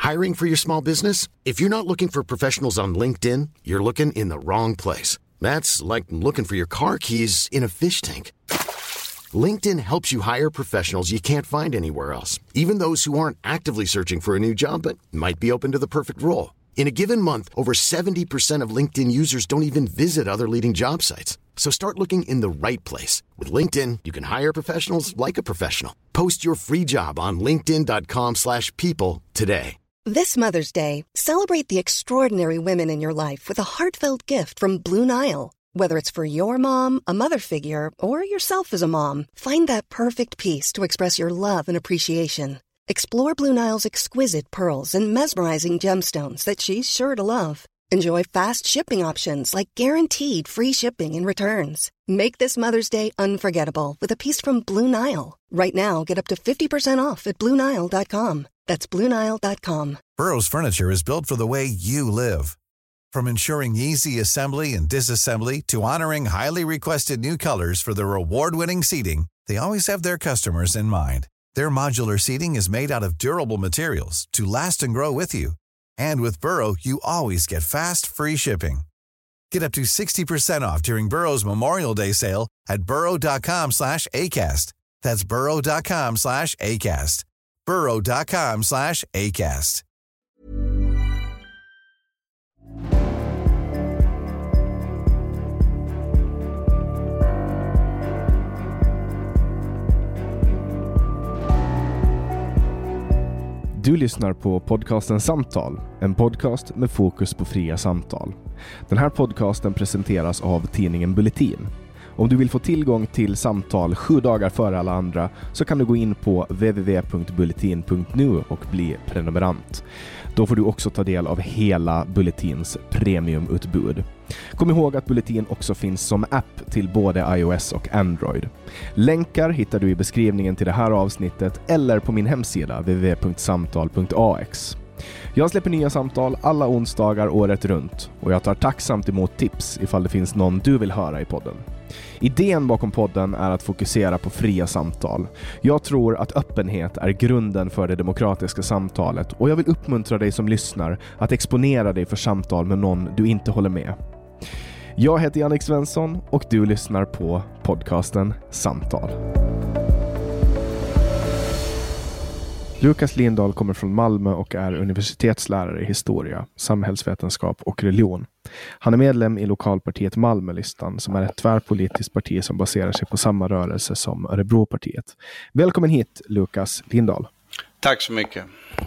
Hiring for your small business? If you're not looking for professionals on LinkedIn, you're looking in the wrong place. That's like looking for your car keys in a fish tank. LinkedIn helps you hire professionals you can't find anywhere else, even those who aren't actively searching for a new job but might be open to the perfect role. In a given month, over 70% of LinkedIn users don't even visit other leading job sites. So start looking in the right place. With LinkedIn, you can hire professionals like a professional. Post your free job on linkedin.com/people today. This Mother's Day, celebrate the extraordinary women in your life with a heartfelt gift from Blue Nile. Whether it's for your mom, a mother figure, or yourself as a mom, find that perfect piece to express your love and appreciation. Explore Blue Nile's exquisite pearls and mesmerizing gemstones that she's sure to love. Enjoy fast shipping options like guaranteed free shipping and returns. Make this Mother's Day unforgettable with a piece from Blue Nile. Right now, get up to 50% off at BlueNile.com. That's BlueNile.com. Burrow's furniture is built for the way you live. From ensuring easy assembly and disassembly to honoring highly requested new colors for their award-winning seating, they always have their customers in mind. Their modular seating is made out of durable materials to last and grow with you. And with Burrow, you always get fast, free shipping. Get up to 60% off during Burrow's Memorial Day sale at burrow.com/ACAST. That's burrow.com/ACAST. burrow.com/ACAST. Du lyssnar på podcasten Samtal, en podcast med fokus på fria samtal. Den här podcasten presenteras av tidningen Bulletin. Om du vill få tillgång till samtal 7 dagar före alla andra så kan du gå in på www.bulletin.nu och bli prenumerant. Då får du också ta del av hela Bulletins premiumutbud. Kom ihåg att Bulletin också finns som app till både iOS och Android. Länkar hittar du i beskrivningen till det här avsnittet eller på min hemsida www.samtal.ax. Jag släpper nya samtal alla onsdagar året runt och jag tar tacksamt emot tips ifall det finns någon du vill höra i podden. Idén bakom podden är att fokusera på fria samtal. Jag tror att öppenhet är grunden för det demokratiska samtalet och jag vill uppmuntra dig som lyssnar att exponera dig för samtal med någon du inte håller med. Jag heter Jannik Svensson och du lyssnar på podcasten Samtal. Lukas Lindahl kommer från Malmö och är universitetslärare i historia, samhällsvetenskap och religion. Han är medlem i lokalpartiet Malmölistan som är ett tvärpolitiskt parti som baserar sig på samma rörelse som Örebropartiet. Välkommen hit, Lukas Lindahl. Tack så mycket.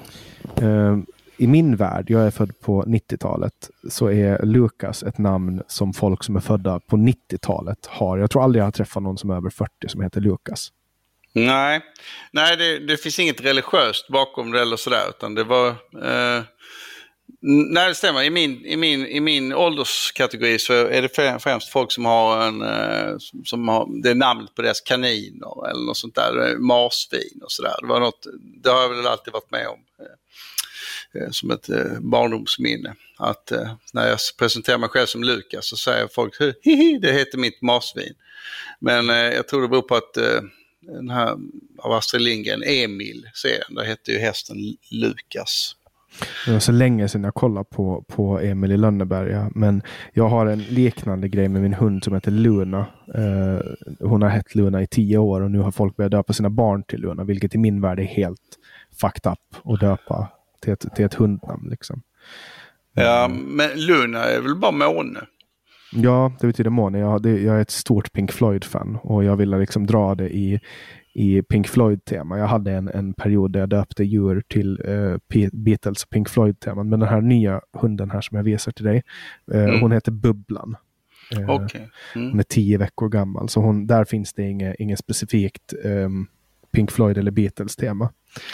I min värld, jag är född på 90-talet, så är Lukas ett namn som folk som är födda på 90-talet har. Jag tror aldrig jag har träffat någon som är över 40 som heter Lukas. Nej, det finns inget religiöst bakom det eller sådär, utan det var... Nej, det stämmer. I min ålderskategori så är det främst folk som har det är namnet på deras kaniner eller något sånt där, marsvin och sådär. Det har jag väl alltid varit med om som ett barndomsminne. Att när jag presenterar mig själv som Lukas så säger folk, hihi, det heter mitt marsvin. Men jag tror det beror på att den här av Astrid Lindgren, Emil-serien, där hette ju hästen Lukas. Det var så länge sedan jag kollade på Emil i Lönneberga, men jag har en liknande grej med min hund som heter Luna. Hon har hett Luna i 10 år och nu har folk börjat döpa sina barn till Luna, vilket i min värld är helt fucked up att döpa till ett hundnamn liksom. Ja, men Luna är väl bara måne? Ja, det betyder måne. Jag är ett stort Pink Floyd-fan och jag ville liksom dra det i Pink Floyd-tema. Jag hade en period där jag döpte djur till Beatles och Pink Floyd-teman. Men den här nya hunden här som jag visar till dig, hon heter Bubblan. Okay. Hon är 10 veckor gammal. Så där finns det inget specifikt Pink Floyd eller Beatles-tema.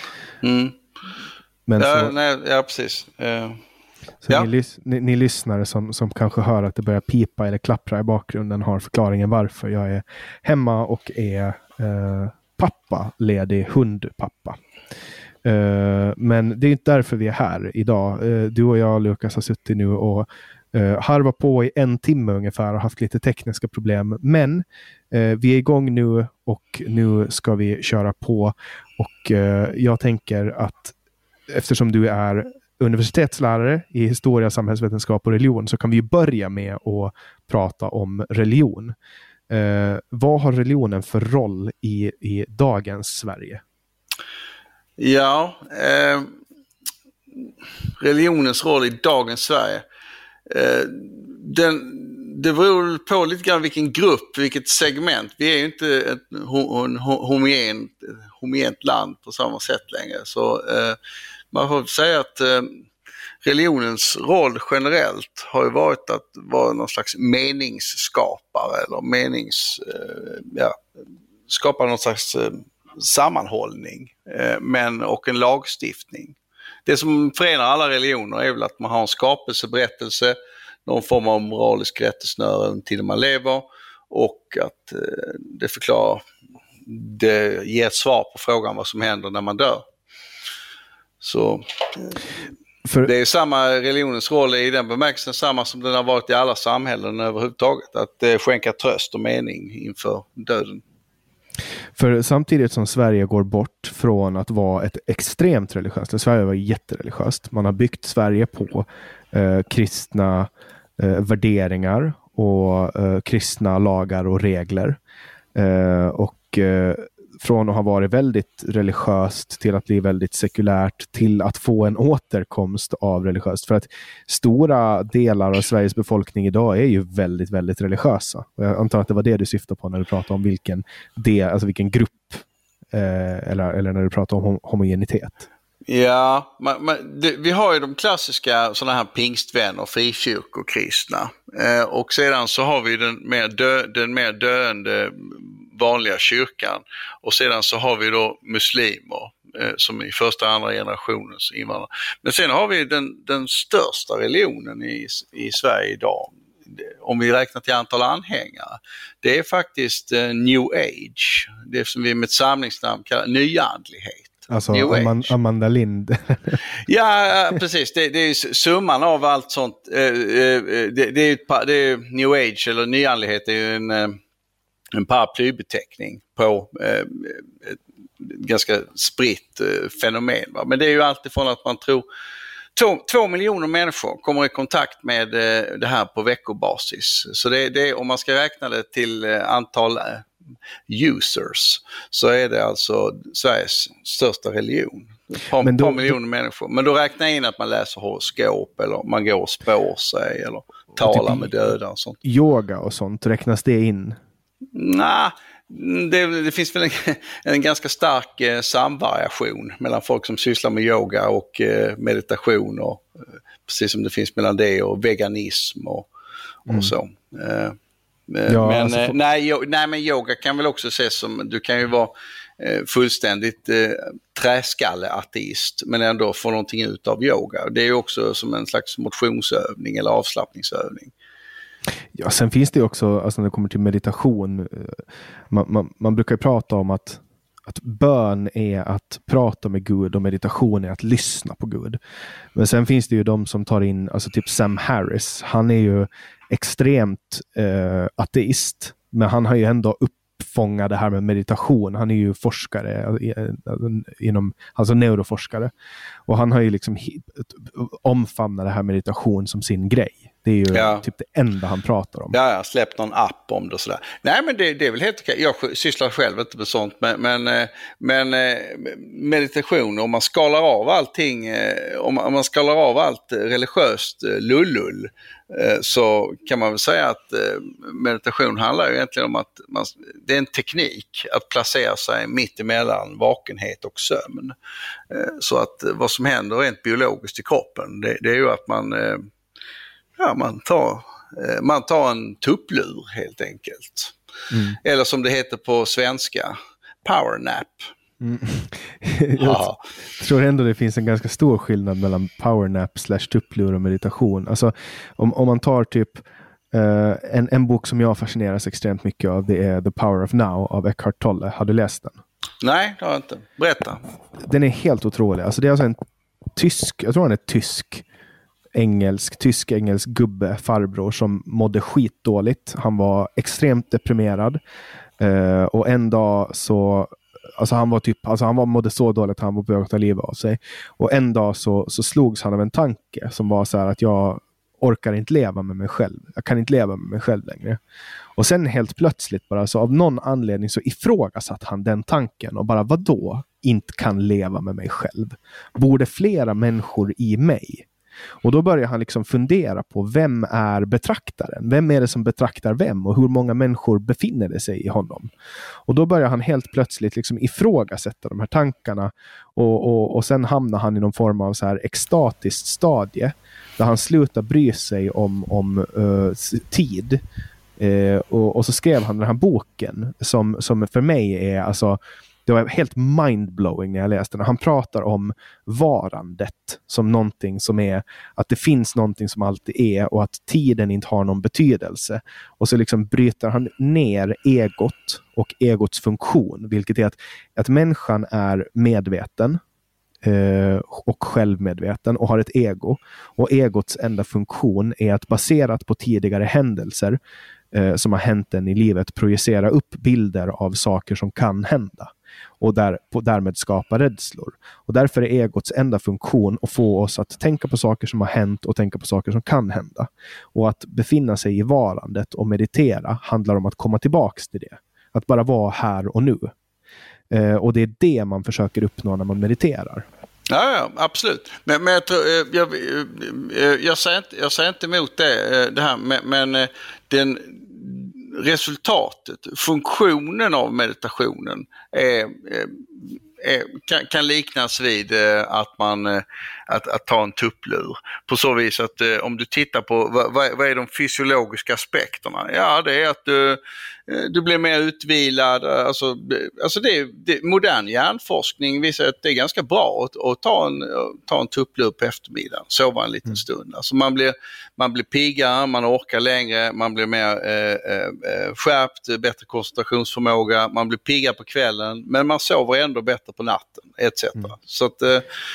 Men ja, precis. Så ja. Ni lyssnare som kanske hör att det börjar pipa eller klappra i bakgrunden har förklaringen varför jag är hemma och är pappaledig hundpappa. Men det är inte därför vi är här idag. Du och jag, Lukas, har suttit nu och harvat på i 1 timme ungefär och haft lite tekniska problem. Men vi är igång nu och nu ska vi köra på. Och jag tänker att eftersom du är universitetslärare i historia, samhällsvetenskap och religion, så kan vi ju börja med att prata om religion. Vad har religionen för roll i dagens Sverige? Ja, religionens roll i dagens Sverige. Det beror på lite grann vilken grupp, vilket segment. Vi är ju inte ett homogent land på samma sätt längre. Så man får säga att religionens roll generellt har ju varit att vara någon slags meningsskapare eller skapa någon slags sammanhållning och en lagstiftning. Det som förenar alla religioner är väl att man har en skapelseberättelse, någon form av moralisk rättesnöre under tiden man lever, och att det ger ett svar på frågan vad som händer när man dör. Så det är samma religionens roll i den bemärkelsen, samma som den har varit i alla samhällen överhuvudtaget, att skänka tröst och mening inför döden. För samtidigt som Sverige går bort från att vara ett extremt religiöst, Sverige var jättereligiöst, man har byggt Sverige på kristna värderingar och kristna lagar och regler, och från att ha varit väldigt religiöst till att bli väldigt sekulärt till att få en återkomst av religiöst. För att stora delar av Sveriges befolkning idag är ju väldigt, väldigt religiösa. Och jag antar att det var det du syftade på när du pratade om vilken grupp eller när du pratade om homogenitet. Ja, vi har ju de klassiska sådana här pingstvänner, frikyrkokristna. Och sedan så har vi den mer döende vanliga kyrkan. Och sedan så har vi då muslimer som i första och andra generationens invandrare. Men sen har vi den största religionen i Sverige idag. Om vi räknar till antal anhängare. Det är faktiskt New Age. Det som vi med ett samlingsnamn kallar nyandlighet. Alltså Amanda Lind. Ja, precis. Det är summan av allt sånt. Det är New Age eller nyandlighet är ju en paraplybeteckning på ett ganska spritt fenomen. Va? Men det är ju alltifrån att man tror 2 miljoner människor kommer i kontakt med det här på veckobasis. Så det om man ska räkna det till antal users, så är det alltså Sveriges största religion. Ett par miljoner människor. Men då räknar jag in att man läser horoskop eller man går och spår sig eller talar typ med döda och sånt. Yoga och sånt, räknas det in? Nej, det finns väl en ganska stark samvariation mellan folk som sysslar med yoga och meditation, och precis som det finns mellan det och veganism och så. Men yoga kan väl också ses som, du kan ju vara fullständigt träskalleateist men ändå få någonting ut av yoga. Det är ju också som en slags motionsövning eller avslappningsövning. Ja, sen finns det ju också, alltså när det kommer till meditation, man brukar ju prata om att bön är att prata med Gud och meditation är att lyssna på Gud. Men sen finns det ju de som tar in, alltså typ Sam Harris, han är ju extremt ateist, men han har ju ändå uppfångat det här med meditation. Han är ju forskare alltså neuroforskare, och han har ju liksom omfamnat det här meditation som sin grej. Det är ju typ det enda han pratar om. Ja, jag har släppt någon app om det och sådär. Nej, men det är väl helt okej. Jag sysslar själv inte med sånt, men meditation, om man skalar av allting, om man skalar av allt religiöst lullull, så kan man väl säga att meditation handlar ju egentligen om att det är en teknik att placera sig mitt emellan vakenhet och sömn. Så att vad som händer rent biologiskt i kroppen, det är ju att man tar en tupplur helt enkelt. Eller som det heter på svenska, powernap. Jag tror ändå det finns en ganska stor skillnad mellan powernap / tupplur och meditation. Alltså om man tar typ en bok som jag fascineras extremt mycket av, det är The Power of Now av Eckhart Tolle. Har du läst den? Nej, det har jag inte. Berätta. Den är helt otrolig. Alltså det är alltså en tysk, jag tror han är tysk-engelsk gubbe, farbror, som mådde skitdåligt. Han var extremt deprimerad. Och en dag så han mådde så dåligt att han var på väg att ta livet av sig. Och en dag så slogs han av en tanke som var så här att jag orkar inte leva med mig själv. Jag kan inte leva med mig själv längre. Och sen helt plötsligt bara så av någon anledning så ifrågasatt han den tanken och bara vadå? Inte kan leva med mig själv. Borde flera människor i mig? Och då börjar han liksom fundera på vem är betraktaren? Vem är det som betraktar vem? Och hur många människor befinner det sig i honom? Och då börjar han helt plötsligt liksom ifrågasätta de här tankarna. Och sen hamnar han i någon form av så här extatiskt stadie. Där han slutar bry sig om tid. Och så skrev han den här boken som för mig är alltså... Det var helt mindblowing när jag läste den. Han pratar om varandet som någonting som är att det finns någonting som alltid är och att tiden inte har någon betydelse. Och så liksom bryter han ner egot och egots funktion, vilket är att människan är medveten och självmedveten och har ett ego. Och egots enda funktion är att baserat på tidigare händelser som har hänt en i livet projicera upp bilder av saker som kan hända och därmed skapa rädslor. Och därför är egots enda funktion att få oss att tänka på saker som har hänt och tänka på saker som kan hända. Och att befinna sig i varandet och meditera handlar om att komma tillbaks till det. Att bara vara här och nu. Och det är det man försöker uppnå när man mediterar. Ja, absolut. Men jag säger inte emot det här, men resultatet, funktionen av meditationen kan liknas vid att ta en tupplur. På så vis att om du tittar på vad är de fysiologiska aspekterna? Ja, det är att du blir mer utvilad. Alltså modern hjärnforskning visar att det är ganska bra att ta en tupplur på eftermiddagen, sova en liten stund. Alltså man blir piggare, man orkar längre, man blir mer skärpt, bättre koncentrationsförmåga, man blir piggare på kvällen, men man sover ändå bättre på natten, etc. Så att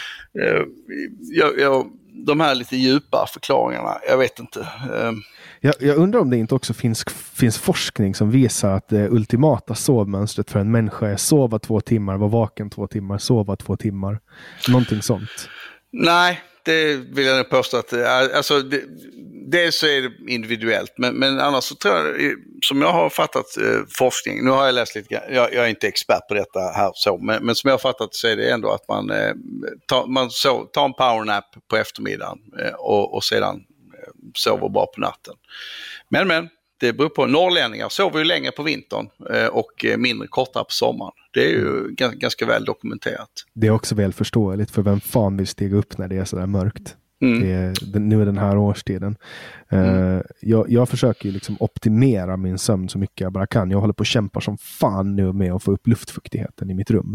de här lite djupa förklaringarna, jag vet inte. Jag undrar om det inte också finns forskning som visar att det ultimata sovmönstret för en människa är sova 2 timmar, vara vaken 2 timmar, sova 2 timmar. Någonting sånt. Nej, det vill jag nog påstå att alltså dels så är det individuellt, men annars så tror jag, som jag har fattat forskning, nu har jag läst lite, jag är inte expert på detta här så, men som jag har fattat så är det ändå att man tar en powernap på eftermiddagen och sedan sover bara på natten. Men det beror på, norrlänningar sover ju längre på vintern och mindre kortare på sommaren. Det är ju ganska väl dokumenterat. Det är också väl förståeligt, för vem fan vill stiga upp när det är sådär mörkt? Nu är den här årstiden. Jag försöker ju liksom optimera min sömn så mycket jag bara kan. Jag håller på att kämpa som fan nu med att få upp luftfuktigheten i mitt rum.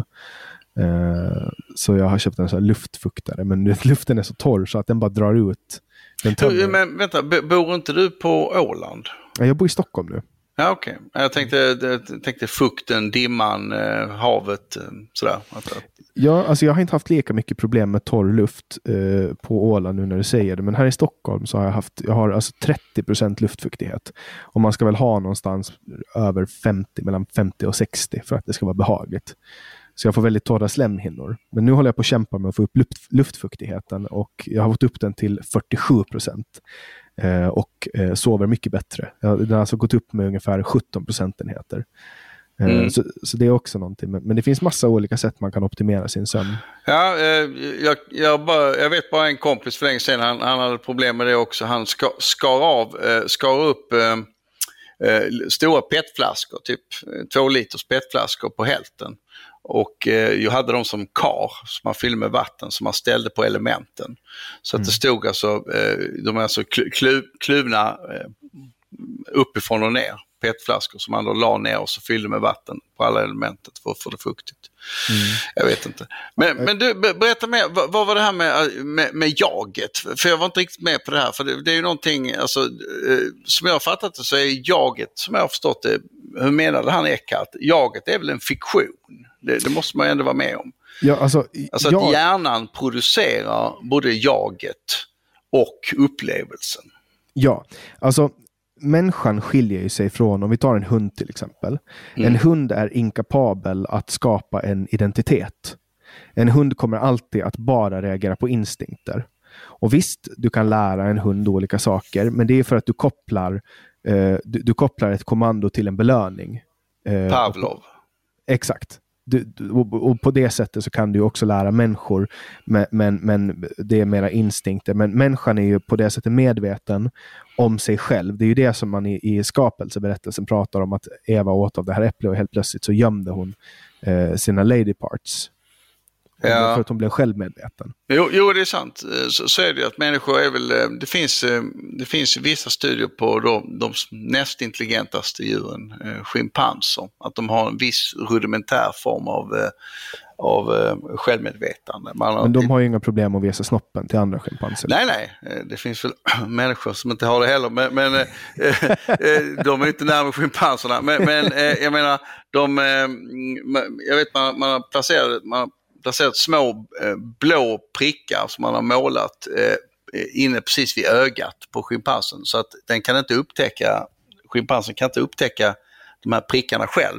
Så jag har köpt en sån här luftfuktare, men luften är så torr så att den bara drar ut. Men vänta, bor inte du på Åland? Jag bor i Stockholm nu. Ja, okej. Jag tänkte fukten, dimman, havet, sådär. Ja, alltså jag har inte haft lika mycket problem med torr luft på Åland nu när du säger det. Men här i Stockholm så har jag har alltså 30% luftfuktighet. Och man ska väl ha någonstans över 50, mellan 50 och 60 för att det ska vara behagligt. Så jag får väldigt torra slemhinnor. Men nu håller jag på att kämpa med att få upp luftfuktigheten. Och jag har fått upp den till 47%. Och sover mycket bättre. Den har alltså gått upp med ungefär 17 procentenheter. Så det är också någonting. Men det finns massa olika sätt man kan optimera sin sömn. Ja, jag vet bara en kompis för länge sedan. Han hade problem med det också. Han skar upp stora petflaskor, typ 2 liters petflaskor på hälften. Och jag hade dem som kar som man fyllde med vatten som man ställde på elementen. Så att det stod alltså, de är alltså kluvna uppifrån och ner. Petflaskor som man då la ner och så fyllde med vatten på alla elementet för att få det fuktigt. Jag vet inte. Men du, berätta mer, vad var det här med jaget? För jag var inte riktigt med på det här. För det är ju någonting, alltså, som jag har fattat det så är jaget, som jag har förstått det, hur menade han Eckhart? Jaget är väl en fiktion? Det måste man ju ändå vara med om. Ja, alltså att hjärnan producerar både jaget och upplevelsen. Ja, alltså människan skiljer ju sig från, om vi tar en hund till exempel. En hund är inkapabel att skapa en identitet. En hund kommer alltid att bara reagera på instinkter. Och visst, du kan lära en hund olika saker, men det är för att du kopplar ett kommando till en belöning. Pavlov. Exakt. Och på det sättet så kan du också lära människor, men det är mera instinkter. Men människan är ju på det sättet medveten om sig själv. Det är ju det som man i skapelseberättelsen pratar om, att Eva åt av det här äpplet och helt plötsligt så gömde hon sina lady parts. För att hon blev självmedveten. Jo, det är sant. Så är det ju att människor är väl... Det finns vissa studier på de näst intelligentaste djuren, schimpanser. Att de har en viss rudimentär form av självmedvetande. Men de har ju inga problem att visa snoppen till andra schimpanser. Nej. Det finns väl människor som inte har det heller. Men de är inte närmare schimpanserna. Men jag menar, jag vet man har placerat små blå prickar som man har målat inne precis vid ögat på schimpansen, så att schimpansen kan inte upptäcka de här prickarna själv.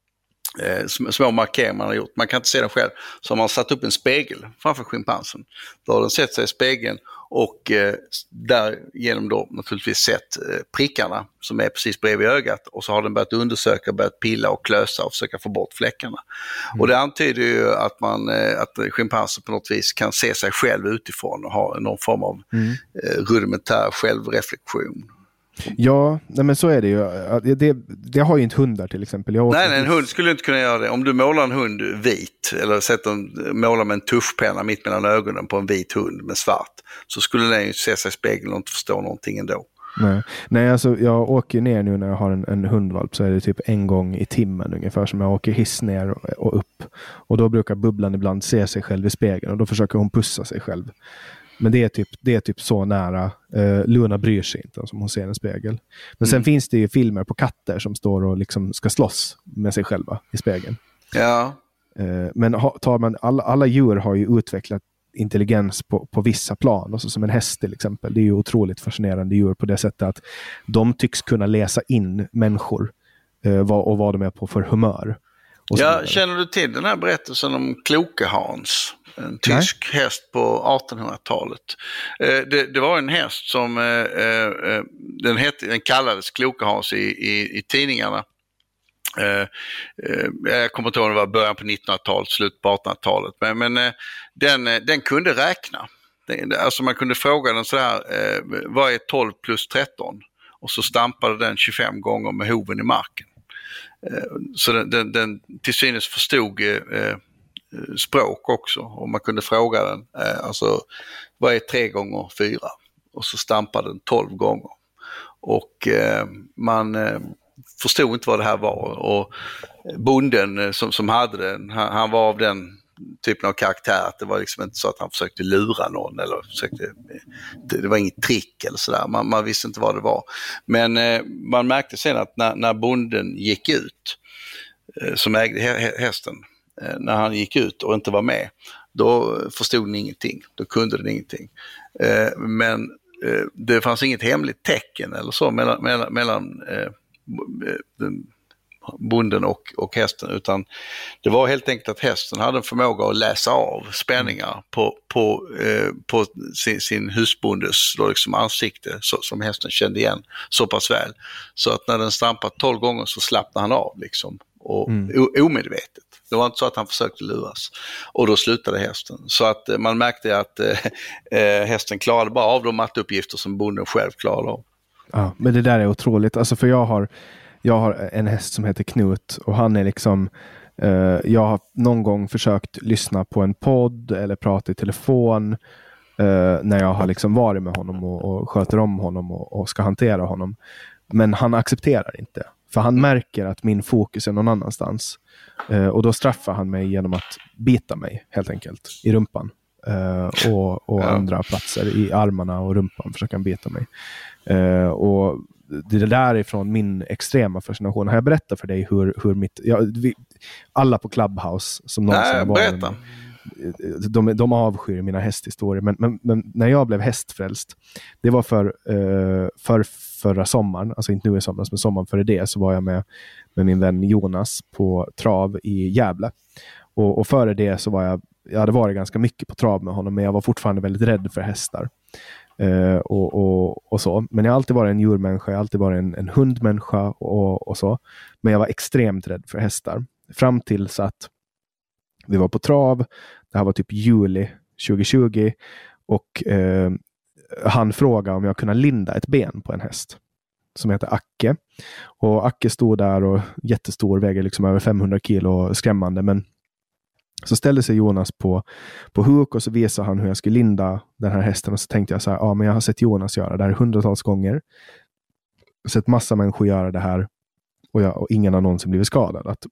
Små markeringar man har gjort. Man kan inte se den själv. Så har man satt upp en spegel framför schimpansen. Då har den sett sig i spegeln och därigenom då naturligtvis sett prickarna som är precis bredvid ögat, och så har den börjat undersöka, börjat pilla och klösa och försöka få bort fläckarna. Och det antyder ju att schimpanser på något vis kan se sig själv utifrån och ha någon form av rudimentär självreflektion. Ja, men så är det ju. Det har ju inte hundar till exempel. Nej, en hund skulle inte kunna göra det. Om du målar en hund vit eller målar med en tuschpenna mitt mellan ögonen på en vit hund med svart, så skulle den ju se sig i spegeln och inte förstå någonting ändå. Nej, alltså jag åker ner nu när jag har en hundvalp, så är det typ en gång i timmen ungefär som jag åker hiss ner och upp. Och då brukar bubblan ibland se sig själv i spegeln och då försöker hon pussa sig själv. Men det är typ så nära. Luna bryr sig inte som hon ser en spegel. Men sen finns det ju filmer på katter som står och liksom ska slåss med sig själva i spegeln. Ja. Men tar man alla djur har ju utvecklat intelligens på vissa plan. Alltså som en häst till exempel. Det är ju otroligt fascinerande djur på det sättet att de tycks kunna läsa in människor och vad de är på för humör. Ja, känner du till den här berättelsen om Kloke-Hans? En tysk häst på 1800-talet. Det var en häst som den kallades Kloke-Hans i tidningarna. Jag kommer inte ihåg om det var början på 1900-talet, slut på 1800-talet. Men den kunde räkna. Alltså man kunde fråga den så här, vad är 12 plus 13? Och så stampade den 25 gånger med hoven i marken. Så den till synes förstod språk också, och man kunde fråga den alltså vad är 3 gånger 4, och så stampade den 12 gånger, och man förstod inte vad det här var, och bonden som hade den, han var av den typen av karaktär att det var liksom inte så att han försökte lura någon eller det var inget trick eller sådär, man visste inte vad det var, men man märkte sen att när bonden gick ut som ägde hästen, när han gick ut och inte var med, då förstod den ingenting, då kunde den ingenting. Men det fanns inget hemligt tecken eller så mellan bonden och hästen, utan det var helt enkelt att hästen hade en förmåga att läsa av spänningar på sin husbondes då liksom ansikte, som hästen kände igen så pass väl, så att när den stampade 12 gånger så slappnade han av liksom, och omedvetet. Det var inte så att han försökte luras, och då slutade hästen. Så att man märkte att hästen klarade bara av de matteuppgifter som bonden själv klarade av. Ja, men det där är otroligt. Alltså för jag har en häst som heter Knut, och han är liksom jag har någon gång försökt lyssna på en podd eller prata i telefon när jag har liksom varit med honom och sköter om honom och ska hantera honom. Men han accepterar inte. För han märker att min fokus är någon annanstans. Och då straffar han mig genom att bita mig helt enkelt i rumpan. Och andra platser i armarna och rumpan försöker han bita mig. Och det där är från min extrema fascination. Har jag berättat för dig hur mitt... alla på Clubhouse som någonsin har varit... de avskyr mina hästhistorier. Men när jag blev hästfrälst, det var förra sommaren, alltså inte nu i somras, men sommaren före det, så var jag med min vän Jonas på trav i Gävle. Och före det så jag hade varit ganska mycket på trav med honom, men jag var fortfarande väldigt rädd för hästar. Och så. Men jag har alltid varit en djurmänniska, jag har alltid varit en hundmänniska och så. Men jag var extremt rädd för hästar. Fram tills att vi var på trav, det här var typ juli 2020, och han frågade om jag kunde linda ett ben på en häst som heter Acke. Och Acke stod där och jättestor, väger liksom över 500 kilo, skrämmande, men så ställde sig Jonas på huk och så visade han hur jag skulle linda den här hästen, och så tänkte jag så här, men jag har sett Jonas göra det här hundratals gånger. Jag har sett massa människor göra det här och ingen har någonsin blivit skadad. Att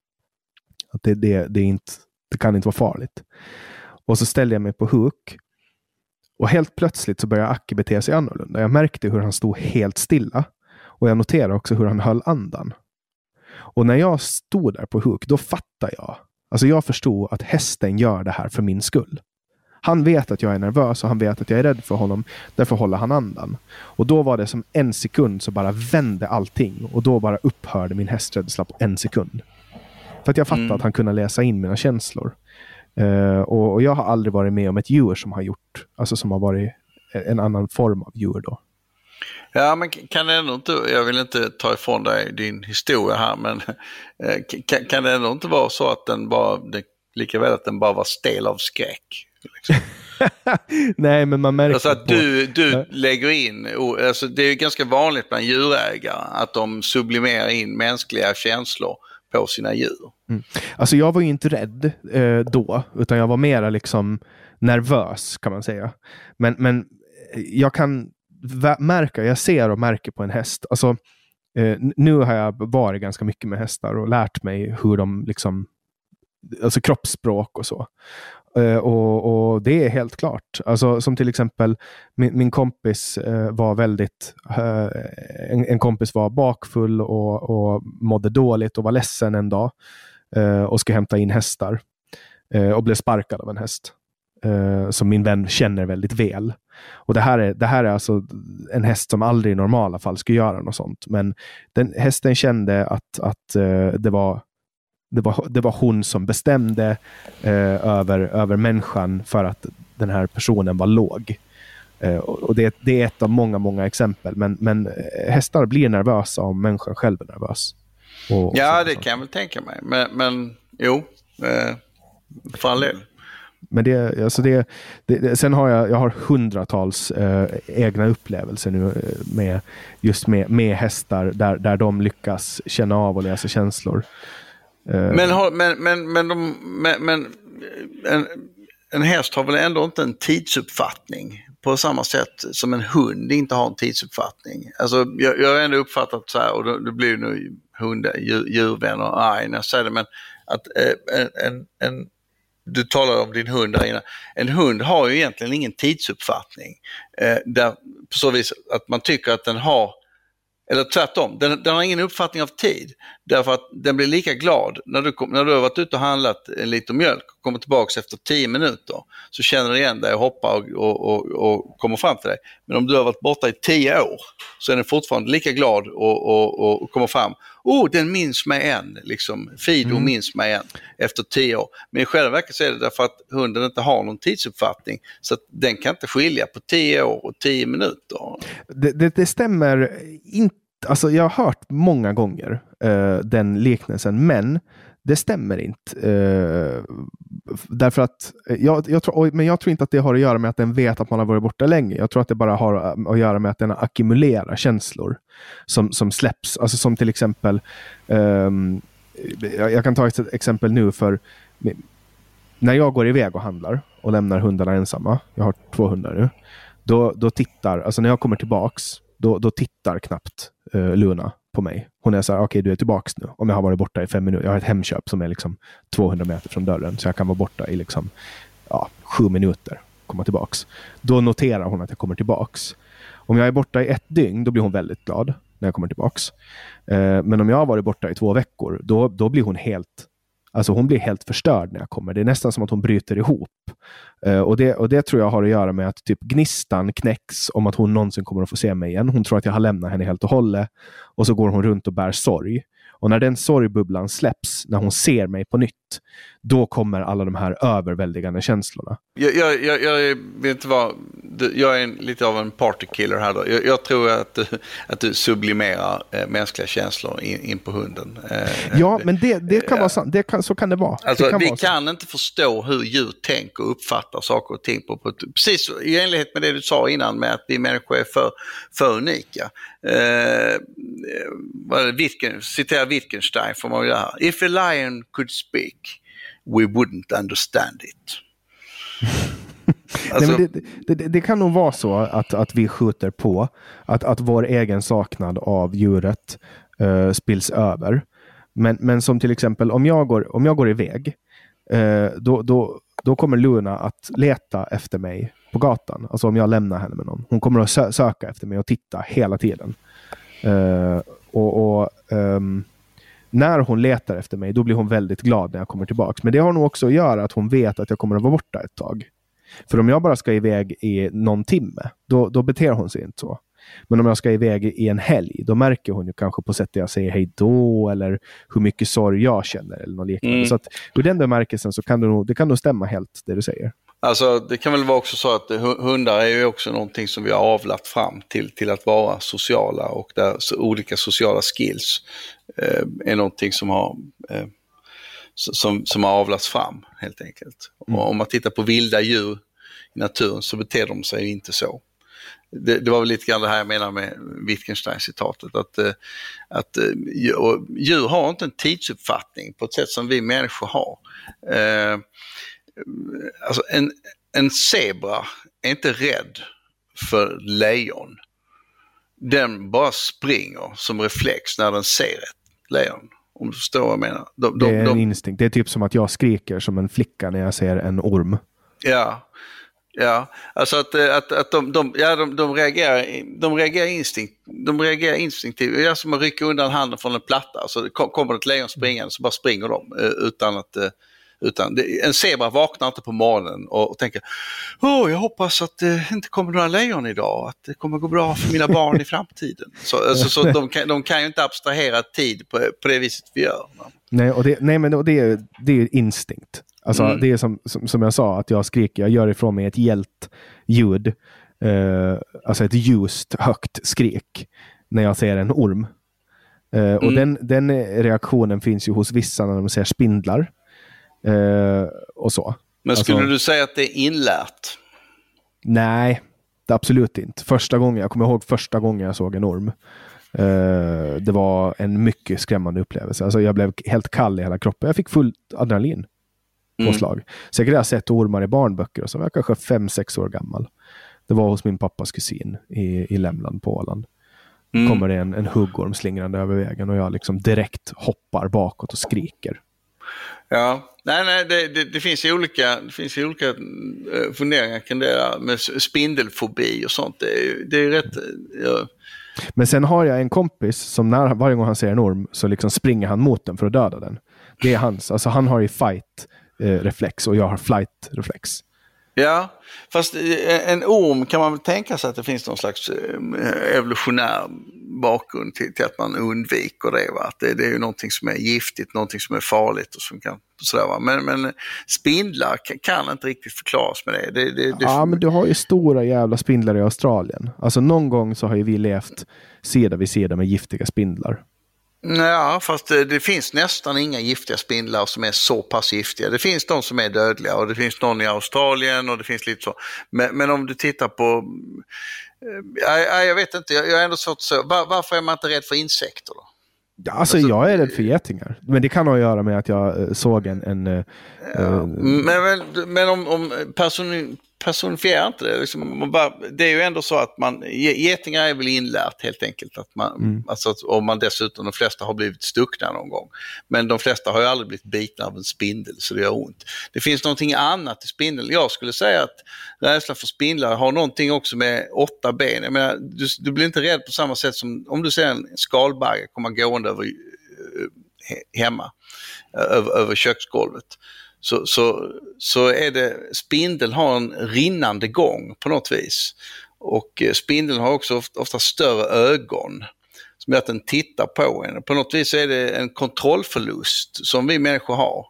det kan inte vara farligt. Och så ställde jag mig på huk, och helt plötsligt så började Acke bete sig annorlunda. Jag märkte hur han stod helt stilla, och jag noterade också hur han höll andan. Och när jag stod där på huk, då fattade jag. Alltså jag förstod att hästen gör det här för min skull. Han vet att jag är nervös och han vet att jag är rädd för honom. Därför håller han andan. Och då var det som en sekund så bara vände allting. Och då bara upphörde min hästrädsla på en sekund. För att jag fattade att han kunde läsa in mina känslor. Och jag har aldrig varit med om ett djur som har gjort, alltså som har varit en annan form av djur då. Ja, men kan det ändå inte, jag vill inte ta ifrån dig din historia här, men kan det ändå inte vara så att lika väl att den bara var stel av skräck? Liksom? Nej, men man märker alltså att du lägger in, alltså det är ganska vanligt bland djurägare att de sublimerar in mänskliga känslor på sina djur. Alltså jag var ju inte rädd då, utan jag var mera liksom nervös, kan man säga. Men jag kan jag ser och märker på en häst. Alltså, nu har jag varit ganska mycket med hästar och lärt mig hur de liksom, alltså kroppsspråk och så. Och det är helt klart. Alltså, som till exempel min kompis var väldigt en kompis var bakfull och mådde dåligt och var ledsen en dag och ska hämta in hästar och blev sparkad av en häst som min vän känner väldigt väl. Och det här är alltså en häst som aldrig i normala fall skulle göra något sånt. Men hästen kände att det var hon som bestämde över människan, för att den här personen var låg. Och det är ett av många exempel. Men hästar blir nervösa om människan själv är nervös. Ja, det kan jag väl tänka mig. Men jo, för all del. Men sen har jag har hundratals egna upplevelser nu med hästar där de lyckas känna av och läsa känslor. Men en häst har väl ändå inte en tidsuppfattning på samma sätt som en hund inte har en tidsuppfattning. Alltså jag har ändå uppfattat så här, och det blir nu djurvänner arg när jag säger det, men att du talar om din hund där inne. En hund har ju egentligen ingen tidsuppfattning. Där, på så vis att man tycker att den har, eller tvärtom, den har ingen uppfattning av tid. Därför att den blir lika glad när du har varit ute och handlat en liter mjölk och kommer tillbaka efter 10 minuter. Så känner du igen dig och hoppar och kommer fram till dig. Men om du har varit borta i 10 år så är den fortfarande lika glad och kommer fram. Den minns mig än. Liksom, Fido minns mig än efter 10 år. Men i själva verket så är det därför att hunden inte har någon tidsuppfattning. Så att den kan inte skilja på 10 år och 10 minuter. Det stämmer inte. Alltså jag har hört många gånger den liknelsen, men det stämmer inte. Därför att jag tror inte att det har att göra med att den vet att man har varit borta länge. Jag tror att det bara har att göra med att den ackumulerar känslor som släpps. Alltså som till exempel, jag kan ta ett exempel nu, för när jag går iväg och handlar och lämnar hundarna ensamma, jag har 2 hundar nu, då tittar, alltså när jag kommer tillbaks, då tittar knappt Luna på mig. Hon är så här, okej, du är tillbaks nu. Om jag har varit borta i 5 minuter. Jag har ett hemköp som är liksom 200 meter från dörren. Så jag kan vara borta i liksom 7 minuter. Komma tillbaks. Då noterar hon att jag kommer tillbaks. Om jag är borta i 1 dygn, då blir hon väldigt glad när jag kommer tillbaks. Men om jag har varit borta i 2 veckor, då blir hon helt Alltså hon blir helt förstörd när jag kommer. Det är nästan som att hon bryter ihop. Och det tror jag har att göra med att typ gnistan knäcks om att hon någonsin kommer att få se mig igen. Hon tror att jag har lämnat henne helt och hållet. Och så går hon runt och bär sorg. Och när den sorgbubblan släpps, när hon ser mig på nytt, då kommer alla de här överväldigande känslorna. Jag vet inte vad, jag är lite av en partykiller här då. Jag tror att du sublimerar mänskliga känslor in på hunden. Ja, men det kan vara sant. Så kan det vara. Alltså, vi kan inte förstå hur djur tänker och uppfattar saker och ting på precis i enlighet med det du sa innan med att vi människor är för unika. Citera Wittgenstein får man göra. If a lion could speak, we wouldn't understand it. Alltså, nej, men det kan nog vara så att vi skjuter på att vår egen saknad av djuret spills över. Men som till exempel om jag går iväg, då kommer Luna att leta efter mig på gatan. Alltså om jag lämnar henne med någon. Hon kommer att söka efter mig och titta hela tiden. När hon letar efter mig, då blir hon väldigt glad när jag kommer tillbaka. Men det har nog också att göra att hon vet att jag kommer att vara borta ett tag. För om jag bara ska iväg i någon timme, då beter hon sig inte så. Men om jag ska iväg i en helg, då märker hon ju kanske på sättet jag säger hej då, eller hur mycket sorg jag känner eller något liknande. Så att ur den bemärkelsen så kan det nog stämma helt det du säger. Alltså det kan väl vara också så att hundar är ju också någonting som vi har avlat fram till att vara sociala, och där så olika sociala skills är någonting som har som har avlats fram helt enkelt. Och om man tittar på vilda djur i naturen så beter de sig ju inte så. Det var väl lite grann det här jag menar med Wittgenstein-citatet, att djur har inte en tidsuppfattning på ett sätt som vi människor har. Alltså en zebra är inte rädd för lejon. Den bara springer som reflex när den ser ett lejon. Om du förstår vad jag menar. Det är en instinkt. Det är typ som att jag skriker som en flicka när jag ser en orm. Ja, alltså att de reagerar instinktivt. Det är som att rycka undan handen från en platta. Alltså kommer ett lejon springande så bara springer de en zebra vaknar inte på morgonen och tänker jag hoppas att det inte kommer några lejon idag, att det kommer gå bra för mina barn i framtiden. Så de kan ju inte abstrahera tid på det viset vi gör. Nej, det är ju instinkt. Alltså det är som jag sa, att jag skriker, jag gör ifrån mig ett hjältljud, alltså ett ljust högt skrik när jag ser en orm. Och den reaktionen finns ju hos vissa när de ser spindlar. Och så. Men skulle du säga att det är inlärt? Nej, det absolut inte. Jag kommer ihåg första gången jag såg en orm. Det var en mycket skrämmande upplevelse. Alltså jag blev helt kall i hela kroppen. Jag fick fullt adrenalin påslag. Säkert har jag sett ormar i barnböcker och så var jag kanske 5-6 år gammal. Det var hos min pappas kusin i Lämland på Åland. Kommer det en huggorm slingrande över vägen och jag liksom direkt hoppar bakåt och skriker. Ja, nej, det finns ju olika funderingar kring det där med spindelfobi och sånt. Det är rätt. Ja. Men sen har jag en kompis som varje gång han ser en orm så liksom springer han mot den för att döda den. Det är hans. Alltså han har ju fight-reflex och jag har flight-reflex. Ja, fast en orm kan man väl tänka sig att det finns någon slags evolutionär bakgrund till att man undviker det. Va? Att det är ju någonting som är giftigt, någonting som är farligt och som kan sådär, va? Men spindlar kan inte riktigt förklaras med det. Ja, men du har ju stora jävla spindlar i Australien. Alltså någon gång så har ju vi levt sida vid sida med giftiga spindlar. Ja, fast det finns nästan inga giftiga spindlar som är så pass giftiga. Det finns de som är dödliga och det finns någon i Australien och det finns lite så. Men om du tittar på... jag vet inte, jag är ändå svårt att säga. Varför är man inte rädd för insekter då? Ja, alltså jag är rädd för getingar. Men det kan ha att göra med att jag såg en Men om personifierar inte det. Liksom, det är ju ändå så att getingar är väl inlärt helt enkelt. Att alltså, om man dessutom, de flesta har blivit stuckna någon gång. Men de flesta har ju aldrig blivit bitna av en spindel så det gör ont. Det finns någonting annat i spindeln. Jag skulle säga att rädslan för spindlar har någonting också med 8 ben. Jag menar, du blir inte rädd på samma sätt som om du ser en skalbagge komma gående över hemma över köksgolvet. Så är det, spindeln har en rinnande gång på något vis. Och spindeln har också ofta större ögon som gör att den tittar på en. På något vis är det en kontrollförlust som vi människor har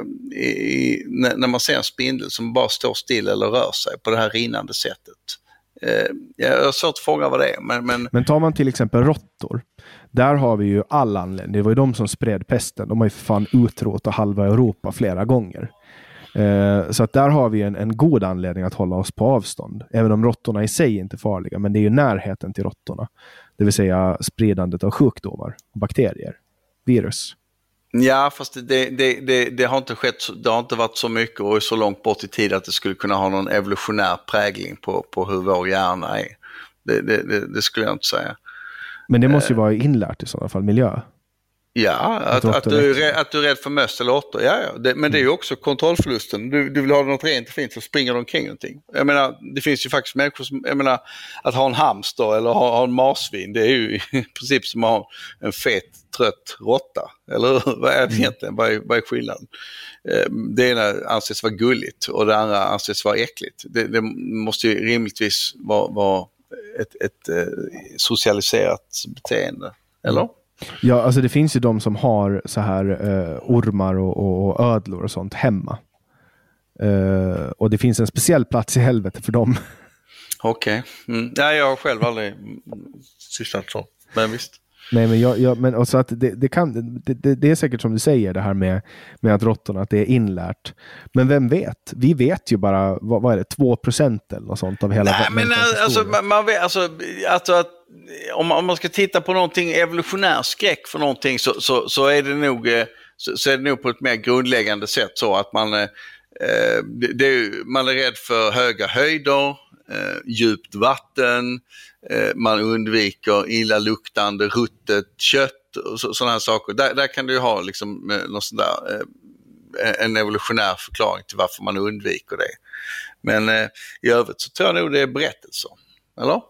när man ser en spindel som bara står still eller rör sig på det här rinnande sättet. Jag har svårt att fråga vad det är. Men tar man till exempel råttor, där har vi ju alla anledningar. Det var ju de som spred pesten. De har ju för fan utrotat halva Europa flera gånger. Så att där har vi en god anledning att hålla oss på avstånd. Även om råttorna i sig inte är farliga. Men det är ju närheten till råttorna. Det vill säga spridandet av sjukdomar, bakterier, virus. Ja, fast det har inte skett, det har inte varit så mycket och så långt bort i tid att det skulle kunna ha någon evolutionär prägling på hur vår hjärna är. Det skulle jag inte säga. Men det måste ju vara inlärt i sådana fall, miljö. Ja, att du är rädd för möss eller råttor. Ja. Men det är ju också kontrollförlusten. Du vill ha något rent och fint så springer de omkring någonting. Jag menar, det finns ju faktiskt människor som, jag menar, att ha en hamster eller ha en marsvin, det är ju i princip som att ha en fet, trött råtta. Eller vad är det egentligen? Vad är skillnaden? Det ena anses vara gulligt och det andra anses vara äckligt. Det måste ju rimligtvis vara ett socialiserat beteende, eller? Ja, alltså det finns ju de som har så här ormar och ödlor och sånt hemma. Och det finns en speciell plats i helvete för dem. Okej. Nej, jag har själv aldrig sysslat så. Men visst. Nej, men och så att det är säkert som du säger det här med att råttorna, att det är inlärt. Men vem vet? Vi vet ju bara, vad är det, 2% eller något sånt av hela. Nej, men alltså, man vet, alltså att om man ska titta på någonting evolutionär skräck för någonting så är det nog på ett mer grundläggande sätt så att man är rädd för höga höjder, djupt vatten, man undviker illaluktande ruttet kött och sådana här saker. Där kan du ju ha liksom något sånt där, en evolutionär förklaring till varför man undviker det. Men i övrigt så tror jag nog det är berättelser, eller?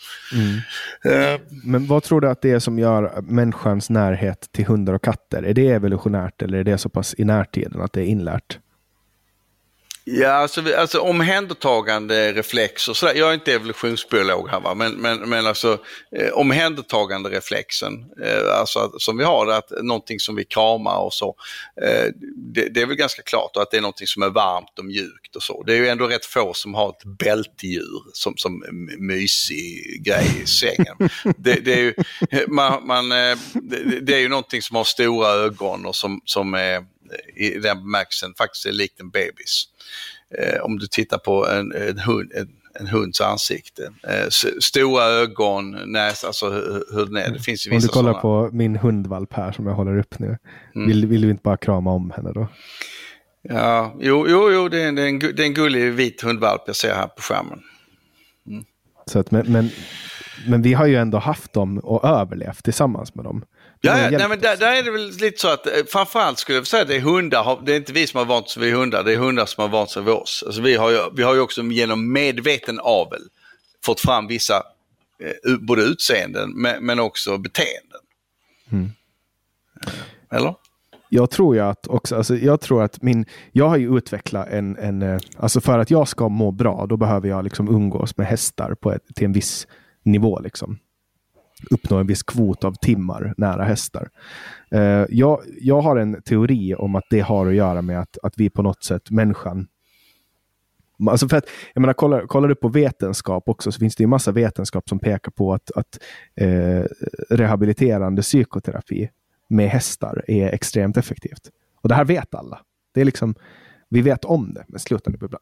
Men vad tror du att det är som gör människans närhet till hundar och katter? Är det evolutionärt eller är det så pass i närtiden att det är inlärt? Ja, alltså omhändertagande reflex och sådär. Jag är inte evolutionsbiolog här, va? Men alltså omhändertagande reflexen, alltså som vi har, att någonting som vi kramar och så, det är väl ganska klart, och att det är någonting som är varmt och mjukt och så. Det är ju ändå rätt få som har ett bältdjur som mysig grej i sängen. Det är ju det är ju någonting som har stora ögon och som är i den bemärkelsen faktiskt är likt en bebis. Om du tittar på en hunds ansikte. Stora ögon, näsa, alltså hur den är. Det finns ju vissa. Om du kollar sådana på min hundvalp här som jag håller upp nu. Vill du inte bara krama om henne då? Ja, jo, det är en gullig vit hundvalp jag ser här på skärmen. Så att, men vi har ju ändå haft dem och överlevt tillsammans med dem. Nej, men där är det väl lite så att framförallt skulle jag säga att det är hundar, det är inte vi som har vant sig vid hundar, det är hundar som har vant sig vid oss. Alltså vi har ju också genom medveten avel fått fram vissa både utseenden men också beteenden. Eller? Jag tror ju att också, alltså jag har ju utvecklat alltså för att jag ska må bra, då behöver jag liksom umgås med hästar till en viss nivå liksom. Uppnå en viss kvot av timmar nära hästar. Jag har en teori om att det har att göra med att vi på något sätt, människan, alltså för att, jag menar, kollar du på vetenskap också, så finns det ju massa vetenskap som pekar på att rehabiliterande psykoterapi med hästar är extremt effektivt. Och det här vet alla. Det är liksom, vi vet om det, men sluta nu bubbla.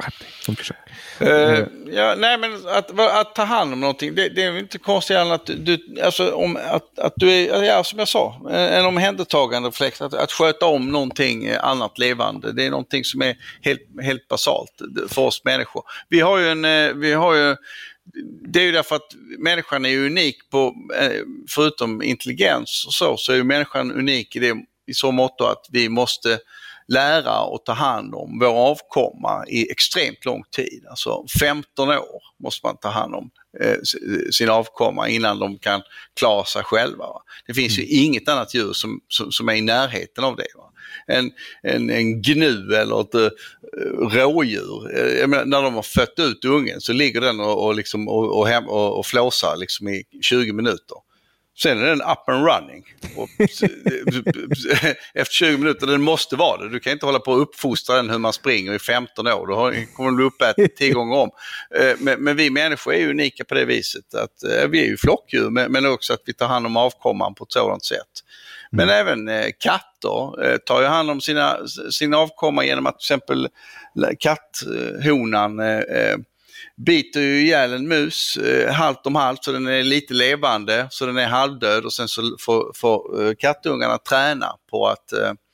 Ja, nej, men att ta hand om någonting, det är inte konstigt att du, alltså att du är, ja, som jag sa, en omhändertagande reflex, att sköta om någonting annat levande, det är någonting som är helt basalt för oss människor. Vi har ju det är ju därför att människan är unik på, förutom intelligens och så är ju människan unik i så mått att vi måste lära och ta hand om vår avkomma i extremt lång tid. Alltså 15 år måste man ta hand om sin avkomma innan de kan klara sig själva. Va? Det finns ju inget annat djur som är i närheten av det. Va? En gnu eller ett rådjur, när de har fött ut ungen så ligger den och flåsar liksom i 20 minuter. Sen är den up and running. Och efter 20 minuter, den måste vara det. Du kan inte hålla på att uppfostra den hur man springer i 15 år. Då kommer den bli uppäten 10 gånger om. Men vi människor är ju unika på det viset. Att vi är ju flockdjur, men också att vi tar hand om avkomman på ett sådant sätt. Men även katter tar ju hand om sin avkomma genom att till exempel katthonan biter ju ihjäl en mus halvt om halvt så den är lite levande så den är halvdöd och sen så får kattungarna träna på att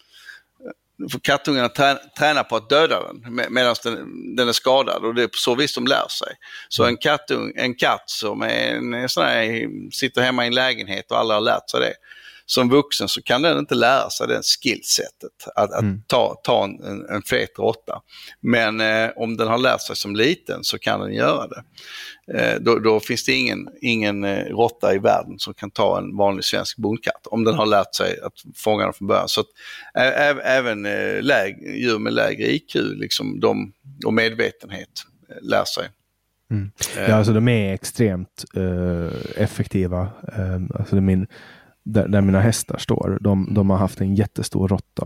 träna på att döda den medan den är skadad och det är på så vis de lär sig. Så en katt som är sån här, sitter hemma i en lägenhet och alla har lärt sig det. Som vuxen så kan den inte lära sig det skillsetet att ta en fet råtta. Men om den har lärt sig som liten så kan den göra det. Då finns det ingen råtta i världen som kan ta en vanlig svensk bondkatt. Om den har lärt sig att fånga den från början. Så att, även djur med lägre IQ liksom, och medvetenhet lär sig. Ja, alltså de är extremt effektiva. Alltså där mina hästar står. De har haft en jättestor råtta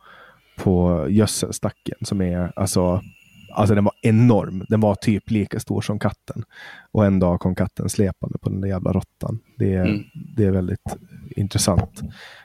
på gödselstacken som är alltså den var enorm. Den var typ lika stor som katten. Och en dag kom katten släpande på den där jävla råttan. Det är väldigt intressant.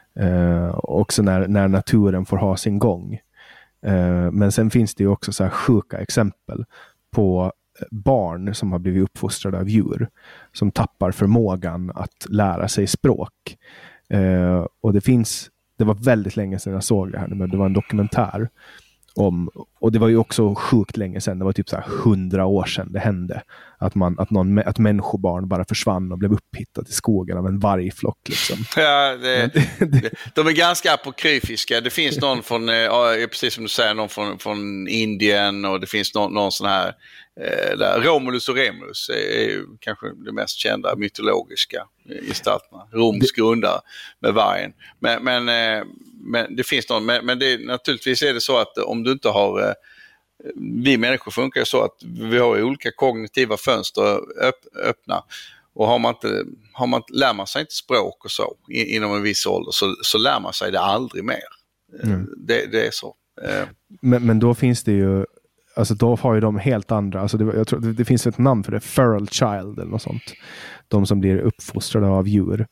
Också när naturen får ha sin gång. Men sen finns det ju också så här sjuka exempel på barn som har blivit uppfostrade av djur som tappar förmågan att lära sig språk. Och det var väldigt länge sedan jag såg det här, men det var en dokumentär om, och det var ju också sjukt länge sedan, det var typ så här 100 år sedan det hände att människobarn bara försvann och blev upphittade i skogen av en vargflock liksom. Ja, de är ganska apokryfiska. Det finns någon från, precis som du säger, någon från Indien och det finns någon sån här där Romulus och Remus är ju kanske det mest kända mytologiska gestalterna. Roms grundare med vargen. Men det finns någon, men naturligtvis är det så att om du inte har vi människor funkar ju så att vi har olika kognitiva fönster öppna och lär man sig inte språk och så inom en viss ålder så lär man sig det aldrig mer. Det är så. Men då finns det ju, alltså då har ju de helt andra, alltså jag tror det finns ett namn för det, feral child eller något sånt. De som blir uppfostrade av djur.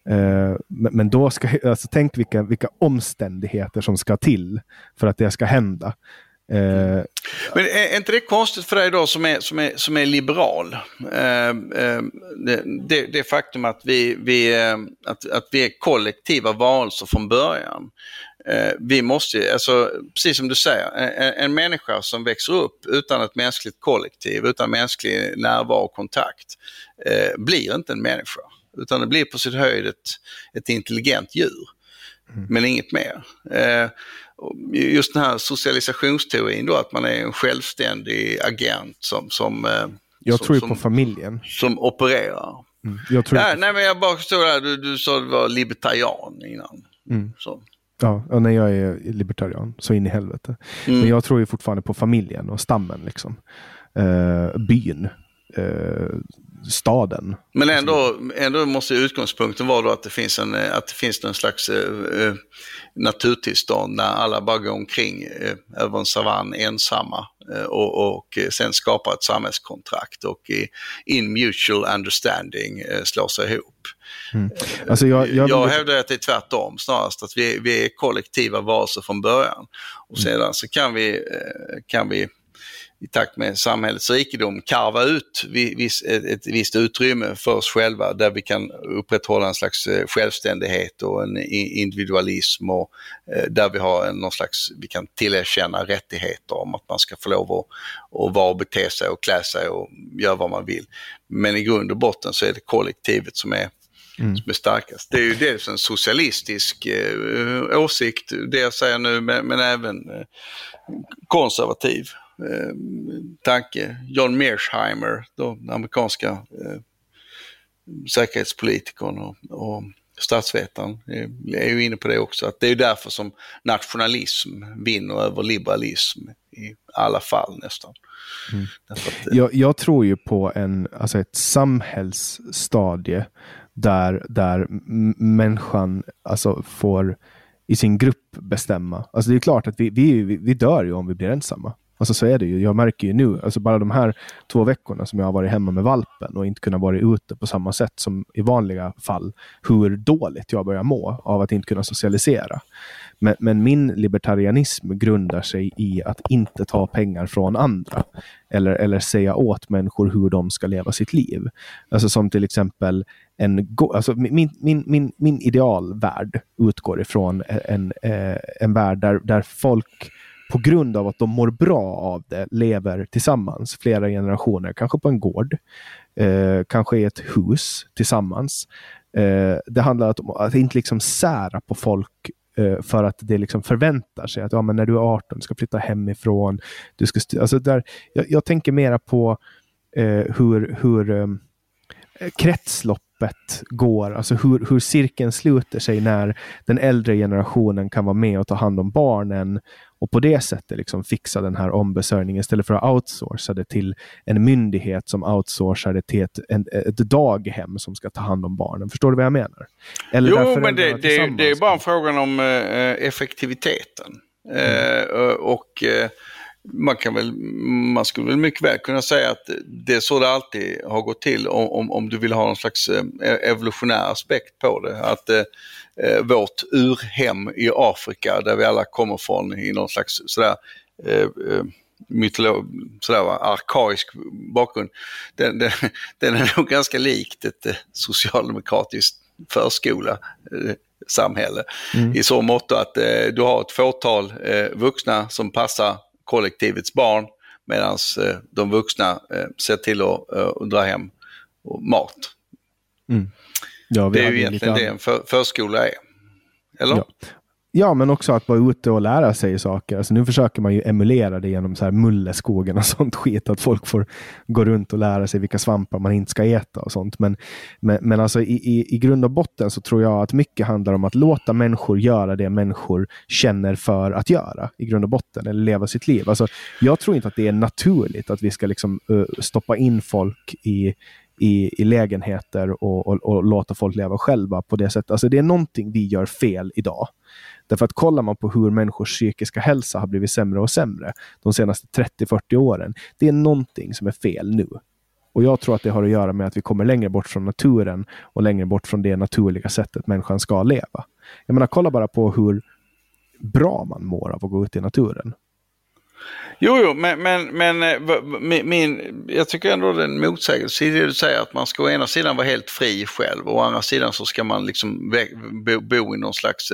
Men då ska, alltså tänk vilka omständigheter som ska till för att det ska hända. Men är inte det konstigt för dig då som är liberal? Det faktum att vi är kollektiva varelser från början. Vi måste, alltså, precis som du säger, en människa som växer upp utan ett mänskligt kollektiv, utan mänsklig närvaro och kontakt, blir inte en människa. Utan det blir på sitt höjd ett intelligent djur. Men inget mer. Just den här socialisationsteorin då, att man är en självständig agent som jag tror ju på familjen. Som opererar. Jag tror nej, men jag bara förstår det här, du sa att du var libertarian innan. Så. Ja, när jag är libertarian så in i helvete. Men jag tror ju fortfarande på familjen och stammen liksom. Byn. Staden. Men ändå måste utgångspunkten vara då att det finns en slags naturtillstånd när alla bara går omkring över en savann ensamma och sen skapar ett samhällskontrakt och in mutual understanding slår sig ihop. Alltså jag hävdar att det är tvärtom snarast, att vi är kollektiva varelser från början och sedan så kan vi i takt med samhällets rikedom karva ut ett visst utrymme för oss själva där vi kan upprätthålla en slags självständighet och en individualism och där vi har någon slags, vi kan tillerkänna rättigheter om att man ska få lov att vara och bete sig och klä sig och göra vad man vill. Men i grund och botten så är det kollektivet som är som är starkast. Det är ju dels en socialistisk åsikt, det jag säger nu, men även konservativ tanke. John Mearsheimer, den amerikanska säkerhetspolitikern och statsvetaren är ju inne på det också, att det är därför som nationalism vinner över liberalism i alla fall nästan. Jag tror ju på ett samhällsstadie där människan får i sin grupp bestämma. Alltså det är klart att vi dör ju om vi blir ensamma. Alltså så är det ju. Jag märker ju nu, alltså bara de här 2 veckorna som jag har varit hemma med valpen och inte kunnat vara ute på samma sätt som i vanliga fall, hur dåligt jag börjar må av att inte kunna socialisera. Men min libertarianism grundar sig i att inte ta pengar från andra eller säga åt människor hur de ska leva sitt liv. Alltså som till exempel min idealvärld utgår ifrån en värld där folk på grund av att de mår bra av det lever tillsammans flera generationer, kanske på en gård, kanske i ett hus tillsammans. Det handlar om att inte liksom sära på folk för att det liksom förväntar sig att men när du är 18 du ska flytta hemifrån, du ska jag tänker mera på hur kretsloppet går, alltså hur cirkeln sluter sig när den äldre generationen kan vara med och ta hand om barnen och på det sättet liksom fixa den här ombesörjningen istället för att outsourca det till en myndighet som outsourcar det till ett daghem som ska ta hand om barnen. Förstår du vad jag menar? Eller jo, men det är bara frågan om effektiviteten. Och man skulle väl mycket väl kunna säga att det är så det alltid har gått till om du vill ha någon slags evolutionär aspekt på det. Att vårt urhem i Afrika, där vi alla kommer från i någon slags sådär arkaisk bakgrund, den är nog ganska likt ett socialdemokratiskt förskola-samhälle. I så mått att du har ett fåtal vuxna som passar kollektivets barn medan de vuxna ser till att dra hem mat. Ja, det är ju egentligen det en förskola är. Eller? Ja, men också att vara ute och lära sig saker. Alltså nu försöker man ju emulera det genom så här mulleskogen och sånt skit. Att folk får gå runt och lära sig vilka svampar man inte ska äta och sånt. Men alltså i grund och botten så tror jag att mycket handlar om att låta människor göra det människor känner för att göra. I grund och botten. Eller leva sitt liv. Alltså jag tror inte att det är naturligt att vi ska liksom stoppa in folk i lägenheter och låta folk leva själva på det sättet. Alltså det är någonting vi gör fel idag. Därför att kollar man på hur människors psykiska hälsa har blivit sämre och sämre de senaste 30-40 åren, det är någonting som är fel nu. Och jag tror att det har att göra med att vi kommer längre bort från naturen och längre bort från det naturliga sättet människan ska leva. Jag menar, kolla bara på hur bra man mår av att gå ut i naturen. Jo, men jag tycker ändå det är en motsägelse i det du säger, att man ska å ena sidan vara helt fri själv och å andra sidan så ska man liksom bo i någon slags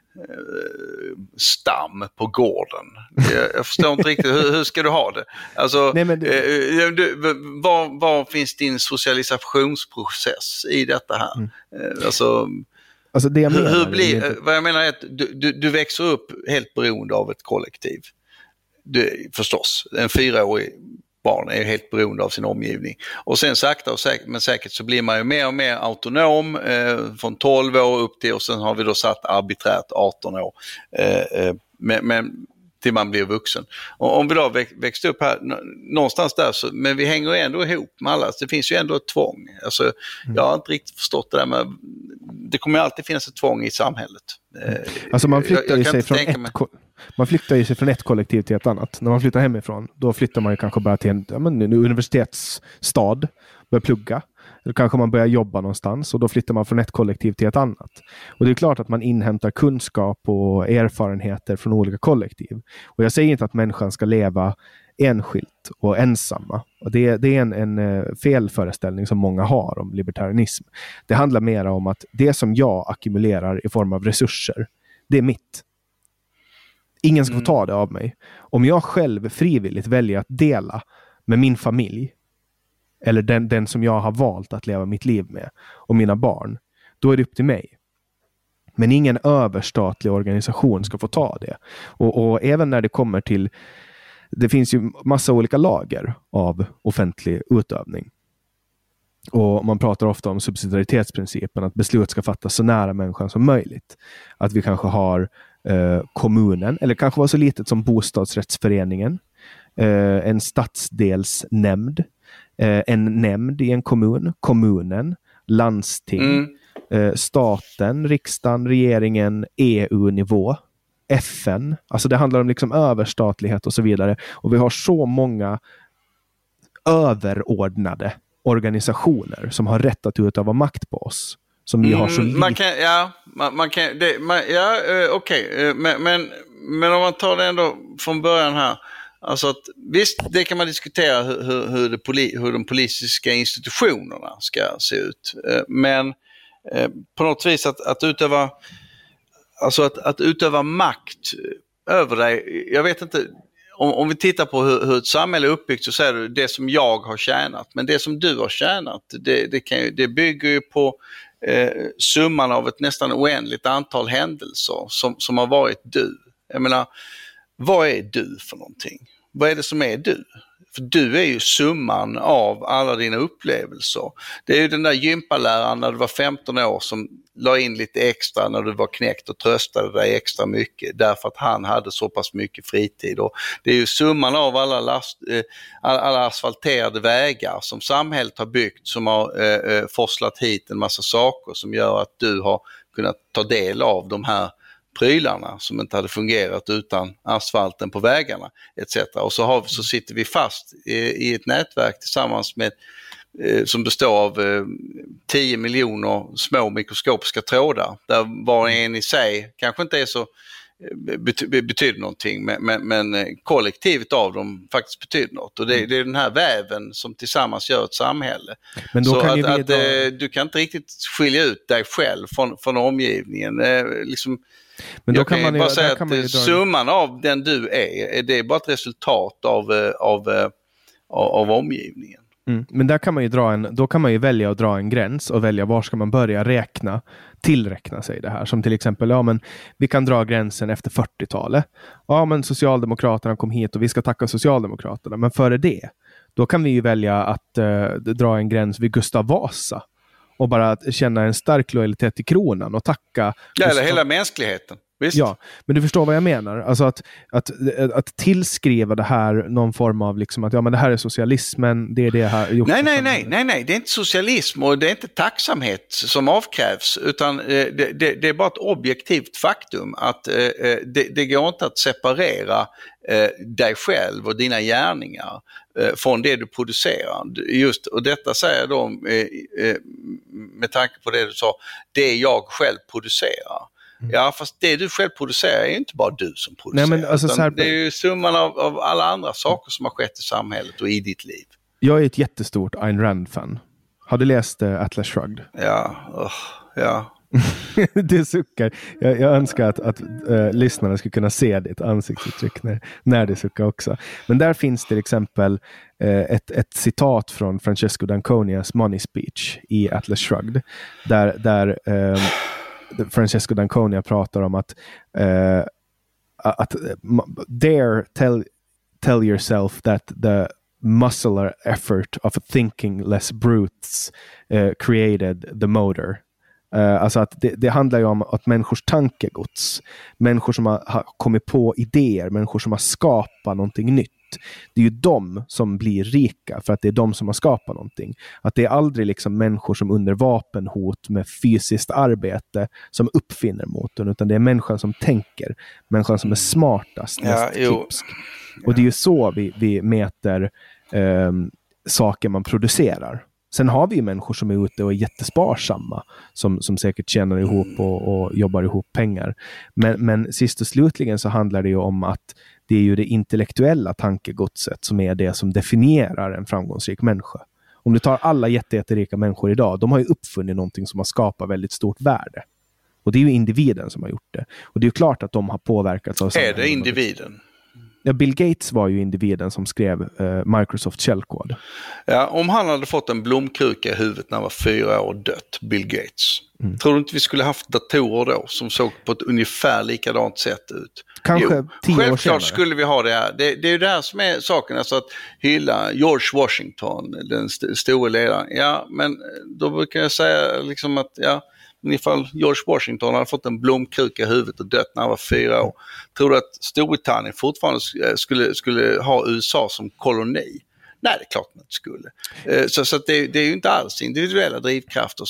stam på gården. Jag förstår inte riktigt, hur ska du ha det? Alltså, nej, men var finns din socialisationsprocess i detta här? Alltså det jag menar, vad jag menar är att du växer upp helt beroende av ett kollektiv. Förstås, en 4-årig barn är helt beroende av sin omgivning. Och sen sakta och säkert så blir man ju mer och mer autonom från 12 år upp till, och sen har vi då satt arbiträrt 18 år. Men till man blir vuxen. Och om vi då växte upp här någonstans där, men vi hänger ju ändå ihop med alla. Så det finns ju ändå ett tvång. Alltså, jag har inte riktigt förstått det där, men det kommer alltid finnas ett tvång i samhället. Alltså man flyttar ju sig från ett kollektiv till ett annat. När man flyttar hemifrån, då flyttar man ju kanske bara till en universitetsstad, börjar plugga. Eller kanske man börjar jobba någonstans och då flyttar man från ett kollektiv till ett annat. Och det är klart att man inhämtar kunskap och erfarenheter från olika kollektiv. Och jag säger inte att människan ska leva enskilt och ensamma. Och det är en felföreställning som många har om libertarianism. Det handlar mer om att det som jag ackumulerar i form av resurser, det är mitt. Ingen ska få ta det av mig. Om jag själv frivilligt väljer att dela med min familj eller den som jag har valt att leva mitt liv med och mina barn, då är det upp till mig. Men ingen överstatlig organisation ska få ta det. Och även när det kommer till, det finns ju massa olika lager av offentlig utövning. Och man pratar ofta om subsidiaritetsprincipen, att beslut ska fattas så nära människan som möjligt. Att vi kanske har kommunen, eller kanske var så litet som bostadsrättsföreningen, en stadsdelsnämnd, en nämnd i en kommun, kommunen, landsting, staten, riksdagen, regeringen, EU-nivå, FN. Alltså det handlar om liksom överstatlighet och så vidare. Och vi har så många överordnade organisationer som har rätt att utöva makt på oss. Som vi har så lite. Okej. Men om man tar det ändå från början här. Alltså att, visst, det kan man diskutera hur de politiska institutionerna ska se ut. Men på något vis att utöva makt över dig. Jag vet inte, om vi tittar på hur ett samhälle är uppbyggt, så säger du det som jag har tjänat. Men det som du har tjänat, det bygger ju på summan av ett nästan oändligt antal händelser som har varit du. Jag menar, vad är du för någonting? Vad är det som är du? För du är ju summan av alla dina upplevelser. Det är ju den där gympaläraren när du var 15 år som la in lite extra när du var knäckt och tröstade dig extra mycket därför att han hade så pass mycket fritid. Och det är ju summan av alla asfalterade vägar som samhället har byggt, som har forslat hit en massa saker som gör att du har kunnat ta del av de här prylarna som inte hade fungerat utan asfalten på vägarna etc. Och så sitter vi fast i ett nätverk tillsammans med som består av 10 miljoner små mikroskopiska trådar där var och en i sig kanske inte är så betyder någonting, men kollektivet av dem faktiskt betyder något. Och det är den här väven som tillsammans gör ett samhälle. Men då så kan du kan inte riktigt skilja ut dig själv från omgivningen. Men då kan man bara säga att summan av den du är, det är bara ett resultat av omgivningen. Men där kan man ju då kan man ju välja att dra en gräns och välja var ska man börja tillräkna sig det här. Som till exempel, vi kan dra gränsen efter 40-talet. Ja, men Socialdemokraterna kom hit och vi ska tacka Socialdemokraterna. Men före det, då kan vi ju välja att dra en gräns vid Gustav Vasa. Och bara känna en stark lojalitet till kronan och tacka. Ja, eller hela mänskligheten. Visst. Ja, men du förstår vad jag menar. Alltså att tillskriva det här någon form av liksom att men det här är socialismen, det är det här gjort. Nej, det är inte socialism och det är inte tacksamhet som avkrävs, utan det är bara ett objektivt faktum att det går inte att separera dig själv och dina gärningar från det du producerar. Och detta säger jag då med tanke på det du sa, det jag själv producerar. Ja, fast det du själv producerar är inte bara du som producerar. Nej, men alltså, det är ju summan av alla andra saker som har skett i samhället och i ditt liv. Jag är ett jättestort Ayn Rand-fan. Har du läst Atlas Shrugged? Ja. Du suckar. Jag önskar att lyssnarna skulle kunna se ditt ansiktsuttryck när du suckar också. Men där finns till exempel ett citat från Francesco d'Anconias Money Speech i Atlas Shrugged. Där Francesco d'Anconia pratar om att dare tell yourself that the muscular effort of thinking less brutes created the motor. Alltså att det handlar ju om att människors tankegods, människor som har kommit på idéer, människor som har skapat någonting nytt, det är ju de som blir rika för att det är de som har skapat någonting. Att det är aldrig liksom människor som under vapenhot med fysiskt arbete som uppfinner motorn, utan det är människan som tänker, människan som är smartast, mest klipsk. Och det är ju så vi mäter saker man producerar. Sen har vi ju människor som är ute och är jättesparsamma som säkert tjänar ihop och jobbar ihop pengar. Men sist och slutligen så handlar det ju om att det är ju det intellektuella tankegodset som är det som definierar en framgångsrik människa. Om du tar alla jätterika människor idag, de har ju uppfunnit någonting som har skapat väldigt stort värde. Och det är ju individen som har gjort det. Och det är ju klart att de har påverkats av samhället. Är det individen? Ja, Bill Gates var ju individen som skrev Microsoft källkod. Ja, om han hade fått en blomkruka i huvudet när han var 4 år och dött, Bill Gates. Tror du inte vi skulle haft datorer då som såg på ett ungefär likadant sätt ut? Kanske 10 år senare. Självklart skulle vi ha det här. Det är ju det här som är saken, alltså att hylla George Washington, den stora ledaren. Ja, men då brukar jag säga liksom att men ifall George Washington hade fått en blomkruka i huvudet och dött när han var 4 år, tror du att Storbritannien fortfarande skulle ha USA som koloni? Nej, det är klart man inte skulle. Så att det är ju inte alls individuella drivkrafter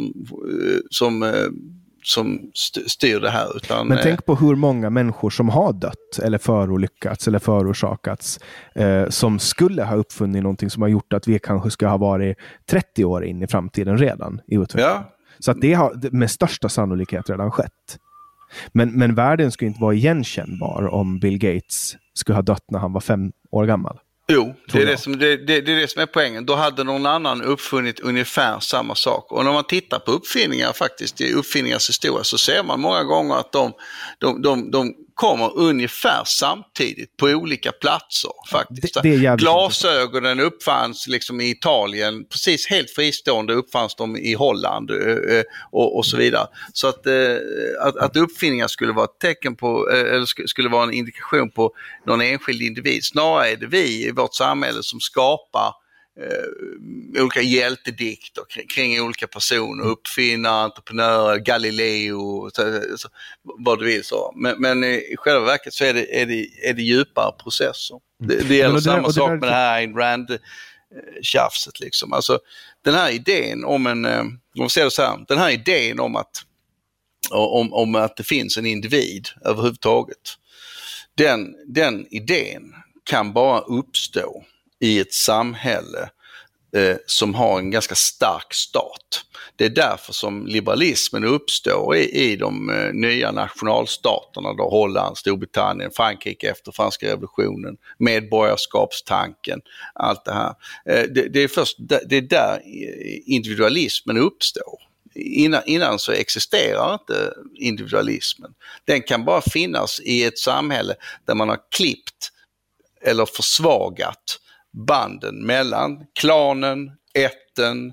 som styr det här. Utan, men tänk på hur många människor som har dött eller förolyckats eller förorsakats som skulle ha uppfunnit någonting som har gjort att vi kanske ska ha varit 30 år in i framtiden redan i utvecklingen. Ja. Så att det har med största sannolikhet redan skett. Men världen skulle inte vara igenkännbar om Bill Gates skulle ha dött när han var 5 år gammal. Jo, det är det som är poängen. Då hade någon annan uppfunnit ungefär samma sak. Och när man tittar på uppfinningar faktiskt, i uppfinningars historia, så ser man många gånger att de kommer ungefär samtidigt på olika platser faktiskt. Glasögonen uppfanns liksom i Italien, precis helt fristående uppfanns de i Holland och så vidare. Så att uppfinningar skulle vara ett tecken på, eller skulle vara en indikation på någon enskild individ. Snarare är det vi i vårt samhälle som skapar olika hjältedikter kring olika personer, uppfinnare, entreprenörer, Galileo, så, vad du vill så. Men i själva verket så är det djupare processer. Det gäller samma sak med det här Ayn Rand-tjafset liksom. Alltså den här idén om den här idén om att det finns en individ överhuvudtaget, den idén kan bara uppstå i ett samhälle som har en ganska stark stat. Det är därför som liberalismen uppstår i de nya nationalstaterna, då Holland, Storbritannien, Frankrike efter franska revolutionen, medborgarskapstanken, allt det här. Det är där individualismen uppstår. Innan så existerar inte individualismen. Den kan bara finnas i ett samhälle där man har klippt eller försvagat banden mellan klanen, ätten,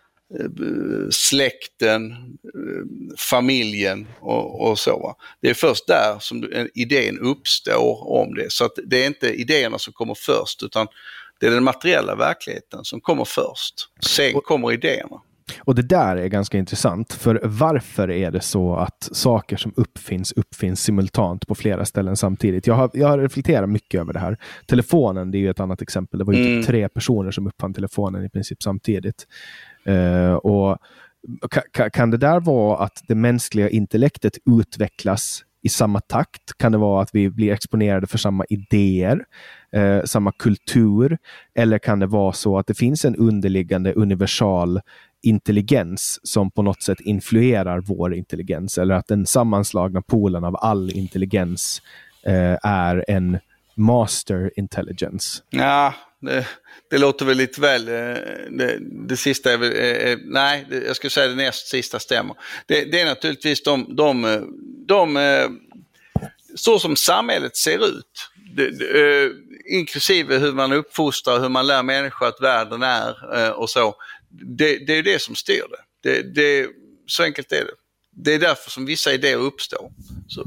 släkten, familjen och så. Det är först där som idén uppstår om det. Så att det är inte idéerna som kommer först, utan det är den materiella verkligheten som kommer först. Sen kommer idéerna. Och det där är ganska intressant, för varför är det så att saker som uppfinns simultant på flera ställen samtidigt? Jag har reflekterat mycket över det här. Telefonen, det är ju ett annat exempel. Det var ju 3 personer som uppfann telefonen i princip samtidigt. Och kan det där vara att det mänskliga intellektet utvecklas i samma takt? Kan det vara att vi blir exponerade för samma idéer, samma kultur? Eller kan det vara så att det finns en underliggande universal intelligens som på något sätt influerar vår intelligens, eller att den sammanslagna polen av all intelligens är en master intelligence? Ja, det låter väl lite väl, det sista är väl, nej, jag skulle säga det näst sista stämmer. Det är naturligtvis de så som samhället ser ut, inklusive hur man uppfostrar, hur man lär människor att världen är och så. Det är det som styr det. Så enkelt är det. Det är därför som vissa idéer uppstår. Så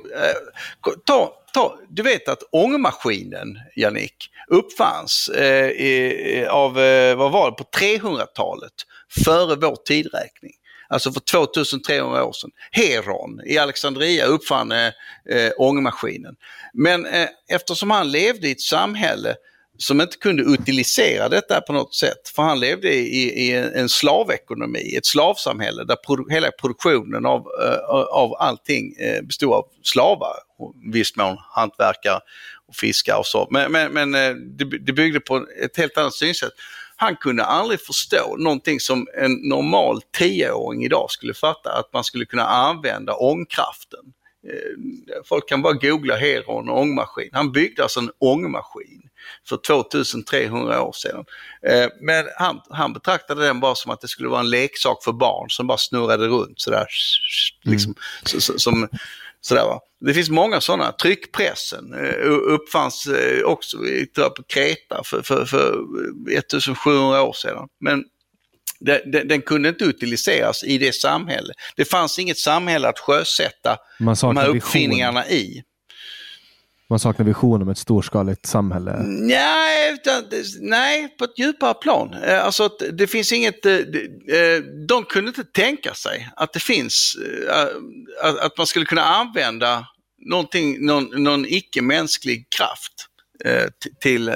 du vet att ångmaskinen, Jannik, uppfanns vad var det, på 300-talet, före vår tidräkning. Alltså för 2300 år sedan. Heron i Alexandria uppfann ångmaskinen. Men eftersom han levde i ett samhälle som inte kunde utilisera detta på något sätt, för han levde i en slavekonomi, ett slavsamhälle där hela produktionen av allting bestod av slavar, och viss mån hantverkare och fiskare och så. Men det byggde på ett helt annat synsätt. Han kunde aldrig förstå någonting som en normal 10-åring idag skulle fatta, att man skulle kunna använda ångkraften. Folk kan bara googla Heron och ångmaskin. Han byggde alltså en ångmaskin för 2300 år sedan. Men han betraktade den bara som att det skulle vara en leksak för barn som bara snurrade runt sådär. Liksom, Sådär, va? Det finns många sådana. Tryckpressen uppfanns också på Kreta för 1700 år sedan. Men den kunde inte utiliseras i det samhälle. Det fanns inget samhälle att sjösätta de här uppfinningarna i. Man saknar vision om ett storskaligt samhälle. Nej, på ett djupare plan. Alltså att det finns inget... De kunde inte tänka sig att det finns... Att man skulle kunna använda någon icke-mänsklig kraft till...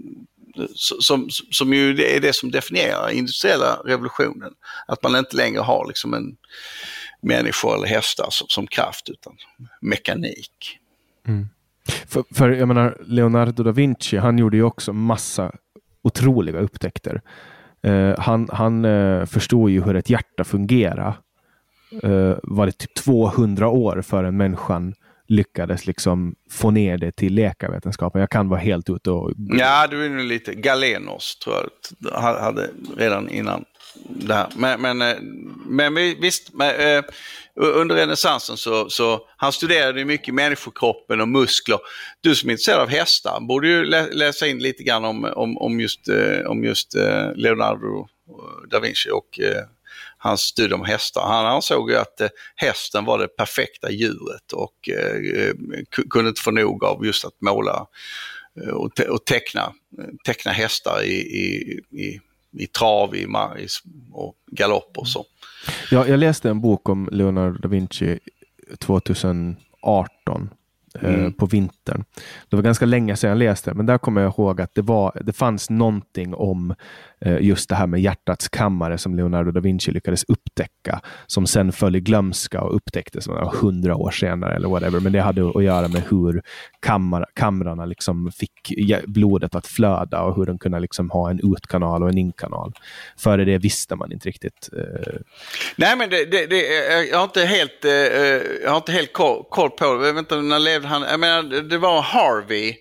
Som ju är det som definierar industriella revolutionen. Att man inte längre har liksom en människor eller hästar som kraft, utan mekanik. Mm. För jag menar, Leonardo da Vinci, han gjorde ju också massa otroliga upptäckter. Han förstod ju hur ett hjärta fungerar. Var det typ 200 år före människan lyckades liksom få ner det till läkarvetenskapen. Jag kan vara helt ute och... Ja, det är nu lite. Galenos tror jag hade redan innan det här. Men visst, under renässansen så han studerade ju mycket människokroppen och muskler. Du som är intresserad av hästar borde ju läsa in lite grann om just Leonardo da Vinci och hans studie om hästar. Han ansåg ju att hästen var det perfekta djuret och kunde inte få nog av just att måla och teckna hästar i trav, och galopp och så. Ja, jag läste en bok om Leonardo da Vinci 2018 på vintern. Det var ganska länge sedan jag läste, men där kommer jag ihåg att det fanns någonting om just det här med hjärtats kammare som Leonardo da Vinci lyckades upptäcka, som sen föll i glömska och upptäcktes 100 år senare eller whatever. Men det hade att göra med hur kamrarna liksom fick blodet att flöda och hur de kunde liksom ha en utkanal och en inkanal. Före det visste man inte riktigt. Nej, men jag har inte helt koll på det. Jag vet inte när levde han. Jag menar, det var Harvey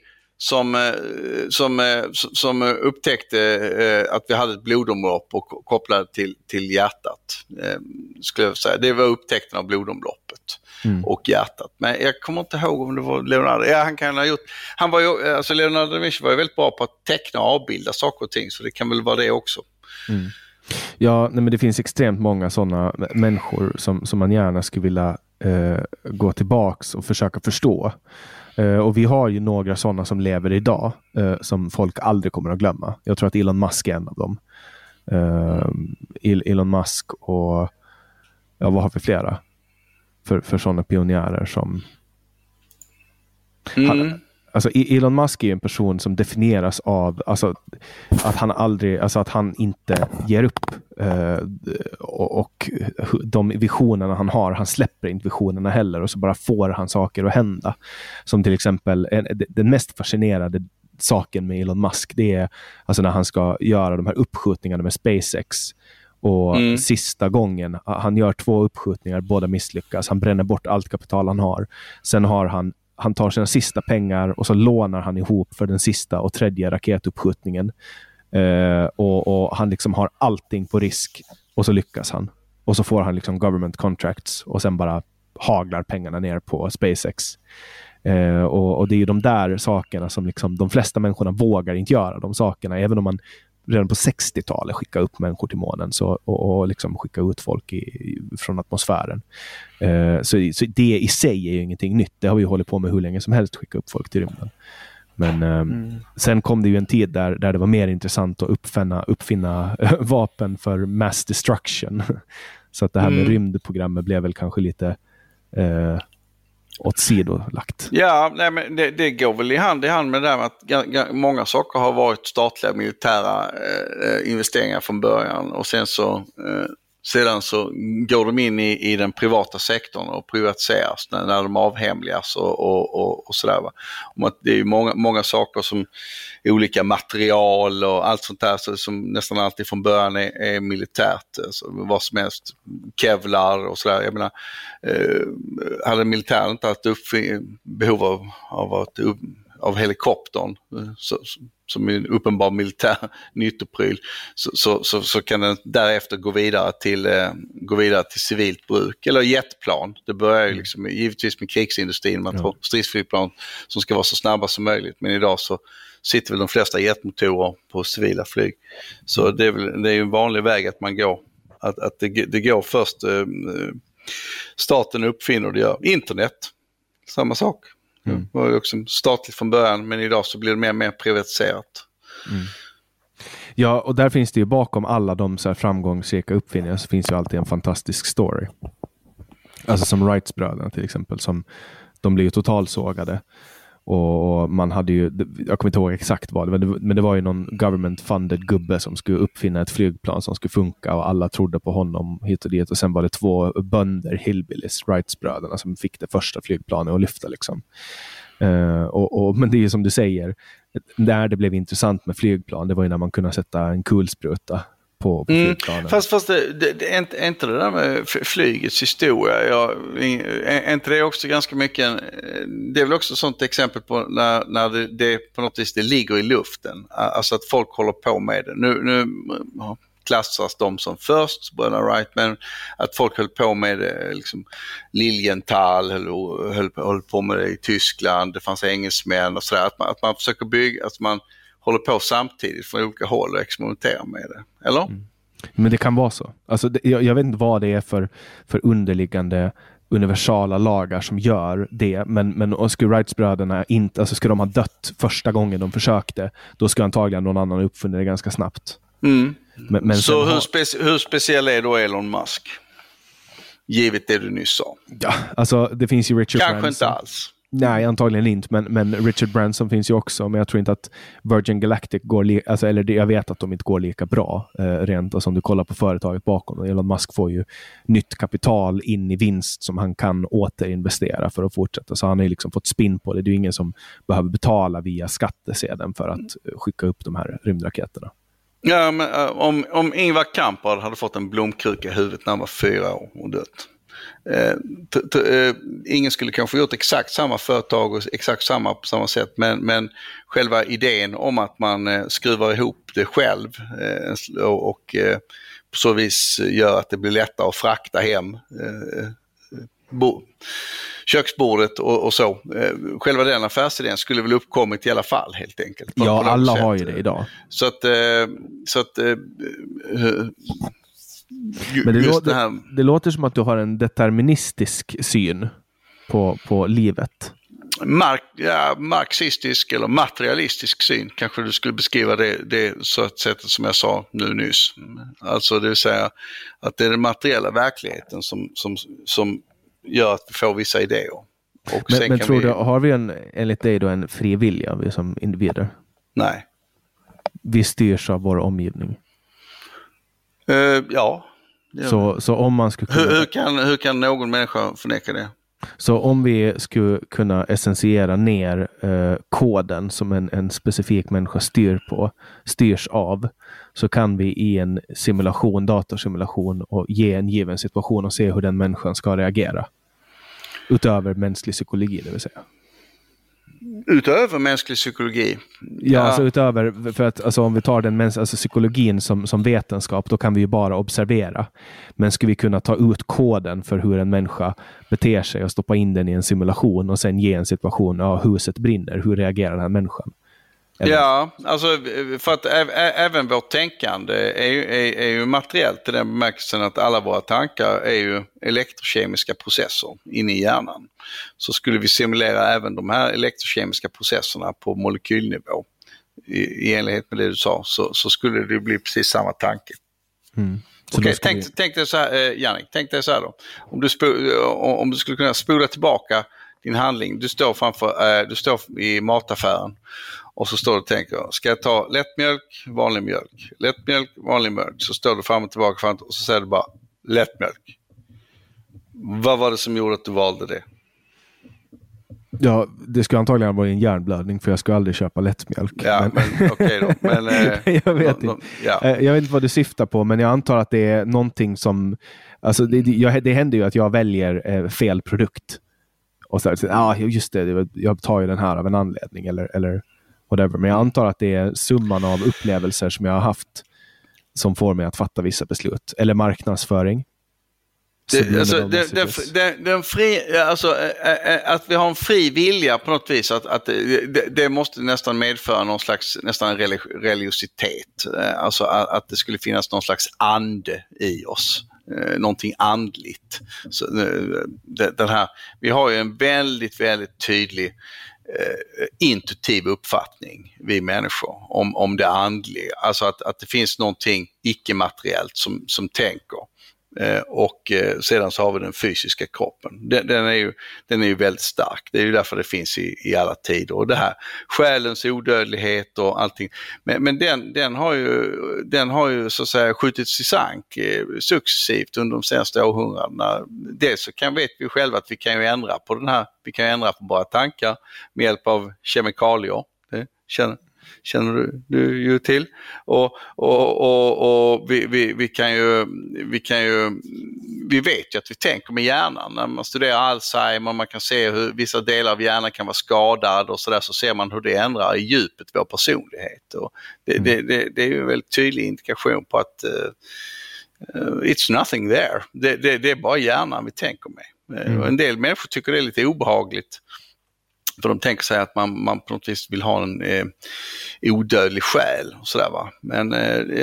som upptäckte att vi hade ett blodomlopp och kopplade till hjärtat, skulle jag säga. Det var upptäckten av blodomloppet och hjärtat. Men jag kommer inte ihåg om det var Leonardo. Ja, han kan ha gjort. Leonardo da Vinci var ju väldigt bra på att teckna och avbilda saker och ting, så det kan väl vara det också. Mm. Ja, men det finns extremt många sådana människor som man gärna skulle vilja gå tillbaks och försöka förstå. Och vi har ju några sådana som lever idag som folk aldrig kommer att glömma. Jag tror att Elon Musk är en av dem. Elon Musk och vad har vi flera? För sådana pionjärer som... Elon Musk är en person som definieras av att han inte ger upp och de visionerna han släpper inte visionerna heller, och så bara får han saker att hända. Som till exempel den mest fascinerande saken med Elon Musk, det är alltså när han ska göra de här uppskjutningarna med SpaceX. Och sista gången, han gör 2 uppskjutningar, båda misslyckas. Han bränner bort allt kapital han har. Sen har han tar sina sista pengar och så lånar han ihop för den sista och 3:e raketuppskjutningen. Och han liksom har allting på risk, och så lyckas han. Och så får han liksom government contracts, och sen bara haglar pengarna ner på SpaceX. Och det är ju de där sakerna som liksom de flesta människorna vågar inte göra, de sakerna, även om man redan på 60-talet skicka upp människor till månen och liksom skicka ut folk från atmosfären. Så det i sig är ju ingenting nytt. Det har vi ju hållit på med hur länge som helst, skicka upp folk till rymden. Men sen kom det ju en tid där det var mer intressant att uppfinna vapen för mass destruction. Så att det här med rymdprogrammet blev väl kanske lite åt sidolagt. Ja, nej, men det går väl i hand med det här med att många saker har varit statliga militära investeringar från början, och sen så går de in i den privata sektorn och privatiseras när de avhemligas och sådär, va. Om att det är många saker som olika material och allt sånt där som nästan alltid från början är militärt, alltså vad som helst, kevlar och sådär. Jag menar, hade militären inte haft behov av att av helikoptern som är en uppenbar militär nyttopryl, så kan den därefter gå vidare till civilt bruk eller jetplan. Det börjar ju liksom givetvis med krigsindustrin, man tar stridsflygplan som ska vara så snabba som möjligt, men idag så sitter väl de flesta jetmotorer på civila flyg. Så det är ju en vanlig väg att man går, att det går först staten uppfinner, det gör internet, samma sak. Det var ju också statligt från början, men idag så blir det mer och mer privatiserat. Ja, och där finns det ju bakom alla de så här framgångsrika uppfinningar så finns ju alltid en fantastisk story. Alltså som Wrights-bröderna till exempel, som de blev ju totalsågade. Och man hade ju, jag kommer inte ihåg exakt vad det var, men det var ju någon government-funded gubbe som skulle uppfinna ett flygplan som skulle funka och alla trodde på honom hit och dit. Och sen var det 2 bönder, hillbillies, Wrights-bröderna, som fick det första flygplanet att lyfta liksom. Men det är ju som du säger, där det blev intressant med flygplan, det var ju när man kunde sätta en kulspruta på flygplanen. Fast det är inte det där med flygets historia. Är inte det också ganska mycket, det är väl också ett sånt exempel på när det på något vis det ligger i luften. Alltså att folk håller på med det. Nu klassas de som först, bröderna Wright, men att folk höll på med det, liksom Lilienthal höll på med det i Tyskland, det fanns engelsmän och sådär, att man försöker bygga, att man håller på samtidigt från olika håll och experimenterar med det, eller? Men det kan vara så. Alltså, jag vet inte vad det är för underliggande universala lagar som gör det, men skulle Wrights-bröderna inte, alltså skulle de ha dött första gången de försökte, då skulle antagligen någon annan uppfinna det ganska snabbt. Men så hur speciell är då Elon Musk? Givet det du nyss sa. Ja, alltså det finns ju Richard Branson. Branson. Inte alls. Nej, antagligen inte, men Richard Branson finns ju också, men jag tror inte att Virgin Galactic går jag vet att de inte går lika bra rent, alltså om du kollar på företaget bakom. Elon Musk får ju nytt kapital in i vinst som han kan återinvestera för att fortsätta, så han har ju liksom fått spinn på det. Det är ju ingen som behöver betala via skattesedeln för att skicka upp de här rymdraketerna. Ja, men om Ingvar Kamprad hade fått en blomkruka i huvudet när han var 4 år och dött. Ingen skulle kanske gjort exakt samma företag och exakt samma på samma sätt, men själva idén om att man skruvar ihop det själv och på så vis gör att det blir lättare att frakta hem köksbordet och så. Själva den affärsidén skulle väl uppkommit i alla fall helt enkelt. Ja, alla har ju det idag. Så att men det låter som att du har en deterministisk syn på livet. Marxistisk eller materialistisk syn kanske du skulle beskriva det så att sättet som jag sa nu nyss. Alltså det vill säga att det är den materiella verkligheten som gör att vi får vissa idéer. Och men tror du, har vi enligt dig då en fri vilja, vi som individer? Nej. Vi styrs av vår omgivning. Ja. Så om man skulle kunna... hur kan någon människa förneka det? Så om vi skulle kunna essentiera ner koden som en specifik människa styrs av, så kan vi i en simulation, datorsimulation, och ge en given situation och se hur den människan ska reagera. Utöver mänsklig psykologi, det vill säga. Utöver mänsklig psykologi? Ja, alltså utöver, för att alltså, om vi tar den psykologin som vetenskap, då kan vi ju bara observera. Men skulle vi kunna ta ut koden för hur en människa beter sig och stoppa in den i en simulation och sen ge en situation, huset brinner, hur reagerar den här människan? Eller? Ja, alltså för att även vårt tänkande är ju materiellt i den bemärkelsen att alla våra tankar är ju elektrokemiska processer inne i hjärnan. Så skulle vi simulera även de här elektrokemiska processerna på molekylnivå i enlighet med det du sa, så skulle det bli precis samma tanke. Okej, tänk dig så här, Jannik, tänk dig så här då. Om du skulle kunna spola tillbaka din handling, du står i mataffären. Och så står du och tänker, ska jag ta lättmjölk, vanlig mjölk? Lättmjölk, vanlig mjölk. Så står du fram och tillbaka och så säger du bara lättmjölk. Vad var det som gjorde att du valde det? Ja, det skulle antagligen vara en hjärnblödning, för jag skulle aldrig köpa lättmjölk. Ja, men okej då. Men, jag vet inte. Jag vet inte vad du syftar på, men jag antar att det är någonting som... Alltså det händer ju att jag väljer fel produkt. och så just det, jag tar ju den här av en anledning eller whatever. Men jag antar att det är summan av upplevelser som jag har haft som får mig att fatta vissa beslut. Eller marknadsföring. Att vi har en fri vilja på något vis, att det måste nästan medföra någon slags nästan religiositet. Alltså att det skulle finnas någon slags ande i oss. Någonting andligt. Så, den här, vi har ju en väldigt, väldigt tydlig intuitiv uppfattning, vi människor, om det andliga. Alltså att det finns någonting icke-materiellt som tänker. Och sedan så har vi den fysiska kroppen. Den är ju väldigt stark. Det är ju därför det finns i alla tider. Och det här, själens odödlighet och allting. Men den har ju så att säga skjutits i sank successivt under de senaste århundradena. Dels så vet vi själva att vi kan ju ändra på den här. Vi kan ju ändra på våra tankar med hjälp av kemikalier. Det känner du ju till. Och vi vet ju att vi tänker med hjärnan. När man studerar Alzheimer, man kan se hur vissa delar av hjärnan kan vara skadad och sådär, så ser man hur det ändrar i djupet vår personlighet. Och det är ju en väldigt tydlig indikation på att it's nothing there. Det är bara hjärnan vi tänker med. Och en del människor tycker det är lite obehagligt. För de tänker sig att man på något vis vill ha en odödlig själ och sådär, va. Men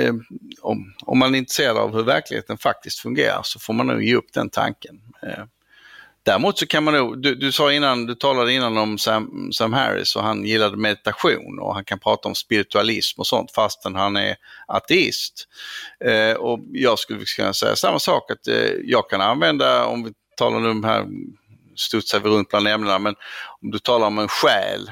om man är intresserad av hur verkligheten faktiskt fungerar, så får man nog ge upp den tanken. Däremot så kan man nog, du talade innan om Sam Harris, och han gillade meditation och han kan prata om spiritualism och sånt fastän han är ateist. Och jag skulle kunna säga samma sak, att jag kan använda, om vi talar nu om här, studsar vi runt bland ämnena, men om du talar om en själ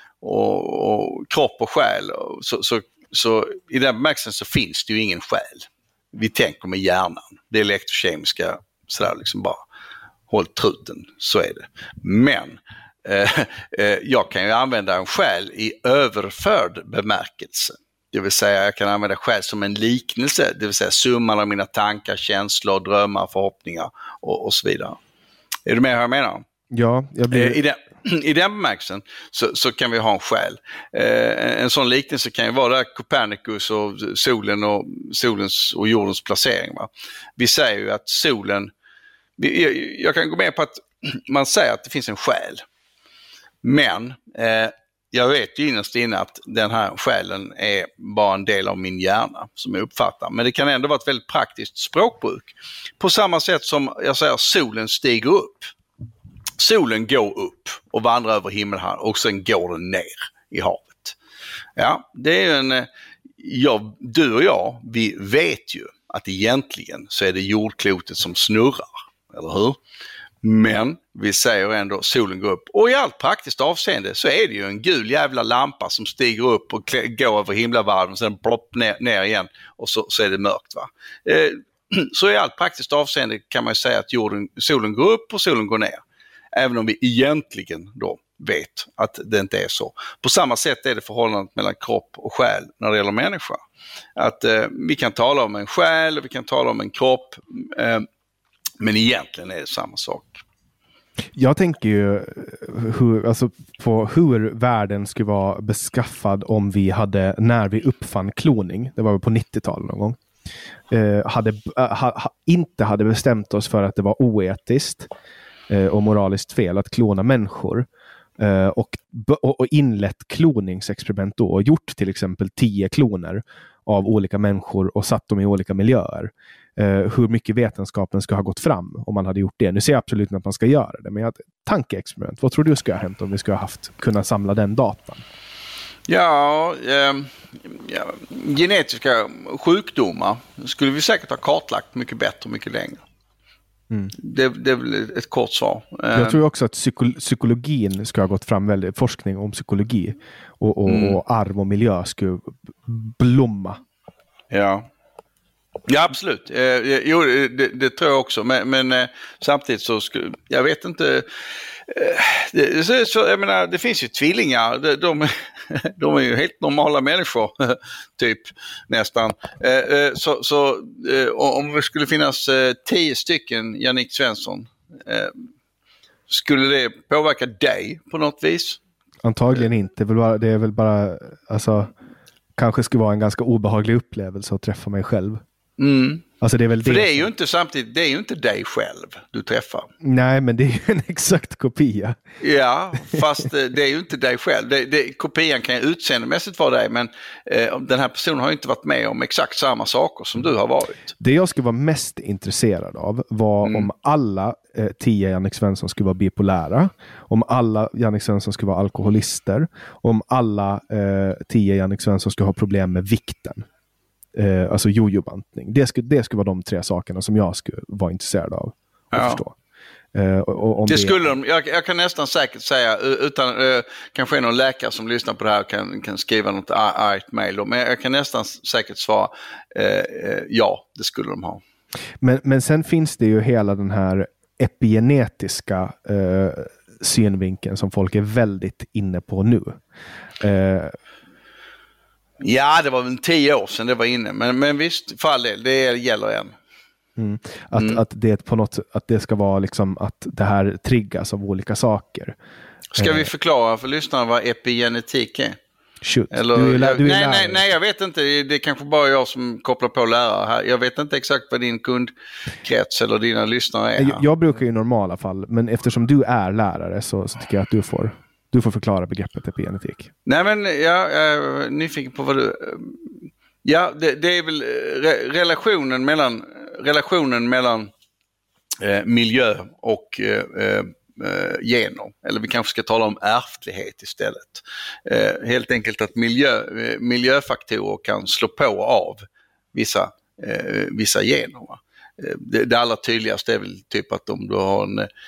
och kropp och själ, så i den bemärkelsen så finns det ju ingen själ. Vi tänker med hjärnan. Det är elektrokemiska, sådär liksom, bara håll truten, så är det. Men jag kan ju använda en själ i överförd bemärkelse. Det vill säga jag kan använda själ som en liknelse, det vill säga summan av mina tankar, känslor, drömmar, förhoppningar och så vidare. Är du med vad jag menar? Ja, jag blir... I den bemärkelsen så kan vi ha en själ. En sån liknelse kan ju vara där Copernicus och solens och jordens placering. Va? Vi säger ju att solen... Jag kan gå med på att man säger att det finns en själ. Men jag vet ju innerst inne att den här själen är bara en del av min hjärna som jag uppfattar. Men det kan ändå vara ett väldigt praktiskt språkbruk. På samma sätt som jag säger, solen stiger upp. Solen går upp och vandrar över himlen och sen går den ner i havet. Ja, det är du och jag, vi vet ju att egentligen så är det jordklotet som snurrar, eller hur? Men vi säger ändå solen går upp. Och i allt praktiskt avseende så är det ju en gul jävla lampa som stiger upp och går över himlavarven och sen plopp ner igen och så är det mörkt, va? Så i allt praktiskt avseende kan man ju säga att solen går upp och solen går ner. Även om vi egentligen då vet att det inte är så. På samma sätt är det förhållandet mellan kropp och själ när det gäller människa. Att vi kan tala om en själ och vi kan tala om en kropp, men egentligen är det samma sak. Jag tänker ju på hur världen skulle vara beskaffad om vi när vi uppfann kloning, det var väl på 90-talet någon gång, inte hade bestämt oss för att det var oetiskt och moraliskt fel att klona människor, och inlett kloningsexperiment då och gjort till exempel 10 kloner av olika människor och satt dem i olika miljöer. Hur mycket vetenskapen ska ha gått fram om man hade gjort det. Nu ser jag absolut inte att man ska göra det, men tankeexperiment. Vad tror du ska ha hänt om vi ska kunna samla den datan? Ja, genetiska sjukdomar skulle vi säkert ha kartlagt mycket bättre och mycket längre. Mm. Det är väl ett kort svar. Jag tror också att psykologin ska ha gått fram väldigt, forskning om psykologi och arv och miljö skulle blomma. Ja, absolut. Det tror jag också. Men samtidigt så jag vet inte. Jag menar, det finns ju tvillingar. De är ju helt normala människor, typ nästan. Så om det skulle finnas 10 stycken Jannik Svensson, Skulle det påverka dig på något vis? Antagligen inte. Det är väl bara alltså, kanske skulle vara en ganska obehaglig upplevelse att träffa mig själv. Alltså det är väl för det är ju inte samtidigt, det är ju inte dig själv du träffar. Nej, men det är ju en exakt kopia. Ja, fast det är ju inte dig själv. Kopian kan ju utseendemässigt vara dig, men den här personen har ju inte varit med om exakt samma saker som du har varit. Det jag skulle vara mest intresserad av var om alla 10 Jannik Svensson skulle vara bipolära, om alla Jannik Svensson skulle vara alkoholister, om alla 10 Jannik Svensson skulle ha problem med vikten. Alltså jojo-bantning. Det skulle vara de 3 sakerna som jag skulle vara intresserad av att förstå. Det skulle de, jag kan nästan säkert säga, utan kanske någon läkare som lyssnar på det här kan skriva något argt mejl, men jag kan nästan säkert svara ja, det skulle de ha. Men sen finns det ju hela den här epigenetiska synvinkeln som folk är väldigt inne på nu. Ja, det var väl 10 år sedan det var inne, men visst, för all del, det gäller än. Att det på något, att det ska vara liksom att det här triggas av olika saker. Ska vi förklara för lyssnarna vad epigenetik är? Shoot. Eller, nej, jag vet inte. Det är kanske bara jag som kopplar på lärare här. Jag vet inte exakt vad din kundkrets eller dina lyssnare är här. Jag brukar ju i normala fall, men eftersom du är lärare så tycker jag att du får förklara begreppet epigenetik. Nej, men jag är nyfiken på vad du... Ja, det är väl relationen mellan miljö och gener. Eller vi kanske ska tala om ärftlighet istället. Helt enkelt att miljöfaktorer kan slå på av vissa gener. Det allra tydligaste är väl typ att om du har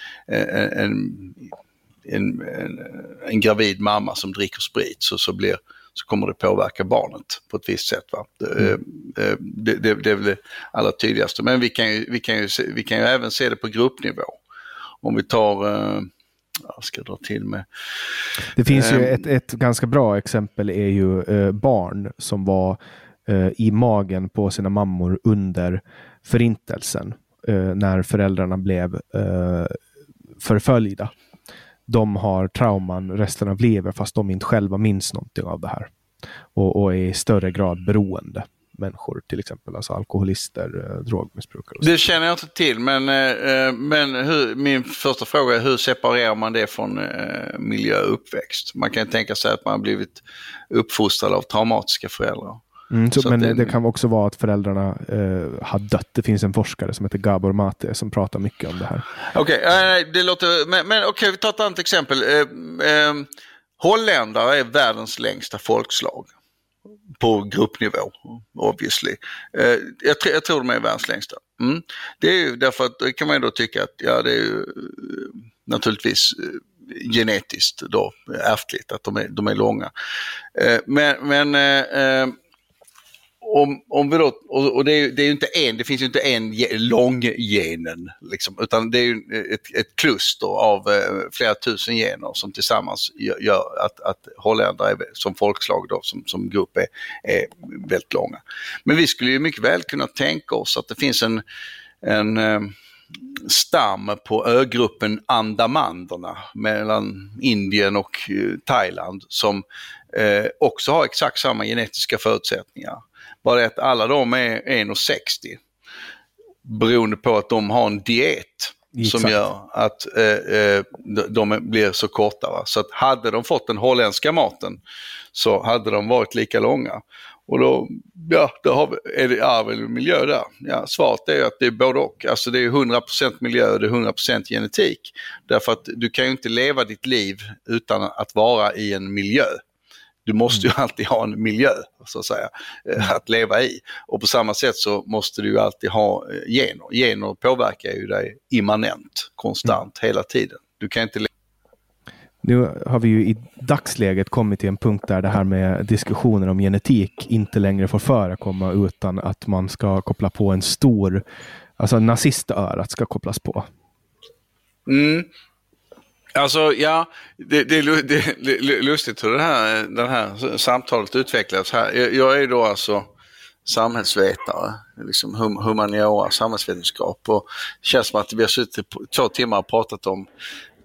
en gravid mamma som dricker sprit så kommer det påverka barnet på ett visst sätt. Va? Det är väl det allra tydligaste. Men vi kan ju även se det på gruppnivå. Om vi tar... jag ska dra till med... Det finns ju ett ganska bra exempel är ju barn som var i magen på sina mammor under förintelsen. När föräldrarna blev förföljda. De har trauman resten av livet fast de inte själva minns någonting av det här. Och är i större grad beroende människor, till exempel alltså alkoholister, drogmissbrukare. Det känner jag inte till, men min första fråga är hur separerar man det från miljö och uppväxt? Man kan tänka sig att man har blivit uppfostrad av traumatiska föräldrar. Men det kan också vara att föräldrarna har dött. Det finns en forskare som heter Gabor Mate som pratar mycket om det här. Okej, det låter... Men okej, vi tar ett annat exempel. Holländare är världens längsta folkslag. På gruppnivå, obviously. Jag tror de är världens längsta. Det är ju därför att det kan man ju då tycka att det är ju naturligtvis genetiskt då ärftligt att de är långa. Om vi då, och det är ju inte det finns ju inte en långgenen liksom, utan det är ju ett kluster av flera tusen gener som tillsammans gör att holländare som folkslag då, som grupp är väldigt långa. Men vi skulle ju mycket väl kunna tänka oss att det finns en stam på ögruppen Andamanderna mellan Indien och Thailand som också har exakt samma genetiska förutsättningar. Bara att alla de är 1,60 beroende på att de har en diet som gör att de blir så korta. Va? Så att hade de fått den holländska maten så hade de varit lika långa. Och då är det arv eller miljö där. Ja, svaret är att det är både och. Alltså det är 100% miljö och det är 100% genetik. Därför att du kan ju inte leva ditt liv utan att vara i en miljö. Du måste ju alltid ha en miljö så att säga, att leva i. Och på samma sätt så måste du ju alltid ha gener. Gener påverkar ju dig immanent, konstant, hela tiden. Du kan inte Nu har vi ju i dagsläget kommit till en punkt där det här med diskussioner om genetik inte längre får förekomma utan att man ska koppla på en stor, alltså nazistörat ska kopplas på. Alltså ja, det är lustigt hur det här samtalet utvecklas här. Jag är då alltså samhällsvetare, liksom humaniora, samhällsvetenskap, och det känns som att vi har suttit 2 timmar och pratat om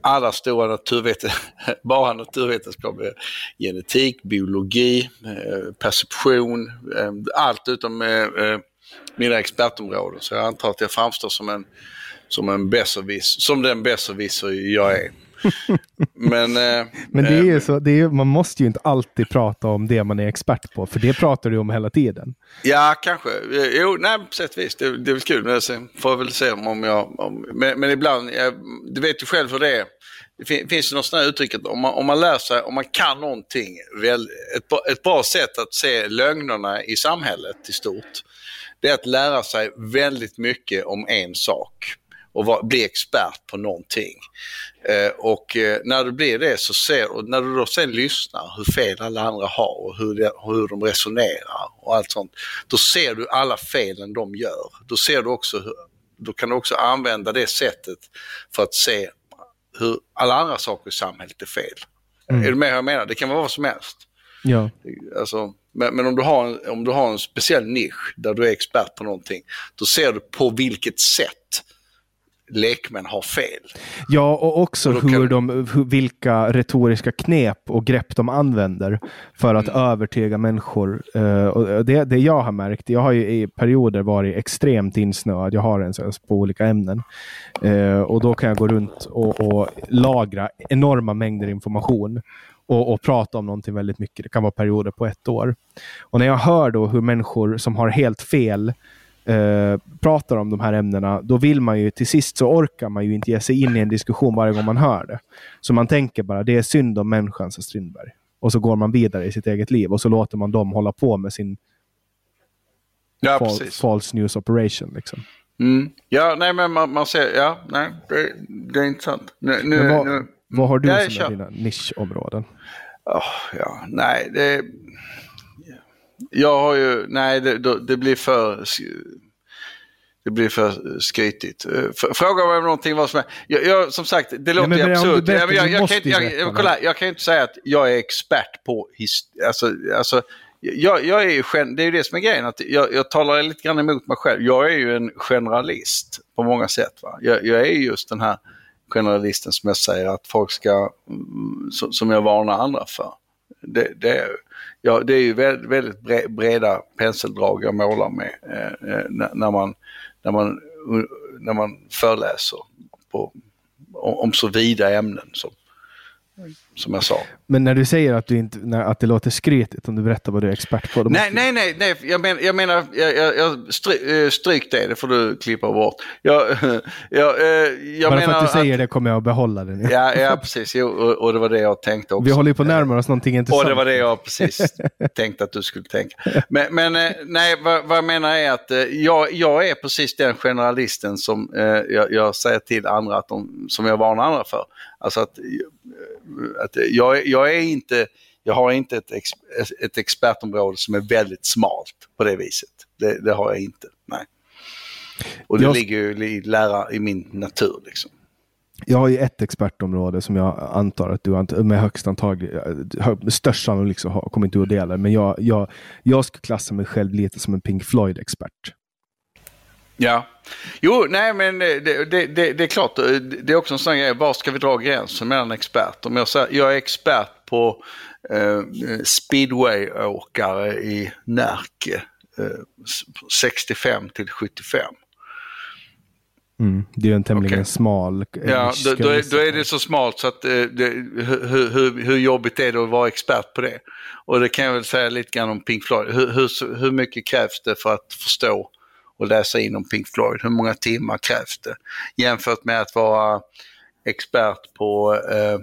alla stora bara naturvetenskapliga, genetik, biologi, perception, allt utom mina expertområden. Så jag antar att jag framstår som den besserwisser jag är. Men det är ju så, man måste ju inte alltid prata om det man är expert på, för det pratar du om hela tiden. Ja, kanske. Jo, nej, på sätt och vis. Det är väl kul, men sen får jag väl se men ibland, du vet ju själv hur det är. Det finns ju något sånt här uttryck att om man lär sig, om man kan någonting, ett bra sätt att se lögnerna i samhället i stort, det är att lära sig väldigt mycket om en sak och bli expert på någonting. Och när du blir det och när du då sen lyssnar hur fel alla andra har och hur de resonerar och allt sånt, då ser du alla felen de gör. Då kan du också använda det sättet för att se hur alla andra saker i samhället är fel. Är du med vad jag menar? Det kan vara vad som helst. Ja. Alltså, men om du har en speciell nisch där du är expert på någonting, då ser du på vilket sätt lekmän har fel. Ja, och också vilka retoriska knep och grepp de använder för att övertyga människor. Och det jag har märkt, jag har ju i perioder varit extremt insnöad. Jag har en på olika ämnen. Och då kan jag gå runt och lagra enorma mängder information och prata om någonting väldigt mycket. Det kan vara perioder på 1 år. Och när jag hör då hur människor som har helt fel pratar om de här ämnena, då vill man ju till sist, så orkar man ju inte ge sig in i en diskussion varje gång man hör det. Så man tänker bara, det är synd om människan, sa Strindberg. Och så går man vidare i sitt eget liv och så låter man dem hålla på med sin false news operation liksom. Ja, nej, men man ser, ja, nej, det är intressant. Vad har du som är dina nischområden? Jag har ju, det blir för skrytigt. Fråga mig om någonting vad som är. Jag som sagt, det låter ju absurt. Jag kan ju inte säga att jag är expert på jag är ju det är ju det som är grejen, att jag talar lite grann emot mig själv. Jag är ju en generalist på många sätt, va. Jag är just den här generalisten som jag säger att folk ska, som jag varnar andra för. Det är ju väldigt, väldigt breda penseldrag jag målar med när man föreläser om så vida ämnen som jag sa. Men när du säger att det låter skrytigt, om du berättar vad du är expert på. Nej. Jag menar, stryk det får du klippa bort. Bara för att du säger det kommer jag att behålla det nu. Ja, precis. Och det var det jag tänkte också. Vi håller ju på närmare oss någonting intressant. Och det var det jag precis tänkte att du skulle tänka. Men nej, vad jag menar är att jag är precis den generalisten som jag säger till andra som jag varnar andra för. Alltså att jag har inte ett expertområde som är väldigt smalt på det viset. Det har jag inte, nej. Och det ligger ju i min natur liksom. Jag har ju ett expertområde som jag antar att du med högst störst sannolikt kommer inte att dela, men jag skulle klassa mig själv lite som en Pink Floyd-expert. Ja. Jo, nej, men det är klart. Det är också en sån grej. Var ska vi dra gränsen mellan expert? Om jag säger jag är expert på speedway-åkare i Närke 65 till 75. Det är en tämligen smal. Ja, då är det så smalt så att hur jobbigt är det att vara expert på det? Och det kan jag väl säga lite grann om Pink Floyd. Hur mycket krävs det för att förstå och läsa in om Pink Floyd? Hur många timmar krävs det? Jämfört med att vara expert på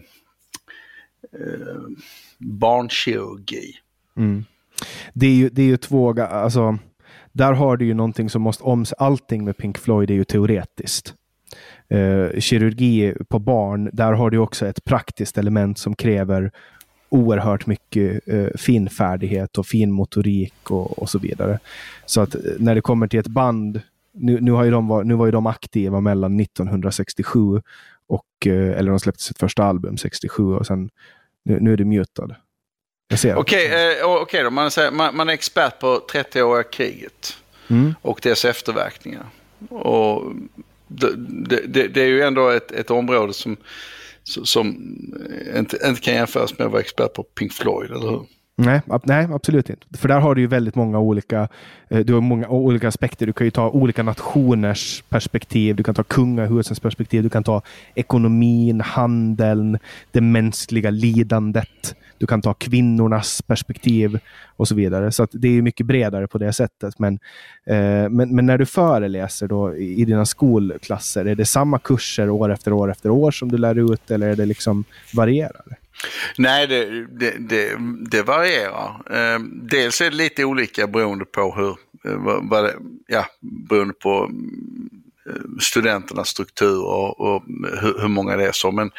barnkirurgi. Det är ju två, alltså där har du ju någonting som måste allting med Pink Floyd är ju teoretiskt. Kirurgi på barn, där har du också ett praktiskt element som kräver oerhört mycket finfärdighet och fin motorik och så vidare. Så att när det kommer till ett band, nu var ju de aktiva mellan 1967 eller de släppte sitt första album 67 och sen nu är det mutad. Okej då, man är expert på 30-åriga kriget och dess efterverkningar. Och det är ju ändå ett område som inte kan jämföras med att vara expert på Pink Floyd, eller hur? Nej, absolut inte. För där har du ju väldigt många olika aspekter. Du kan ju ta olika nationers perspektiv, du kan ta kungahusens perspektiv, du kan ta ekonomin, handeln, det mänskliga lidandet, du kan ta kvinnornas perspektiv och så vidare. Så att det är mycket bredare på det sättet. Men när du föreläser då i dina skolklasser, är det samma kurser år efter år som du lär ut, eller är det liksom varierar? Nej, det varierar. Dels är det lite olika beroende på beroende på studenternas struktur och hur många det är så. Men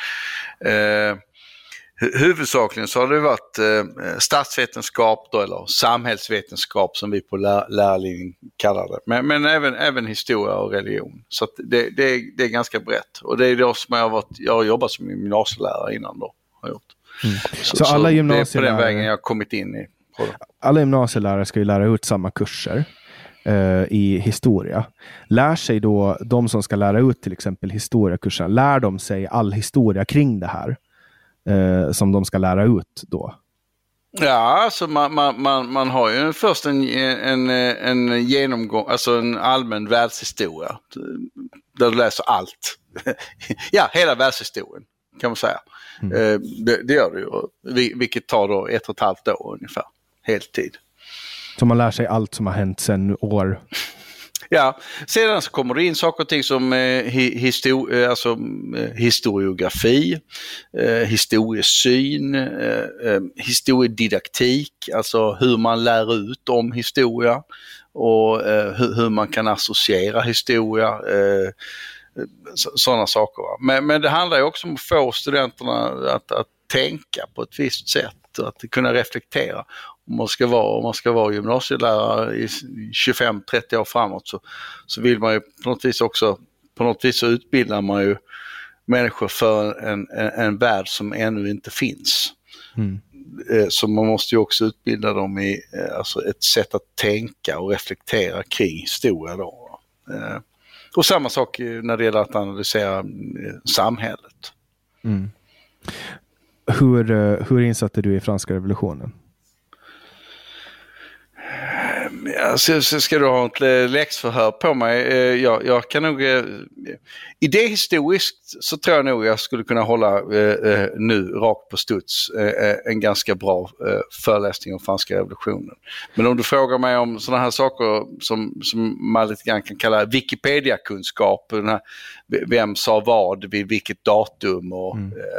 huvudsakligen så har det varit statsvetenskap då, eller samhällsvetenskap som vi på lärarlinjen kallar det. Men även historia och religion. Så att det är ganska brett. Och det är då som jag har jobbat som gymnasielärare innan då. Har gjort. Så alla gymnasielärare, det är på den vägen jag har kommit in i. Alla gymnasielärare ska ju lära ut samma kurser i historia. Lär sig då de som ska lära ut till exempel historiekurser, lär de sig all historia kring det här som de ska lära ut då? Ja, alltså man har ju först en genomgång, alltså en allmän världshistoria där du läser allt. Ja, hela världshistorien kan man säga. Det gör det ju, vilket tar då 1,5 år ungefär, heltid. Så man lär sig allt som har hänt sedan år? Ja, sedan så kommer det in saker och ting som historiografi, historiesyn, historiedidaktik, alltså hur man lär ut om historia och hur man kan associera historia, sådana saker. Men det handlar ju också om att få studenterna att tänka på ett visst sätt, att kunna reflektera. Om man ska vara gymnasielärare i 25-30 år framåt så vill man ju på något vis så utbildar man ju människor för en värld som ännu inte finns. Så man måste ju också utbilda dem i alltså ett sätt att tänka och reflektera kring historia då. Och samma sak när det gäller att analysera samhället. Hur insatte du i franska revolutionen? Så ska du ha ett läxförhör på mig. Jag kan nog idéhistoriskt så tror jag nog jag skulle kunna hålla nu rakt på studs en ganska bra föreläsning om franska revolutionen. Men om du frågar mig om sådana här saker som man lite grann kan kalla Wikipedia-kunskap, vem sa vad vid vilket datum och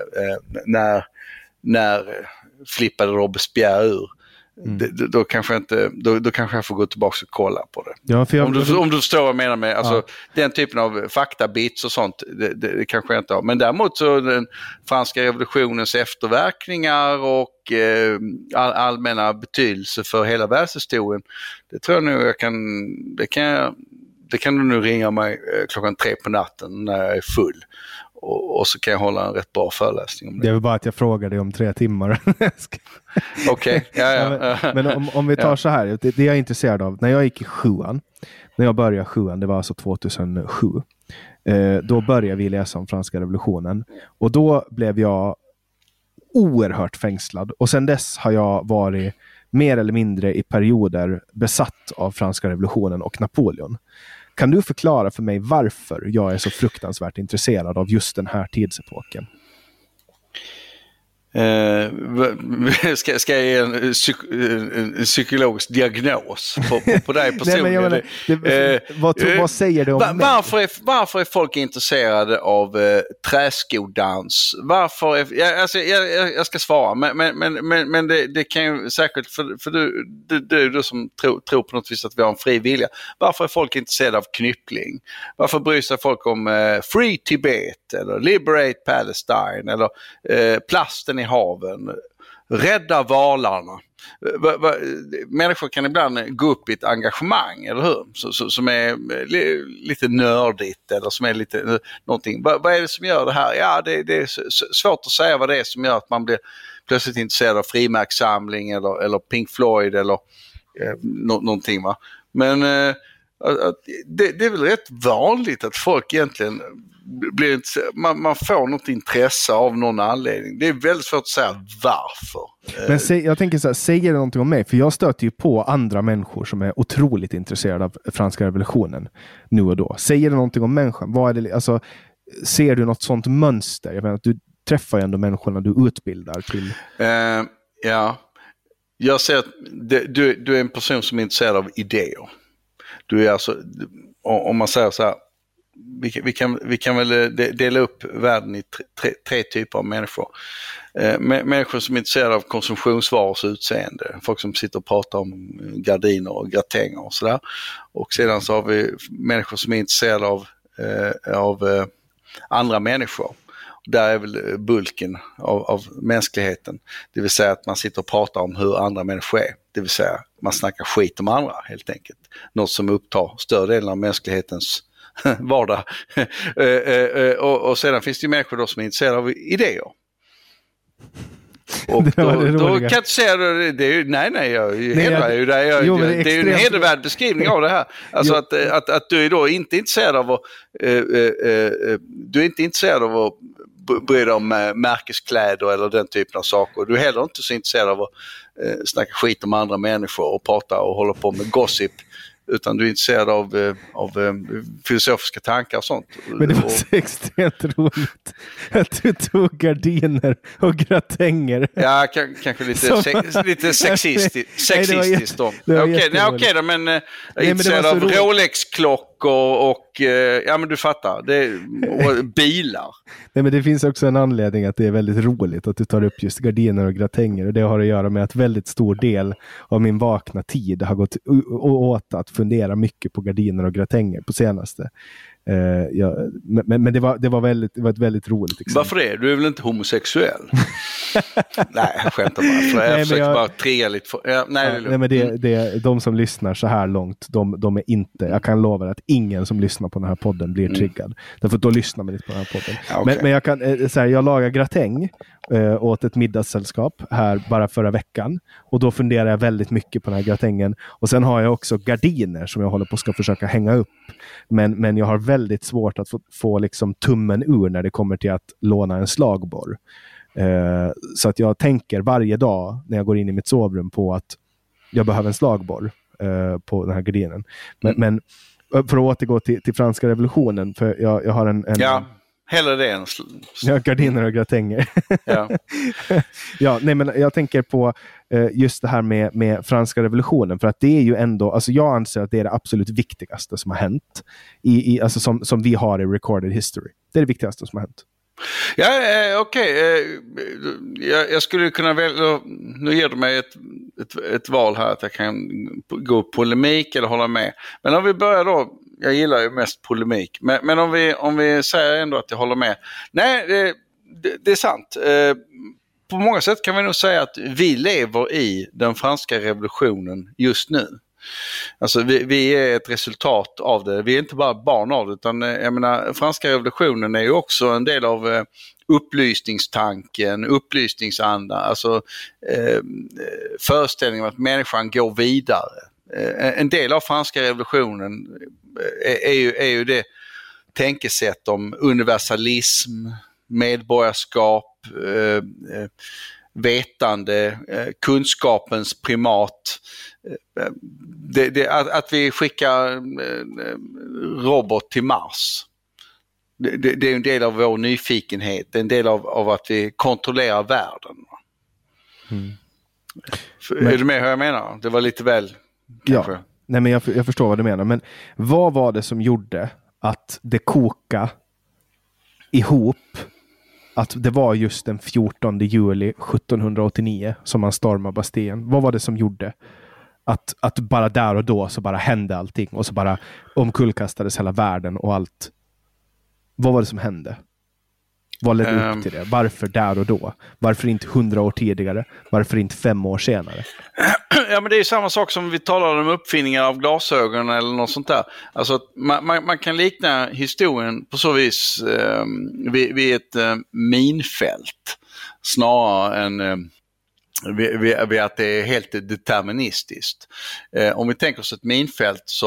när flippade Robespierre ur, då kanske jag får gå tillbaka och kolla på det. Ja, om du förstår vad jag menar med alltså, den typen av faktabits och sånt, det kanske jag inte har. Men däremot så den franska revolutionens efterverkningar och allmänna betydelse för hela världshistorien, det tror jag nu det kan du nu ringa mig 3:00 på natten när jag är full. Och så kan jag hålla en rätt bra föreläsning om det. Det är väl bara att jag frågar dig om 3 timmar. Okej, ja. Men om vi tar så här, det jag är intresserad av, när jag gick i 7:an, när jag började 7:an, det var alltså 2007, då började vi läsa om franska revolutionen. Och då blev jag oerhört fängslad. Och sedan dess har jag varit mer eller mindre i perioder besatt av franska revolutionen och Napoleon. Kan du förklara för mig varför jag är så fruktansvärt intresserad av just den här tidsepoken? Ska jag ge en psykologisk diagnos på dig personligen? Vad säger det om mig? Varför är folk intresserade av träskodans? Jag ska svara, men det kan ju säkert, för du som tror på något vis att vi har en fri vilja. Varför är folk intresserade av knyppling? Varför bryr sig folk om Free Tibet eller Liberate Palestine eller plasten i haven, rädda valarna? Människor kan ibland gå upp i ett engagemang, eller hur? Som är lite nördigt eller som är lite någonting. Vad är det som gör det här? Ja, det är svårt att säga vad det är som gör att man blir plötsligt intresserad av frimärkssamling eller Pink Floyd eller någonting, va? Men det är väl rätt vanligt att folk egentligen man får något intresse av någon anledning. Det är väldigt svårt att säga varför. Men jag tänker så här, säger det någonting om mig? För jag stöter ju på andra människor som är otroligt intresserade av franska revolutionen nu och då. Säger det någonting om människan? Vad är det, alltså, ser du något sånt mönster? Jag menar att du träffar ju ändå människorna du utbildar till. Ja, jag ser att du är en person som är intresserad av idéer. Du är alltså, om man säger så här, vi kan väl dela upp världen i tre typer av människor. Människor som är intresserade av konsumtionsvarors utseende. Folk som sitter och pratar om gardiner och gratänger och sådär. Och sedan så har vi människor som är intresserade av andra människor. Där är väl bulken av mänskligheten. Det vill säga att man sitter och pratar om hur andra människor är. Det vill säga man snackar skit om andra helt enkelt. Något som upptar större delen av mänsklighetens vardag. Och sedan finns det ju människor då som är intresserade av idéer. Och då kan jag inte säga det är ju, nej, jag hedrar ju det. Det är ju en hedervärd beskrivning av det här. Alltså att du är då inte intresserad av att du är inte intresserad av att bry dig om märkeskläder eller den typen av saker. Du är heller inte så intresserad av att snacka skit om andra människor och prata och hålla på med gossip. Utan du är intresserad av filosofiska tankar och sånt. Men det var så extremt roligt att du tog gardiner och gratänger. Ja, kanske lite sexistiskt då. Okej då, men jag är intresserad av Rolex-klockor och ja, men du fattar. Och bilar. Nej, men det finns också en anledning att det är väldigt roligt att du tar upp just gardiner och gratänger. Och det har att göra med att väldigt stor del av min vakna tid har gått åt att fundera mycket på gardiner och gratänger på senaste. Men det var ett väldigt roligt exempel. Varför det? Du är väl inte homosexuell? Nej, jag skämtar bara. Jag försöker bara trigga lite. De som lyssnar så här långt, de är inte, jag kan lova att ingen som lyssnar på den här podden blir triggad. Därför då lyssnar man inte på den här podden. Ja, okay. Men jag kan säga, jag lagar gratäng åt ett middagssällskap här bara förra veckan. Och då funderar jag väldigt mycket på den här gratängen. Och sen har jag också gardiner som jag håller på att ska försöka hänga upp. Men jag har väldigt svårt att få liksom tummen ur när det kommer till att låna en slagborr. Så att jag tänker varje dag när jag går in i mitt sovrum på att jag behöver en slagborr på den här gardinen. Men för att återgå till franska revolutionen, för jag har en ja. Hellre det än gardiner och gratänger. Ja. Ja, nej, men jag tänker på just det här med franska revolutionen, för att det är ju ändå, alltså jag anser att det är det absolut viktigaste som har hänt alltså som vi har i recorded history. Det är det viktigaste som har hänt. Ja, okej. Jag skulle kunna välja, nu ger du mig ett val här att jag kan gå polemik eller hålla med. Men om vi börjar då, jag gillar ju mest polemik. Men om vi säger ändå att jag håller med. Nej, det är sant. På många sätt kan vi nog säga att vi lever i den franska revolutionen just nu. Alltså vi är ett resultat av det. Vi är inte bara barn av det, utan jag menar, franska revolutionen är ju också en del av upplysningstanken, upplysningsanda, alltså föreställningen om att människan går vidare. En del av franska revolutionen är ju det tänkesätt om universalism, medborgarskap, vetande, kunskapens primat, att vi skickar robot till Mars. Det är en del av vår nyfikenhet, det är en del av att vi kontrollerar världen. Är du med hur jag menar? Det var lite väl kanske. Ja, nej, men jag förstår vad du menar, men vad var det som gjorde att det kokade ihop att det var just den 14 juli 1789 som man stormade Bastien? Vad var det som gjorde att bara där och då så bara hände allting och så bara omkullkastades hela världen och allt? Vad var det som hände? Vad ledde upp till det? Varför där och då? Varför inte 100 år tidigare? Varför inte 5 år senare? Ja, men det är samma sak som vi talade om uppfinningar av glasögon eller något sånt där. Alltså man kan likna historien på så vis vid ett minfält snarare än vid att det är helt deterministiskt. Om vi tänker oss ett minfält så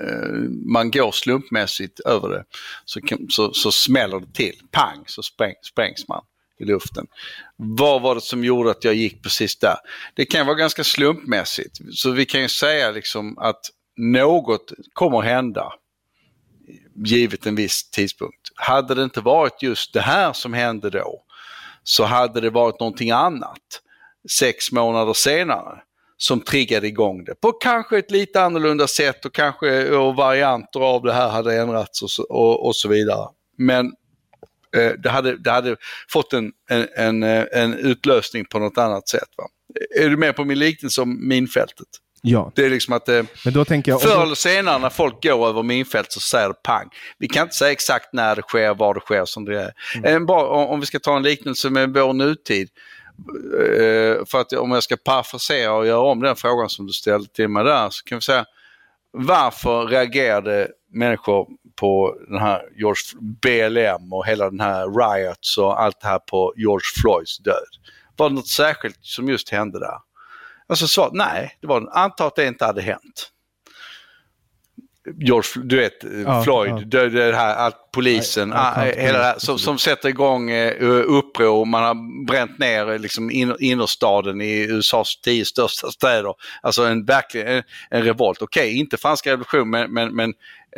man går slumpmässigt över det så smäller det till. Pang, så sprängs man i luften. Vad var det som gjorde att jag gick precis där? Det kan vara ganska slumpmässigt. Så vi kan ju säga liksom att något kommer hända givet en viss tidpunkt. Hade det inte varit just det här som hände då, så hade det varit någonting annat 6 månader senare som triggade igång det på kanske ett lite annorlunda sätt, och kanske varianter av det här hade ändrats och så vidare. Men det hade fått en utlösning på något annat sätt. Va? Är du med på min liknelse om minfältet? Ja. Det är liksom att men då tänker jag, förr eller senare när folk går över minfält så säger det pang. Vi kan inte säga exakt när det sker, var det sker, som det är. Om vi ska ta en liknelse med vår nutid, för att om jag ska parafrasera och göra om den frågan som du ställde till mig där, så kan vi säga: varför reagerade människor på den här BLM och hela den här riots och allt det här på George Floyds död? Var det något särskilt som just hände där? Alltså så, nej, det var antar att det inte hade hänt. George, du vet, Floyd, det här, allt polisen, hela det här, som sätter igång uppror. Man har bränt ner liksom innerstaden i USAs 10 största städer. Alltså verkligen en revolt. Okej, inte franska revolution, men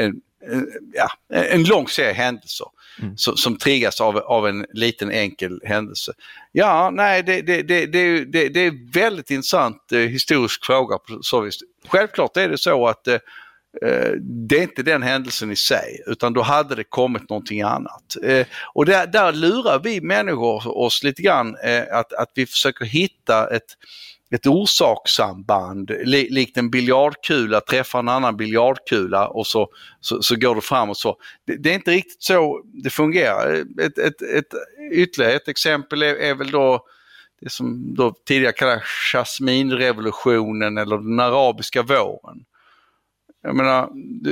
en lång serie händelser som triggas av en liten enkel händelse. Ja, nej, det är väldigt intressant historisk fråga på så vis. Självklart är det så att det är inte den händelsen i sig, utan då hade det kommit någonting annat. Och där lurar vi människor oss lite grann, att vi försöker hitta ett orsakssamband, likt en biljardkula träffar en annan biljardkula och så går det fram och så. Det är inte riktigt så det fungerar. Ytterligare ett exempel är väl då det som då tidigare kallades Jasminrevolutionen eller den arabiska våren. Jag menar,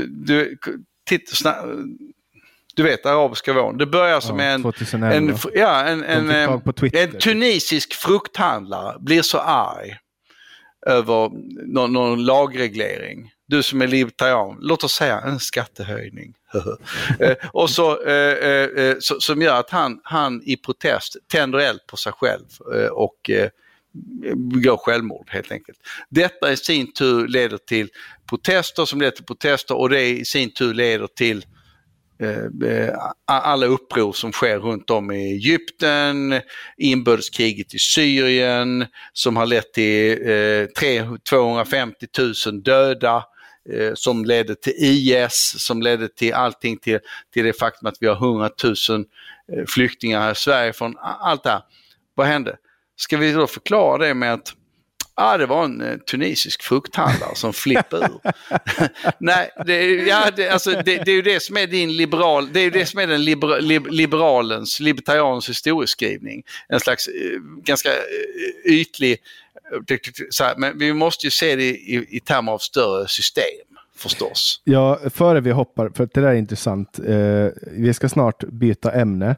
du vet, arabiska våren. Det börjar som en tunisisk frukthandlare blir så arg över någon lagreglering. Du som är libertarian, låt oss säga en skattehöjning. Och som gör att han i protest tänder eld på sig själv och begår självmord helt enkelt. Detta i sin tur leder till protester som leder till protester, och det i sin tur leder till alla uppror som sker runt om i Egypten, inbördeskriget i Syrien som har lett till 250 000 döda, som ledde till IS, som ledde till allting, till det faktum att vi har 100 000 flyktingar här i Sverige från allt det här. Vad hände? Ska vi då förklara det med att det var en tunisisk frukthandlare som flippade ur? Nej, det är ju det som är din liberal, det är ju det som är den libertarianens historieskrivning. En slags ganska ytlig, men vi måste ju se det i termer av större system, förstås. Ja, före vi hoppar, för det där är intressant. Vi ska snart byta ämne.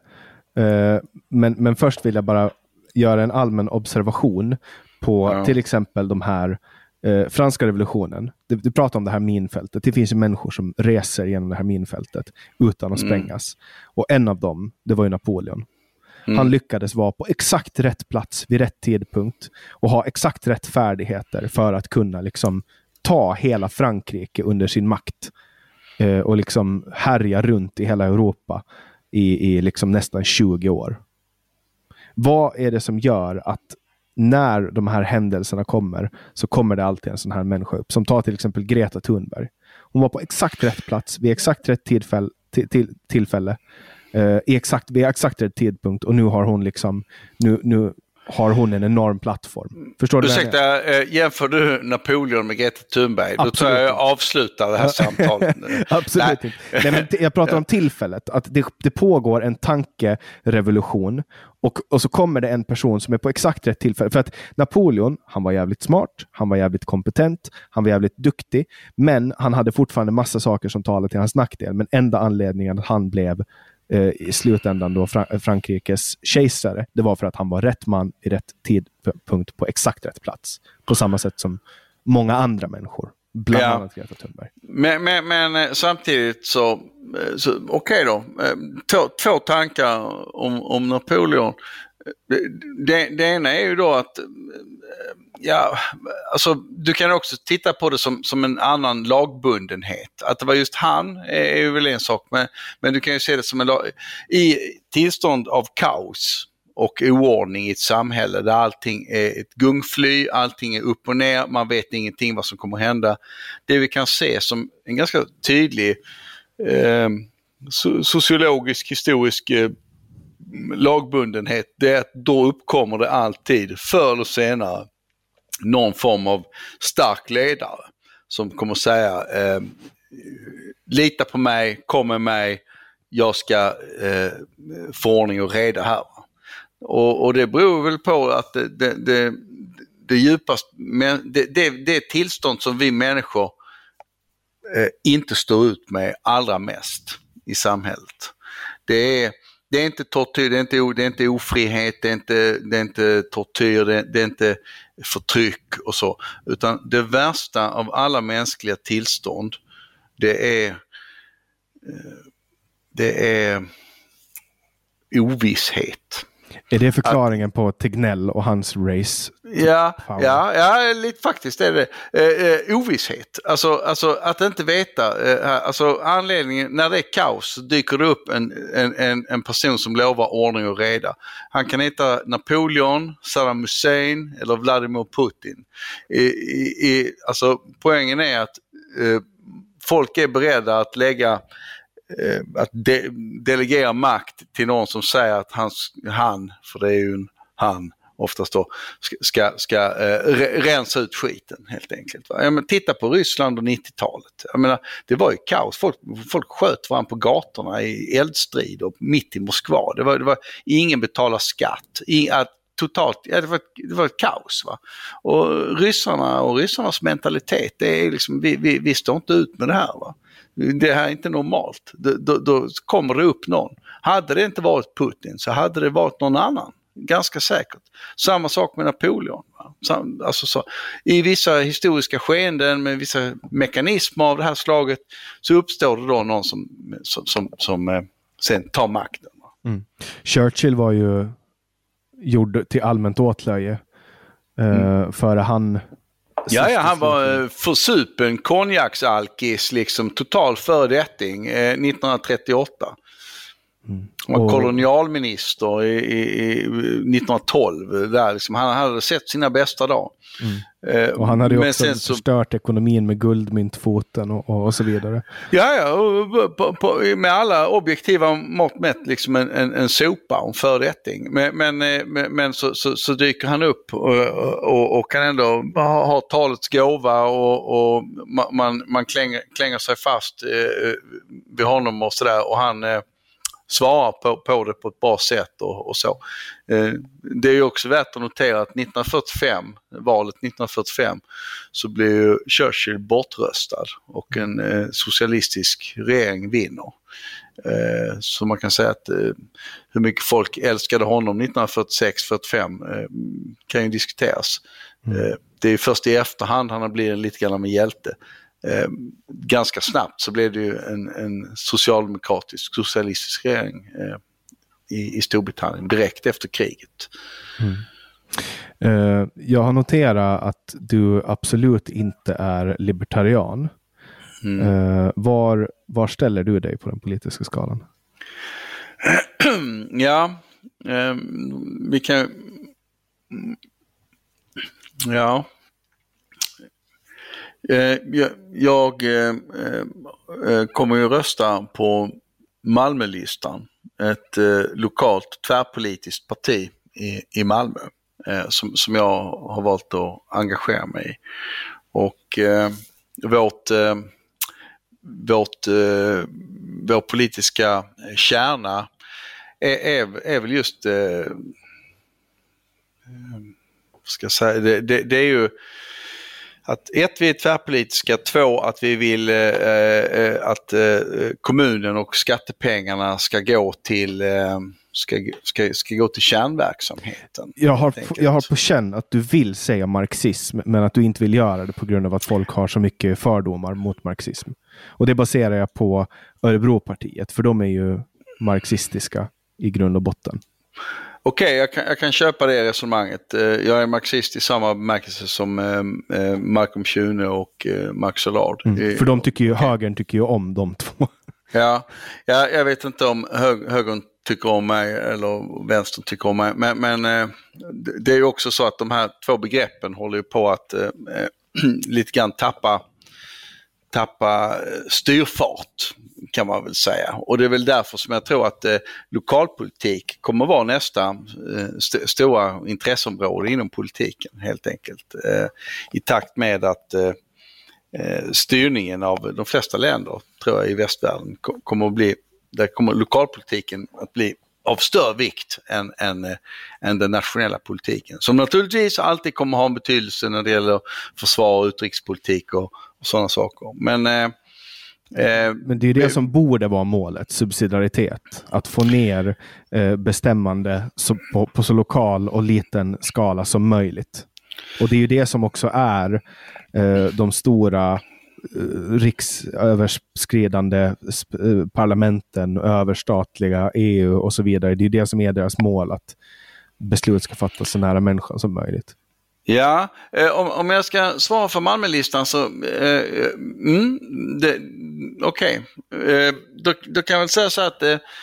Men först vill jag bara göra en allmän observation på till exempel de här franska revolutionen. Du pratar om det här minfältet. Det finns ju människor som reser genom det här minfältet utan att sprängas. Och en av dem, det var ju Napoleon. Han lyckades vara på exakt rätt plats vid rätt tidpunkt och ha exakt rätt färdigheter för att kunna liksom ta hela Frankrike under sin makt och liksom härja runt i hela Europa i liksom nästan 20 år. Vad är det som gör att när de här händelserna kommer, så kommer det alltid en sån här människa upp, som tar till exempel Greta Thunberg. Hon var på exakt rätt plats vid exakt rätt tillfälle vid exakt rätt tidpunkt, och nu har hon liksom nu har hon en enorm plattform. Förstår du? Ursäkta, jämför du Napoleon med Greta Thunberg? Då tror jag avslutar det här samtalet. Absolut inte. Nej, men jag pratar om tillfället. Att det pågår en tankerevolution och så kommer det en person som är på exakt rätt tillfälle. För att Napoleon, han var jävligt smart, han var jävligt kompetent, han var jävligt duktig, men han hade fortfarande massa saker som talade till hans nackdel. Men enda anledningen att han blev i slutändan då Frankrikes kejsare, det var för att han var rätt man i rätt tidpunkt på exakt rätt plats. På samma sätt som många andra människor, bland annat Greta Thunberg. Men samtidigt så okej då. Två tankar om Napoleon. Det ena är ju då att alltså du kan också titta på det som en annan lagbundenhet. Att det var just han är ju väl en sak, men du kan ju se det som i tillstånd av kaos och oordning i ett samhälle där allting är ett gungfly, allting är upp och ner, man vet ingenting vad som kommer att hända. Det vi kan se som en ganska tydlig sociologisk, historisk lagbundenhet, det är att då uppkommer det alltid förr eller senare någon form av stark ledare som kommer säga lita på mig, kom med mig, jag ska få ordning och reda här. Och det beror väl på att det djupast, det tillstånd som vi människor inte står ut med allra mest i samhället. Det är inte tortyr, det är inte ofrihet, det är inte tortyr, det är inte förtryck och så. Utan det värsta av alla mänskliga tillstånd, det är ovisshet. Är det förklaringen på Tegnell och hans race? Ja, lite faktiskt är det. Ovisshet. Alltså att inte veta. Alltså anledningen, när det är kaos dyker det upp en person som lovar ordning och reda. Han kan heta Napoleon, Saddam Hussein eller Vladimir Putin. Alltså poängen är att folk är beredda att lägga att delegera makt till någon som säger att han, för det är ju en han oftast då, ska rensa ut skiten helt enkelt. Va? Men titta på Ryssland och 90-talet. Jag menar, det var ju kaos. Folk sköt varandra på gatorna i eldstrid och mitt i Moskva. Det var ingen betalar skatt. Det var ett kaos. Va? Och ryssarnas mentalitet, det är liksom, vi står inte ut med det här. Va? Det här är inte normalt. Då kommer det upp någon. Hade det inte varit Putin så hade det varit någon annan. Ganska säkert. Samma sak med Napoleon. Alltså så, i vissa historiska skeenden med vissa mekanismer av det här slaget så uppstår det då någon som sen tar makten. Mm. Churchill var ju gjord till allmänt åtlöje före han... Ja, han var försupen konjaksalkis, liksom total föredetting 1938. Han var kolonialminister i 1912 där liksom, han hade sett sina bästa dagar. Och han hade ju också förstört ekonomin med guldmyntfoten och så vidare. Ja, med alla objektiva mått mätt liksom en sopa om föredetting. Men så dyker han upp och kan ändå ha talets gåva och man klänger sig fast vid honom och sådär, och han svarar på det på ett bra sätt och så. Det är ju också värt att notera att valet 1945 så blev ju Churchill bortröstad och en socialistisk regering vinner. Så man kan säga att hur mycket folk älskade honom 1946-45 kan ju diskuteras. Det är först i efterhand han har blivit lite grann med hjälte. Ganska snabbt så blev det ju en socialistisk regering i Storbritannien direkt efter kriget. Jag har noterat att du absolut inte är libertarian. Var ställer du dig på den politiska skalan? Ja, vi kan... Ja... Jag kommer ju rösta på Malmölistan, ett lokalt tvärpolitiskt parti i Malmö som jag har valt att engagera mig i. Och vår politiska kärna är väl just ska jag säga, det är ju att vi är tvärpolitiska, 2 att vi vill att kommunen och skattepengarna ska gå till ska gå till kärnverksamheten. Jag har på känn att du vill säga marxism, men att du inte vill göra det på grund av att folk har så mycket fördomar mot marxism. Och det baserar jag på Örebropartiet, för de är ju marxistiska i grund och botten. Okej, jag kan köpa det resonemanget. Jag är marxist i samma bemärkelse som Malcolm Schune och Max Allard. För de tycker ju, högern tycker ju om de två. Ja, jag vet inte om högern tycker om mig eller vänstern tycker om mig. Men det är ju också så att de här två begreppen håller ju på att lite grann tappa styrfart, kan man väl säga. Och det är väl därför som jag tror att lokalpolitik kommer vara nästa stora intresseområde inom politiken, helt enkelt. I takt med att styrningen av de flesta länder, tror jag, i västvärlden kommer lokalpolitiken att bli av större vikt än den nationella politiken. Som naturligtvis alltid kommer ha en betydelse när det gäller försvar och utrikespolitik och sådana saker. Men det är ju det som borde vara målet, subsidiaritet. Att få ner bestämmande på så lokal och liten skala som möjligt. Och det är ju det som också är de stora riksöverskridande parlamenten, överstatliga EU och så vidare. Det är ju det som är deras mål, att beslut ska fattas så nära människan som möjligt. Ja, om jag ska svara för Malmölistan så okej. Då kan jag väl säga så att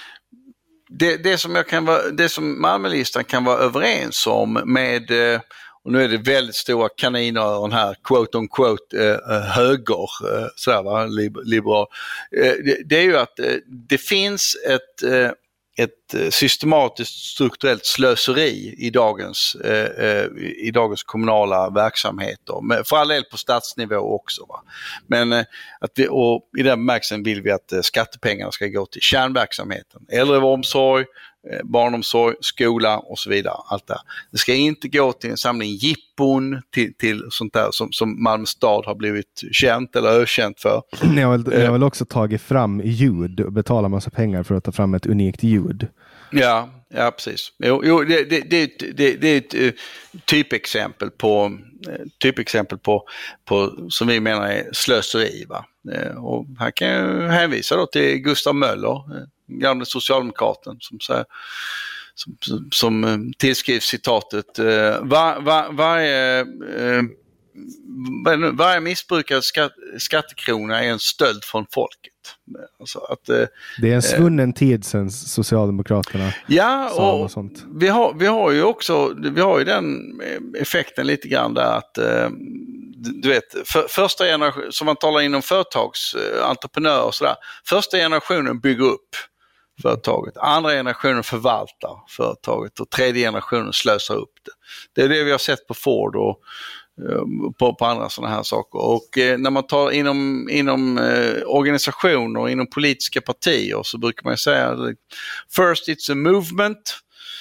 det som Malmölistan kan vara överens om med, och nu är det väldigt stora kaninöron här, quote on quote, höger, sådär va, liberal. Det är ju att det finns ett systematiskt strukturellt slöseri i dagens kommunala verksamheter, för all del på statsnivå också. Va? Men och i den bemärkelsen vill vi att skattepengarna ska gå till kärnverksamheten, äldreomsorg, barnomsorg, skola och så vidare. Allt det. Det ska inte gå till en samling jippon till sånt där som Malmö stad har blivit känt eller ökänt för. Jag har väl också tagit fram ljud och betalat massa pengar för att ta fram ett unikt ljud. Ja, precis. Jo, det är ett typexempel på som vi menar är slöseri. Va? Och här kan jag hänvisa då till Gustav Möller, gamla socialdemokraten, som tillskrivs citatet varje missbrukad skattekrona är en stöld från folket. Alltså att, det är en svunnen tid sen Socialdemokraterna sa och sånt. Vi har ju den effekten lite grann där att du vet, första generationen, som man talar inom företagsentreprenörer och sådär, första generationen bygger upp företaget, andra generationen förvaltar företaget och tredje generationen slösar upp det. Det är det vi har sett på Ford och på andra sådana här saker. Och när man tar inom organisationer och inom politiska partier så brukar man säga first it's a movement,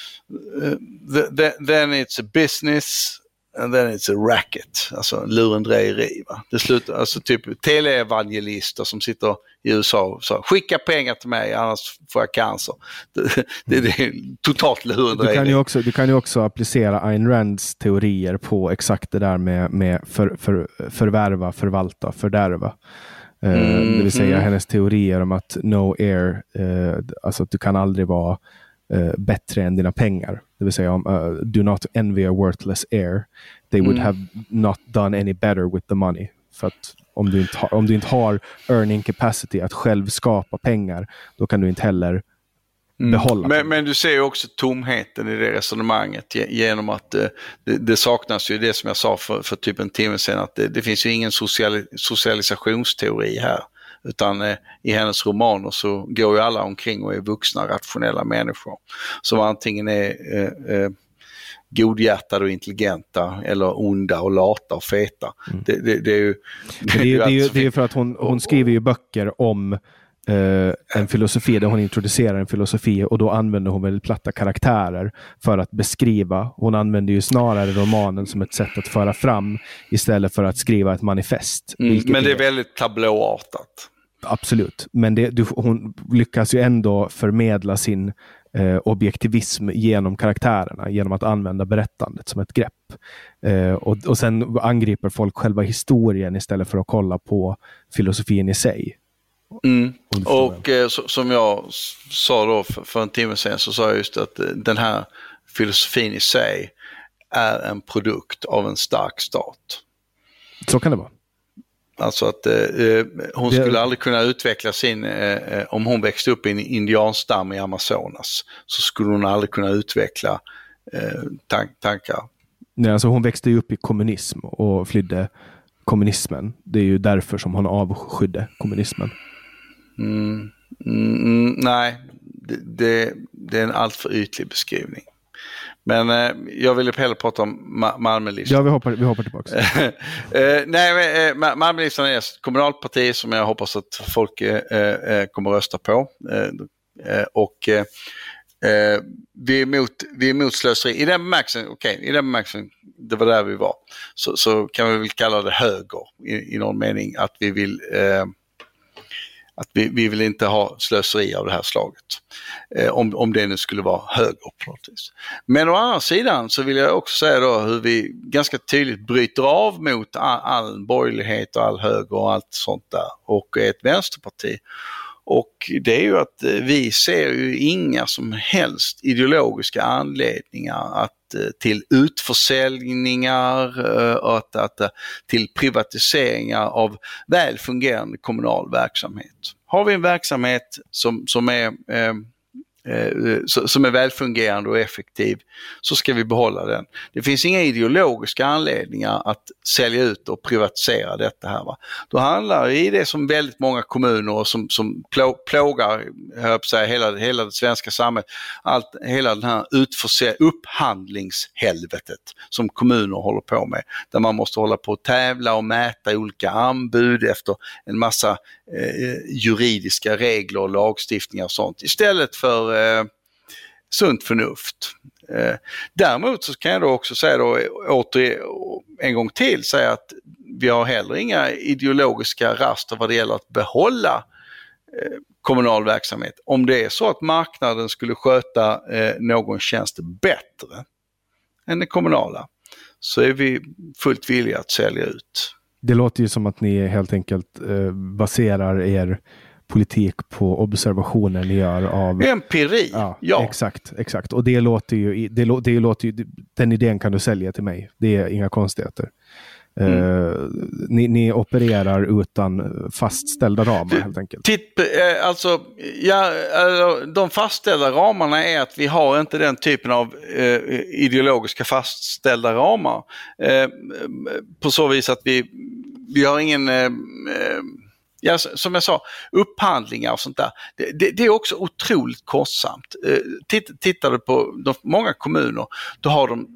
then it's a business and then it's a racket, alltså lurendrejeri. Va? Det slutar, alltså typ teleevangelister som sitter i USA och sa skicka pengar till mig annars får jag cancer. Det är totalt lurendrejeri. Du kan ju också applicera Ayn Rands teorier på exakt det där med förvärva, förvalta, fördärva. Det vill säga hennes teorier om att no air, alltså att du kan aldrig vara bättre än dina pengar. Det vill säga do not envy a worthless heir. They would have not done any better with the money. För att om du inte har earning capacity att själv skapa pengar, då kan du inte heller behålla. Men du ser ju också tomheten i det resonemanget genom att det saknas ju det som jag sa för typ en timme sedan, att det finns ju ingen socialisationsteori här. Utan i hennes romaner så går ju alla omkring och är vuxna, rationella människor som antingen är godhjärtade och intelligenta eller onda och lata och feta. Det är ju för att hon skriver ju böcker om en filosofi där hon introducerar en filosofi, och då använder hon väldigt platta karaktärer för att beskriva. Hon använder ju snarare romanen som ett sätt att föra fram istället för att skriva ett manifest. Men det är väldigt tablåartat. Absolut, men hon lyckas ju ändå förmedla sin objektivism genom karaktärerna, genom att använda berättandet som ett grepp. Och sen angriper folk själva historien istället för att kolla på filosofin i sig. Och som jag sa då för en timme sedan, så sa jag just att den här filosofin i sig är en produkt av en stark stat. Så kan det vara. Alltså att hon skulle aldrig kunna utveckla sin, om hon växte upp i en indianstam i Amazonas, så skulle hon aldrig kunna utveckla tankar. Nej, alltså hon växte ju upp i kommunism och flydde kommunismen. Det är ju därför som hon avskydde kommunismen. Nej, det är en alltför ytlig beskrivning. Men jag ville hellre prata om Malmölistan. Ja, vi hoppar tillbaka. Nej, Malmölistan är ett kommunalt parti som jag hoppas att folk kommer rösta på. Och vi är emot slöseri. I den bemärkelsen, det var där vi var. Så kan vi väl kalla det höger i någon mening, att vi vill... att vi vill inte ha slöseri av det här slaget. Om det nu skulle vara höger på något vis. Men å andra sidan så vill jag också säga då hur vi ganska tydligt bryter av mot all borgerlighet och all höger och allt sånt där. Och är ett vänsterparti. Och det är ju att vi ser ju inga som helst ideologiska anledningar till utförsäljningar och till privatiseringar av väl fungerande kommunal verksamhet. Har vi en verksamhet som är välfungerande och effektiv, så ska vi behålla den. Det finns inga ideologiska anledningar att sälja ut och privatisera detta här. Va? Då handlar det i det som väldigt många kommuner och som plågar hela det svenska samhället, hela den här upphandlingshelvetet som kommuner håller på med, där man måste hålla på att tävla och mäta olika anbud efter en massa juridiska regler och lagstiftningar och sånt, istället för sunt förnuft. Däremot så kan jag då också säga då, åter en gång till säga att vi har heller inga ideologiska raster vad det gäller att behålla kommunal verksamhet. Om det är så att marknaden skulle sköta någon tjänst bättre än det kommunala, så är vi fullt villiga att sälja ut. Det låter ju som att ni helt enkelt baserar er politik på observationer ni gör av... Empiri, ja. Exakt. Och det låter ju, den idén kan du sälja till mig. Det är inga konstigheter. Ni opererar utan fastställda ramar helt enkelt. De fastställda ramarna är att vi har inte den typen av ideologiska fastställda ramar. På så vis att vi har ingen... som jag sa, upphandlingar och sånt där. Det är också otroligt kostsamt. Tittar du på många kommuner, då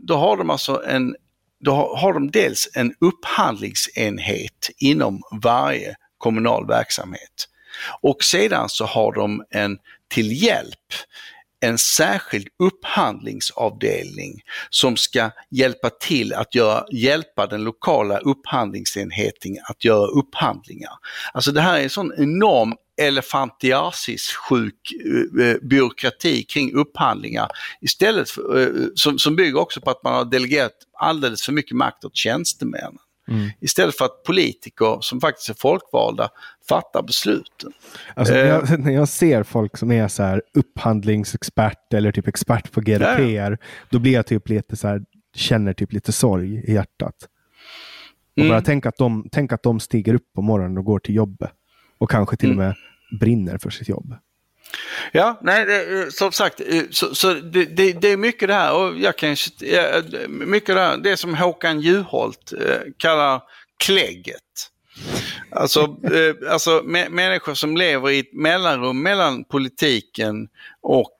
har de dels en upphandlingsenhet inom varje kommunal verksamhet. Och sedan så har de till hjälp en särskild upphandlingsavdelning som ska hjälpa till att hjälpa den lokala upphandlingsenheten att göra upphandlingar. Alltså det här är en sån enorm elefantiasis-sjuk byråkrati kring upphandlingar, istället för, som bygger också på att man har delegerat alldeles för mycket makt åt tjänstemän. Istället för att politiker som faktiskt är folkvalda fattar besluten. Alltså, när jag ser folk som är så här upphandlingsexpert eller typ expert på GDPR, då blir jag typ lite så här, känner typ lite sorg i hjärtat. Och bara tänk att de stiger upp på morgonen och går till jobbet och kanske till och med brinner för sitt jobb. Ja, nej, som sagt, så det är mycket det här, och mycket det här, det som Håkan Juholt kallar klägget. Alltså människor som lever i ett mellanrum mellan politiken och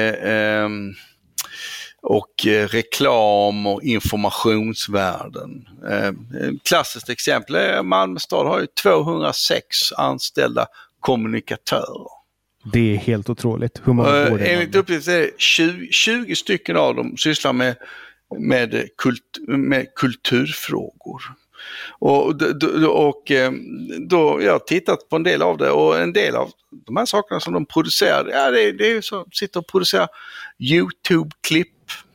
reklam och informationsvärlden. Klassiskt exempel är Malmö stad har ju 206 anställda kommunikatörer. Det är helt otroligt. Hur många går det? Enligt uppgift är det 20 stycken av dem sysslar med kulturfrågor. Och då jag har tittat på en del av det, och en del av de här sakerna som de producerar, det är så, sitter och producerar YouTube-klipp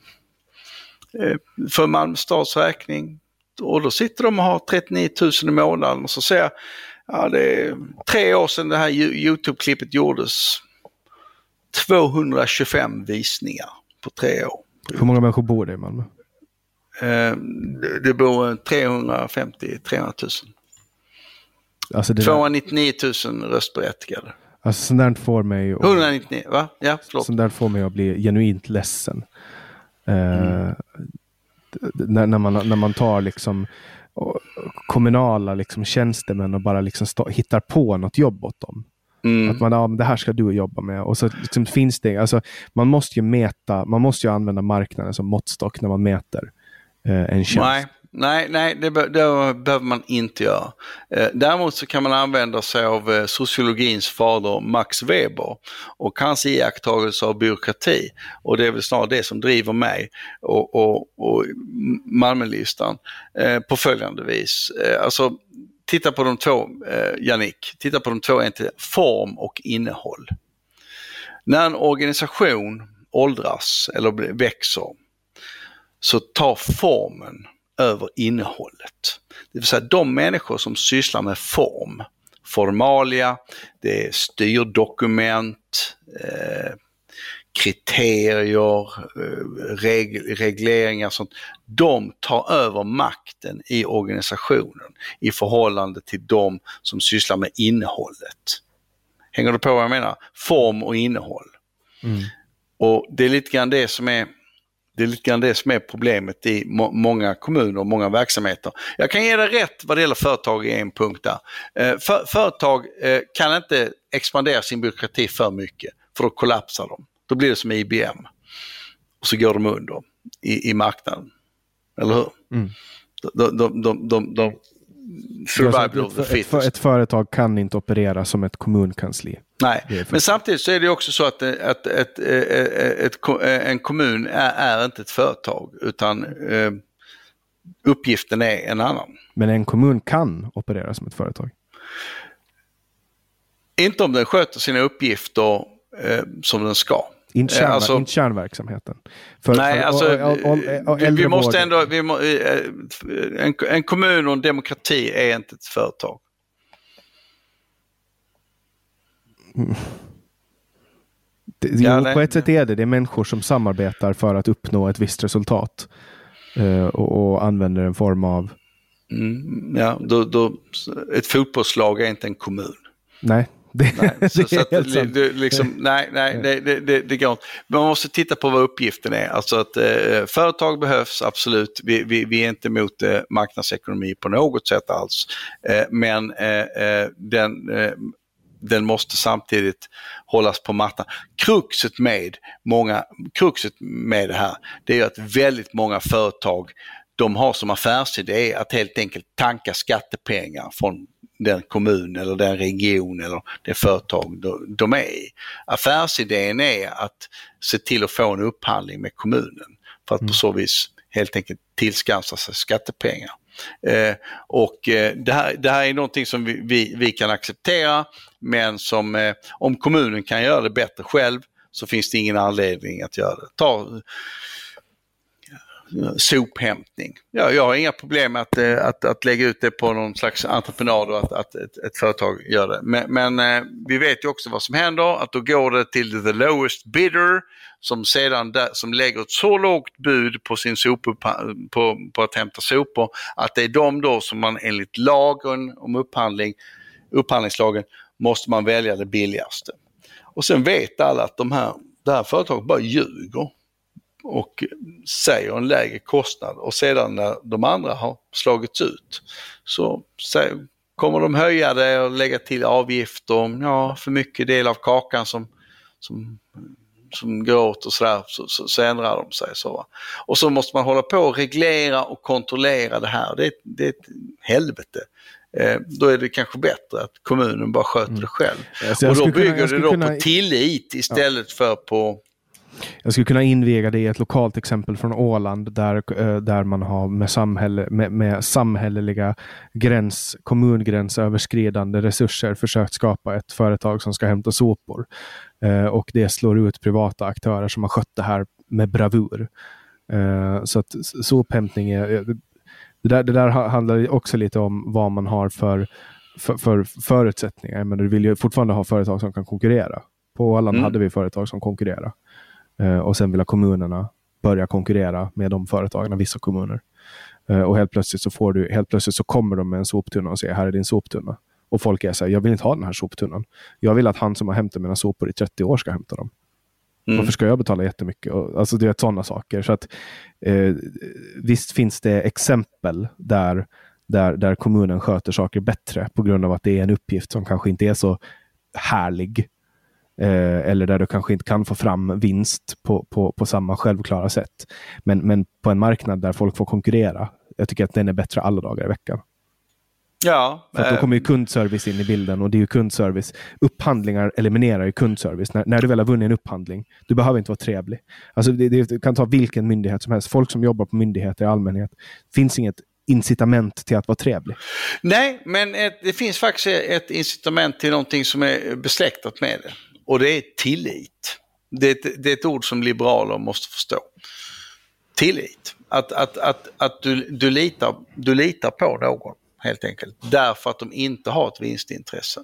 för Malmö stads räkning. Och då sitter de och har 39 000 i månaden, och så säger jag, det är 3 år sedan det här YouTube-klippet gjordes. 225 visningar på 3 år. Hur många människor bor det i Malmö? Det bor 350-300 000. Alltså det 299 000 röstberättigade. Alltså sånt där får mig 199, va? Ja, förlåt. Sånt där får mig att bli genuint ledsen. När man tar liksom kommunala liksom tjänstemän och bara liksom hittar på något jobb åt dem. Att man, det här ska du jobba med. Och så liksom finns det, alltså man måste ju använda marknaden som måttstock när man mäter en tjänst. Nej, det behöver man inte göra. Däremot så kan man använda sig av sociologins fader Max Weber och hans iakttagelse av byråkrati. Och det är väl snarare det som driver mig och Malmölistan på följande vis. Alltså, titta på de två, Jannik, titta på de två entiteterna, form och innehåll. När en organisation åldras eller växer, så tar formen över innehållet. Det vill säga de människor som sysslar med formalia, det är styrdokument, kriterier, regleringar, sånt. De tar över makten i organisationen i förhållande till de som sysslar med innehållet. Hänger du på vad jag menar? Form och innehåll. Och det är lite grann det som är problemet i många kommuner och många verksamheter. Jag kan ge dig rätt vad det gäller företag i en punkt där. Företag kan inte expandera sin byråkrati för mycket, för då kollapsar de. Då blir det som IBM. Och så går de under i marknaden. Eller hur? De survival of the fittest. Ett företag kan inte operera som ett kommunkansli. Nej, men samtidigt så är det också så att en kommun är inte ett företag, utan uppgiften är en annan. Men en kommun kan operera som ett företag? Inte om den sköter sina uppgifter som den ska. Inte kärnverksamheten. Vi måste ändå... En kommun och en demokrati är inte ett företag. På ett sätt är det människor som samarbetar för att uppnå ett visst resultat och använder en form av... ett fotbollslag är inte en kommun. Nej. Det går inte. Man måste titta på vad uppgiften är. Alltså att företag behövs, absolut. Vi är inte emot marknadsekonomi på något sätt alls. Men den måste samtidigt hållas på mattan. Kruxet med det här, det är att väldigt många företag, de har som affärsidé att helt enkelt tanka skattepengar från den kommun eller den region eller det företag de är i. Affärsidén är att se till att få en upphandling med kommunen för att på så vis helt enkelt tillskansa sig skattepengar. Det här är någonting som vi kan acceptera, men som om kommunen kan göra det bättre själv, så finns det ingen anledning att göra det. Ta sophämtning. Jag har inga problem med att lägga ut det på någon slags entreprenad och att ett företag gör det. Men vi vet ju också vad som händer, att då går det till the lowest bidder som sedan som lägger ett så lågt bud på sin på att hämta sopor, att det är de då som man enligt lagen om upphandlingslagen måste man välja det billigaste. Och sen vet alla att det här företaget bara ljuger och säger en lägre kostnad, och sedan när de andra har slagits ut så kommer de höja det och lägga till avgifter, för mycket del av kakan som går åt och sådär, så ändrar de sig. Så. Och så måste man hålla på och reglera och kontrollera det här. Det är ett helvete. Då är det kanske bättre att kommunen bara sköter det själv. Och då bygger det på tillit istället för på Jag skulle kunna inviga det i ett lokalt exempel från Åland där man har med samhälleliga kommungränsöverskridande resurser försökt skapa ett företag som ska hämta sopor. Och det slår ut privata aktörer som har skött det här med bravur. Så att sophämtning det där handlar också lite om vad man har för förutsättningar. Men du vill ju fortfarande ha företag som kan konkurrera. På Åland hade vi företag som konkurrerar. Och sen vill kommunerna börja konkurrera med de företagen, vissa kommuner. Och helt plötsligt så kommer de med en soptunna och säger, här är din soptunna. Och folk är så här, jag vill inte ha den här soptunnan. Jag vill att han som har hämtat mina sopor i 30 år ska hämta dem. Varför ska jag betala jättemycket? Alltså det är sådana saker. Så att visst finns det exempel där kommunen sköter saker bättre på grund av att det är en uppgift som kanske inte är så härlig. Eller där du kanske inte kan få fram vinst på samma självklara sätt. Men på en marknad där folk får konkurrera, jag tycker att den är bättre alla dagar i veckan. Ja. För att då kommer ju kundservice in i bilden, och det är ju kundservice. Upphandlingar eliminerar ju kundservice. När du väl har vunnit en upphandling, du behöver inte vara trevlig. Alltså det kan ta vilken myndighet som helst. Folk som jobbar på myndigheter i allmänhet, finns inget incitament till att vara trevlig. Nej, men det finns faktiskt ett incitament till någonting som är besläktat med det. Och det är tillit. Det är ett ord som liberaler måste förstå. Tillit. Att du litar på någon, helt enkelt. Därför att de inte har ett vinstintresse.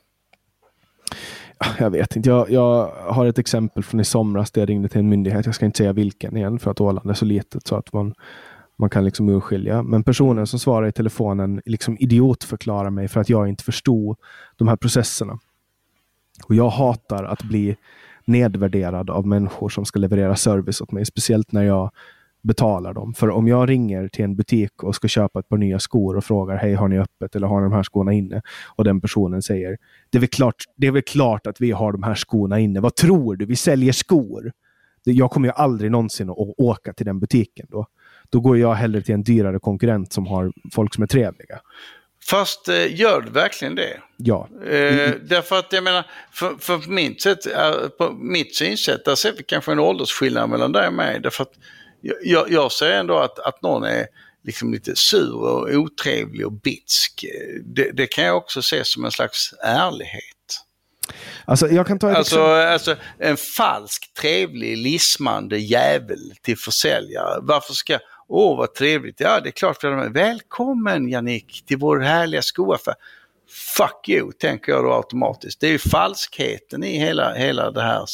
Jag vet inte. Jag har ett exempel från i somras där jag ringde till en myndighet. Jag ska inte säga vilken igen, för att Åland är så litet så att man kan liksom urskilja. Men personen som svarar i telefonen liksom idiotförklarar mig för att jag inte förstod de här processerna. Och jag hatar att bli nedvärderad av människor som ska leverera service åt mig. Speciellt när jag betalar dem. För om jag ringer till en butik och ska köpa ett par nya skor och frågar, hej, har ni öppet eller har ni de här skorna inne? Och den personen säger, det är väl klart att vi har de här skorna inne. Vad tror du? Vi säljer skor. Jag kommer ju aldrig någonsin att åka till den butiken då. Då går jag hellre till en dyrare konkurrent som har folk som är trevliga. Fast gör du verkligen det? Ja. Därför att jag menar, för på mitt synsätt, där ser vi kanske en åldersskillnad mellan dig och mig. Därför att jag ser ändå att någon är liksom lite sur och otrevlig och bitsk. Det kan jag också se som en slags ärlighet. Alltså, jag kan ta ett alltså en falsk, trevlig, lismande jävel till försäljare. Varför ska... vad trevligt. Ja, det är klart för dem. Välkommen, Jannik, till vår härliga skoaffär. Fuck you, tänker jag då automatiskt. Det är ju falskheten i hela det här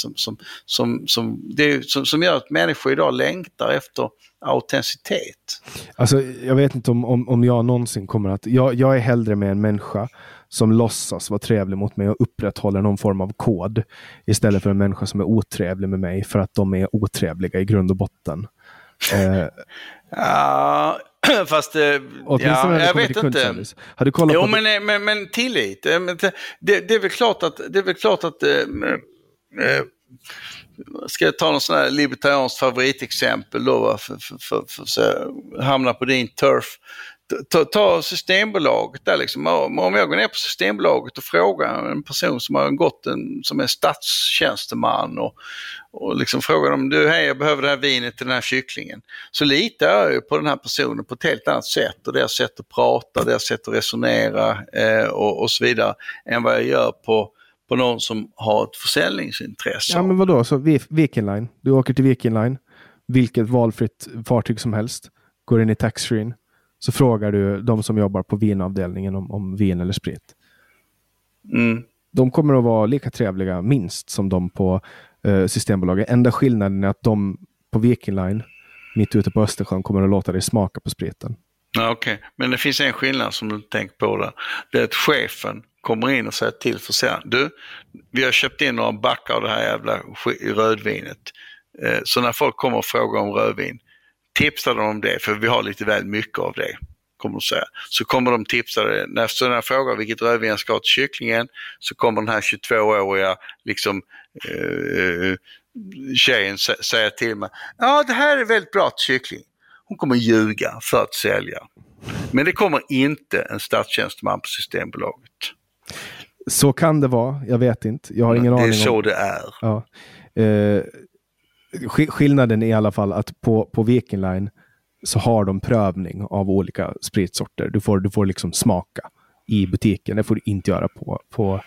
som gör att människor idag längtar efter autenticitet. Alltså, jag vet inte om jag någonsin kommer att... Jag är hellre med en människa som låtsas vara trevlig mot mig och upprätthåller någon form av kod istället för en människa som är otrevlig med mig för att de är otrevliga i grund och botten. Ja, fast jag vet inte. Har du kollat på men tillit. Det är väl klart att ska jag ta någon sån här libertarianskt favoritexempel då, för att hamna på din turf. Ta Systembolaget där liksom. Om jag går ner på Systembolaget och frågar en person som har gått som är statstjänsteman och liksom frågar dem, du, hej, jag behöver det här vinet till den här kycklingen. Så litar jag ju på den här personen på ett helt annat sätt, och deras sätt att prata, deras sätt att resonera och så vidare, än vad jag gör på någon som har ett försäljningsintresse. Ja, men vadå? Så Viking Line. Du åker till Viking Line, vilket valfritt fartyg som helst, går in i taxfree, så frågar du de som jobbar på vinavdelningen om vin eller sprit. Mm. De kommer att vara lika trevliga minst som de på Systembolaget. Enda skillnaden är att de på Viking Line mitt ute på Östersjön kommer att låta dig smaka på spriten. Ja, okej. Men det finns en skillnad som du tänker på där. Det är att chefen kommer in och säger till försäljaren, du, vi har köpt in några backar av det här jävla rödvinet. Så när folk kommer och frågar om rödvin, tipsar de om det, för vi har lite väl mycket av det, kommer de säga. Så kommer de tipsa det. När jag frågar vilket rödvin jag ska ha till kycklingen, så kommer den här 22-åriga liksom, tjejen säga till mig, ja, det här är väldigt bra till kyckling. Hon kommer ljuga för att sälja. Men det kommer inte en statstjänsteman på Systembolaget. Så kan det vara, jag vet inte. Jag har ingen aning om. Det är så det är. Ja. skillnaden är i alla fall att på Viking Line så har de prövning av olika spritsorter. Du får liksom smaka i butiken. Det får du inte göra på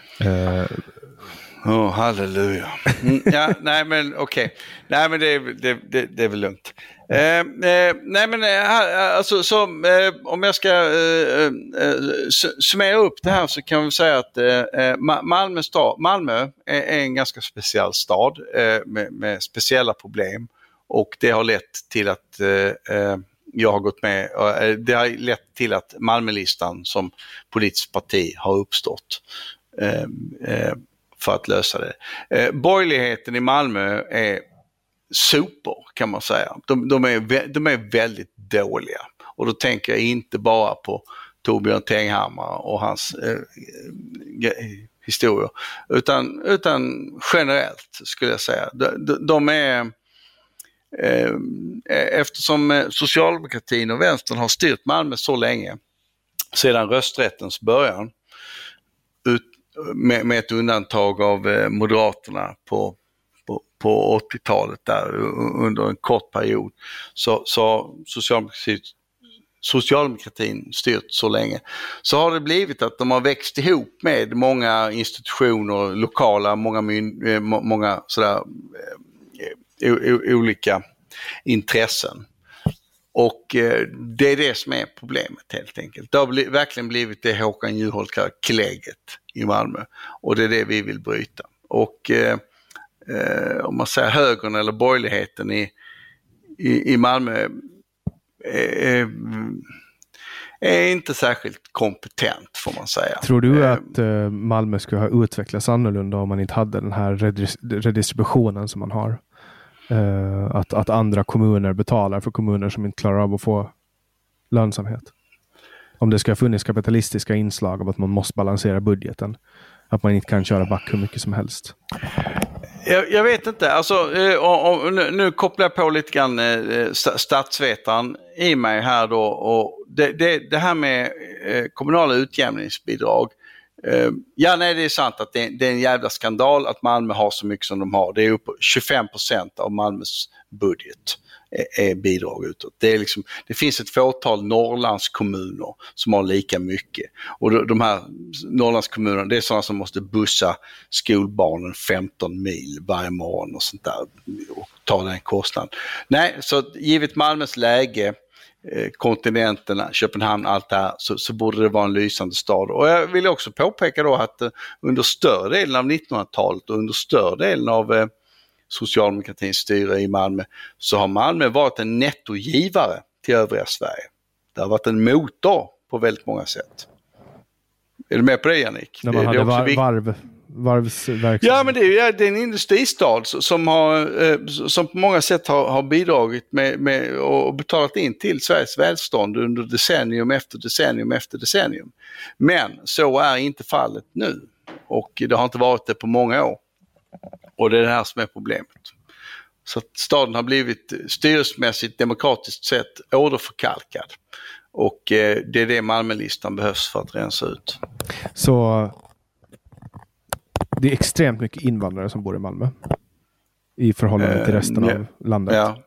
halleluja. Ja, nej men okej. Nej men det är väl lugnt. Nej men alltså om jag ska summera upp det här så kan vi säga att Malmö är en ganska speciell stad med speciella problem, och det har lett till att jag har gått med. Det har lett till att Malmölistan som politiskt parti har uppstått för att lösa det. Borgerligheten i Malmö är super, kan man säga. De är väldigt dåliga. Och då tänker jag inte bara på Torbjörn Tenghammar och hans historier, utan generellt skulle jag säga. De är eftersom socialdemokratin och vänstern har styrt Malmö så länge, sedan rösträttens början, med ett undantag av Moderaterna på 80-talet där under en kort period, så socialdemokratin styrt så länge, så har det blivit att de har växt ihop med många institutioner, lokala, många sådär olika intressen. Och det är det som är problemet helt enkelt. Det har verkligen blivit det Håkan Juholt kallar klägget i Malmö. Och det är det vi vill bryta. Och om man säger högern eller borgerligheten i Malmö är inte särskilt kompetent, får man säga. Tror du att Malmö skulle ha utvecklats annorlunda om man inte hade den här redistributionen som man har? Att andra kommuner betalar för kommuner som inte klarar av att få lönsamhet. Om det ska ha funnits kapitalistiska inslag av att man måste balansera budgeten. Att man inte kan köra back hur mycket som helst. Jag vet inte. Alltså, nu kopplar jag på lite grann statsvetaren i mig här då. Och det här med kommunala utjämningsbidrag. Ja, nej, det är sant att det är en jävla skandal att Malmö har så mycket som de har. Det är upp 25% av Malmös budget är bidrag utåt. Det finns ett fåtal Norrlandskommuner som har lika mycket. Och de här Norrlandskommunerna, det är sådana som måste bussa skolbarnen 15 mil varje morgon och sånt där och ta den kostnaden. Nej, så givet Malmös läge, kontinenterna, Köpenhamn, allt det här, så borde det vara en lysande stad. Och jag vill också påpeka då att under större delen av 1900-talet och under större delen av socialdemokratins styre i Malmö, så har Malmö varit en nettogivare till övriga Sverige. Det har varit en motor på väldigt många sätt. Är du med på det, Jannik? När man hade varvsverksamhet. Ja, men det är en industristad som på många sätt har bidragit med och betalat in till Sveriges välstånd under decennium efter decennium efter decennium. Men så är inte fallet nu, och det har inte varit det på många år. Och det är det här som är problemet. Så att staden har blivit styrelsemässigt, demokratiskt sett åderförkalkad. Och det är det Malmölistan behövs för att rensa ut. Så det är extremt mycket invandrare som bor i Malmö i förhållande till resten av landet. Ja.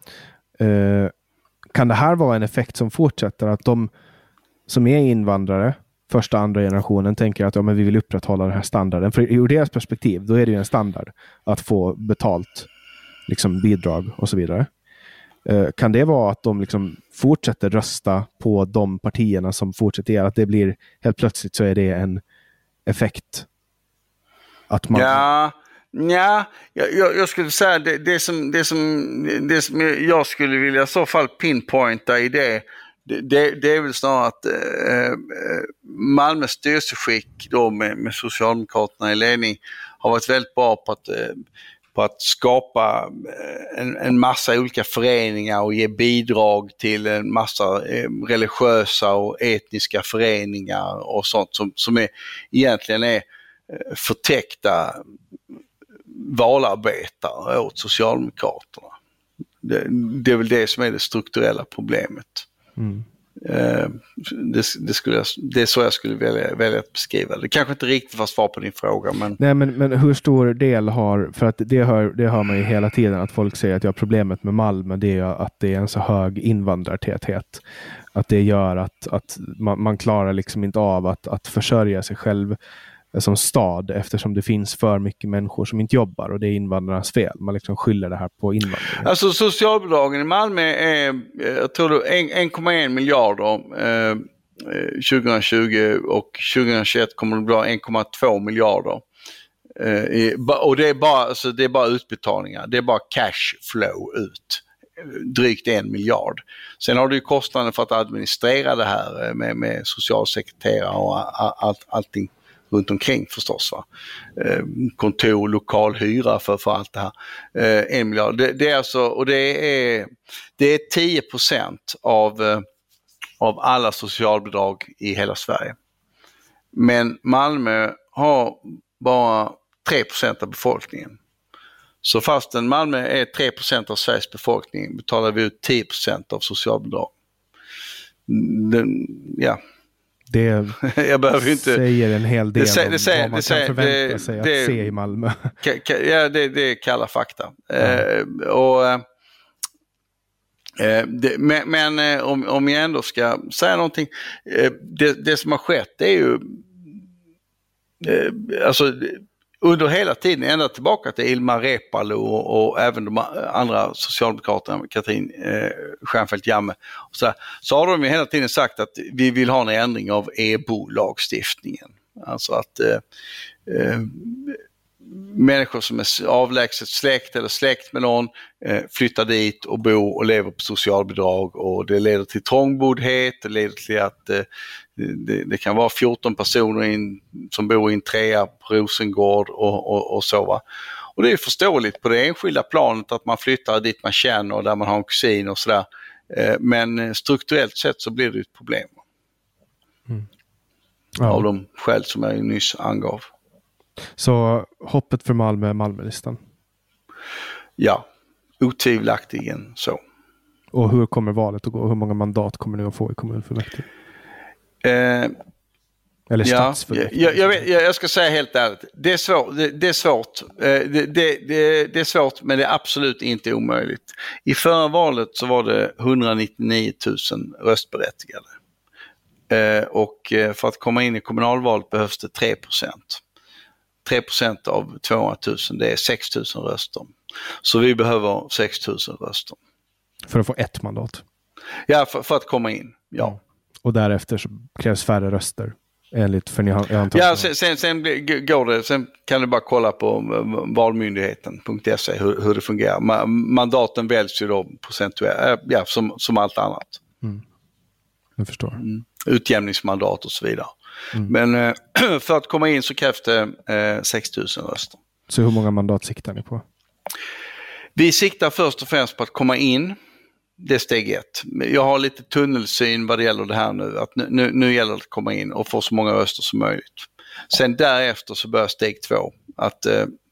Kan det här vara en effekt som fortsätter, att de som är invandrare, första, andra generationen, tänker att men vi vill upprätthålla den här standarden? För ur deras perspektiv, då är det ju en standard att få betalt liksom bidrag och så vidare. Kan det vara att de liksom fortsätter rösta på de partierna som fortsätter göra att det blir, helt plötsligt så är det en effekt att man... Ja, jag skulle säga det som jag skulle vilja i så fall pinpointa i det är väl snarare att Malmös styrelseskick då med Socialdemokraterna i ledning har varit väldigt bra på att skapa en massa olika föreningar och ge bidrag till en massa religiösa och etniska föreningar och sånt som egentligen är förtäckta valarbetare åt Socialdemokraterna. Det är väl det som är det strukturella problemet. Det är så jag skulle välja att beskriva det. Kanske inte riktigt var svar på din fråga. Men... Nej, men hur stor del har, för att det hör man ju hela tiden att folk säger att problemet med Malmö det är att det är en så hög invandrartäthet. Att det gör att man klarar liksom inte av att försörja sig själv som stad eftersom det finns för mycket människor som inte jobbar och det är invandrarnas fel. Man liksom skyller det här på invandringen. Alltså socialbidragen i Malmö är, jag tror det är 1,1 miljarder 2020 och 2021 kommer det bli 1,2 miljarder. Och det är bara utbetalningar, det är bara cash flow ut. Drygt 1 miljard. Sen har du ju kostnaden för att administrera det här med socialsekreterare och allting runt omkring förstås. Va? Kontor, lokal hyra för allt det här. 1 miljard. Det är alltså, och det är 10% av alla socialbidrag i hela Sverige. Men Malmö har bara 3% av befolkningen. Så fastän Malmö är 3% av Sveriges befolkning betalar vi ut 10% av socialbidrag. Det jag behöver inte säger en hel del om vad man kan förvänta sig att se i Malmö. Det är kalla fakta. Men om jag ändå ska säga någonting. Det som har skett är ju alltså under hela tiden, ända tillbaka till Ilmar Reepalu och även de andra socialdemokraterna, Katrin Stjernfeldt Jammeh, så har de ju hela tiden sagt att vi vill ha en ändring av EBO-lagstiftningen. Alltså att människor som är avlägset släkt eller släkt med någon flyttar dit och bor och lever på socialbidrag, och det leder till trångboddhet, det leder till att det kan vara 14 personer som bor i en trea på Rosengård och så va. Och det är förståeligt på det enskilda planet att man flyttar dit man känner och där man har en kusin och sådär. Men strukturellt sett så blir det ett problem. Av de skäl som jag nyss angav. Så hoppet för Malmö är Malmölistan? Ja, otvivelaktigen så. Och hur kommer valet att gå? Hur många mandat kommer ni att få i kommunfullmäktige? Eller stadsfullmäktige? Jag ska säga helt ärligt. Det är svårt. Det är svårt, men det är absolut inte omöjligt. I förra valet så var det 199 000 röstberättigade. Och för att komma in i kommunalvalet behövs det 3%. 3% av 200 000, det är 6 000 röster. Så vi behöver 6 000 röster. För att få ett mandat? Ja, för att komma in, ja. Och därefter så krävs färre röster? Enligt, för ni har, jag antar. Ja, sen går det. Sen kan du bara kolla på valmyndigheten.se hur det fungerar. Mandaten väljs ju då procentuellt, ja, som allt annat. Jag förstår. Utjämningsmandat och så vidare. Men för att komma in så krävs det 6 000 röster. Så hur många mandat siktar ni på? Vi siktar först och främst på att komma in. Det är steg 1. Jag har lite tunnelsyn vad det gäller det här nu. Att nu gäller det att komma in och få så många röster som möjligt. Sen därefter så börjar steg 2. Att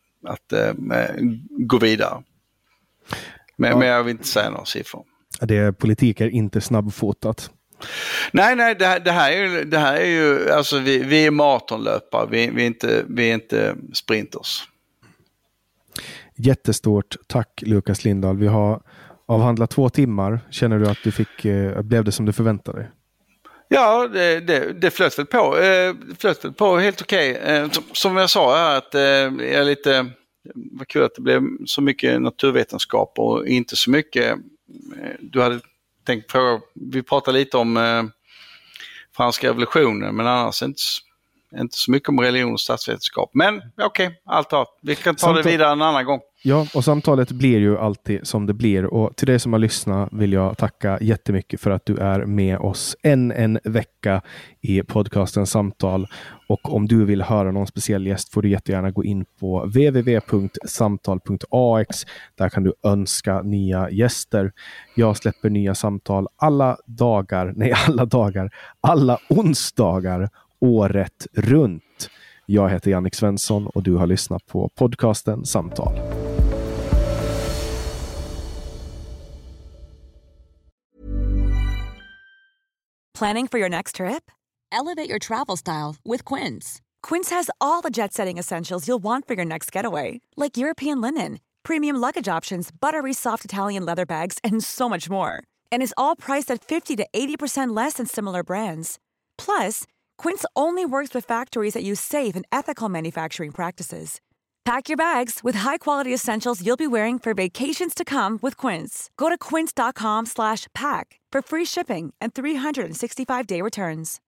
gå vidare. Men jag vill inte säga några siffror. Politik är inte snabbfotat. Nej, det här är ju alltså vi är maratonlöpare, vi är inte sprinters. Jättestort tack Lukas Lindahl. Vi har avhandlat 2 timmar. Känner du att blev det som du förväntade dig? Ja, det flöt väl på helt okej. Som jag sa här, att jag är lite, vad kul att det blev så mycket naturvetenskap och inte så mycket. Du hade tänkt fråga, vi pratade lite om franska revolutionen, men annars inte så mycket om religion och statsvetenskap. Men okej, vi kan ta det vidare en annan gång. Ja, och samtalet blir ju alltid som det blir. Och till dig som har lyssnat vill jag tacka jättemycket för att du är med oss en vecka i podcasten Samtal. Och om du vill höra någon speciell gäst får du jättegärna gå in på www.samtal.ax. Där kan du önska nya gäster. Jag släpper nya samtal alla onsdagar året runt. Jag heter Jannik Svensson och du har lyssnat på podcasten Samtal. Planning for your next trip? Elevate your travel style with Quince. Quince has all the jet-setting essentials you'll want for your next getaway, like European linen, premium luggage options, buttery soft Italian leather bags, and so much more. And is all priced at 50 to 80% less than similar brands. Plus, Quince only works with factories that use safe and ethical manufacturing practices. Pack your bags with high-quality essentials you'll be wearing for vacations to come with Quince. Go to quince.com/pack for free shipping and 365-day returns.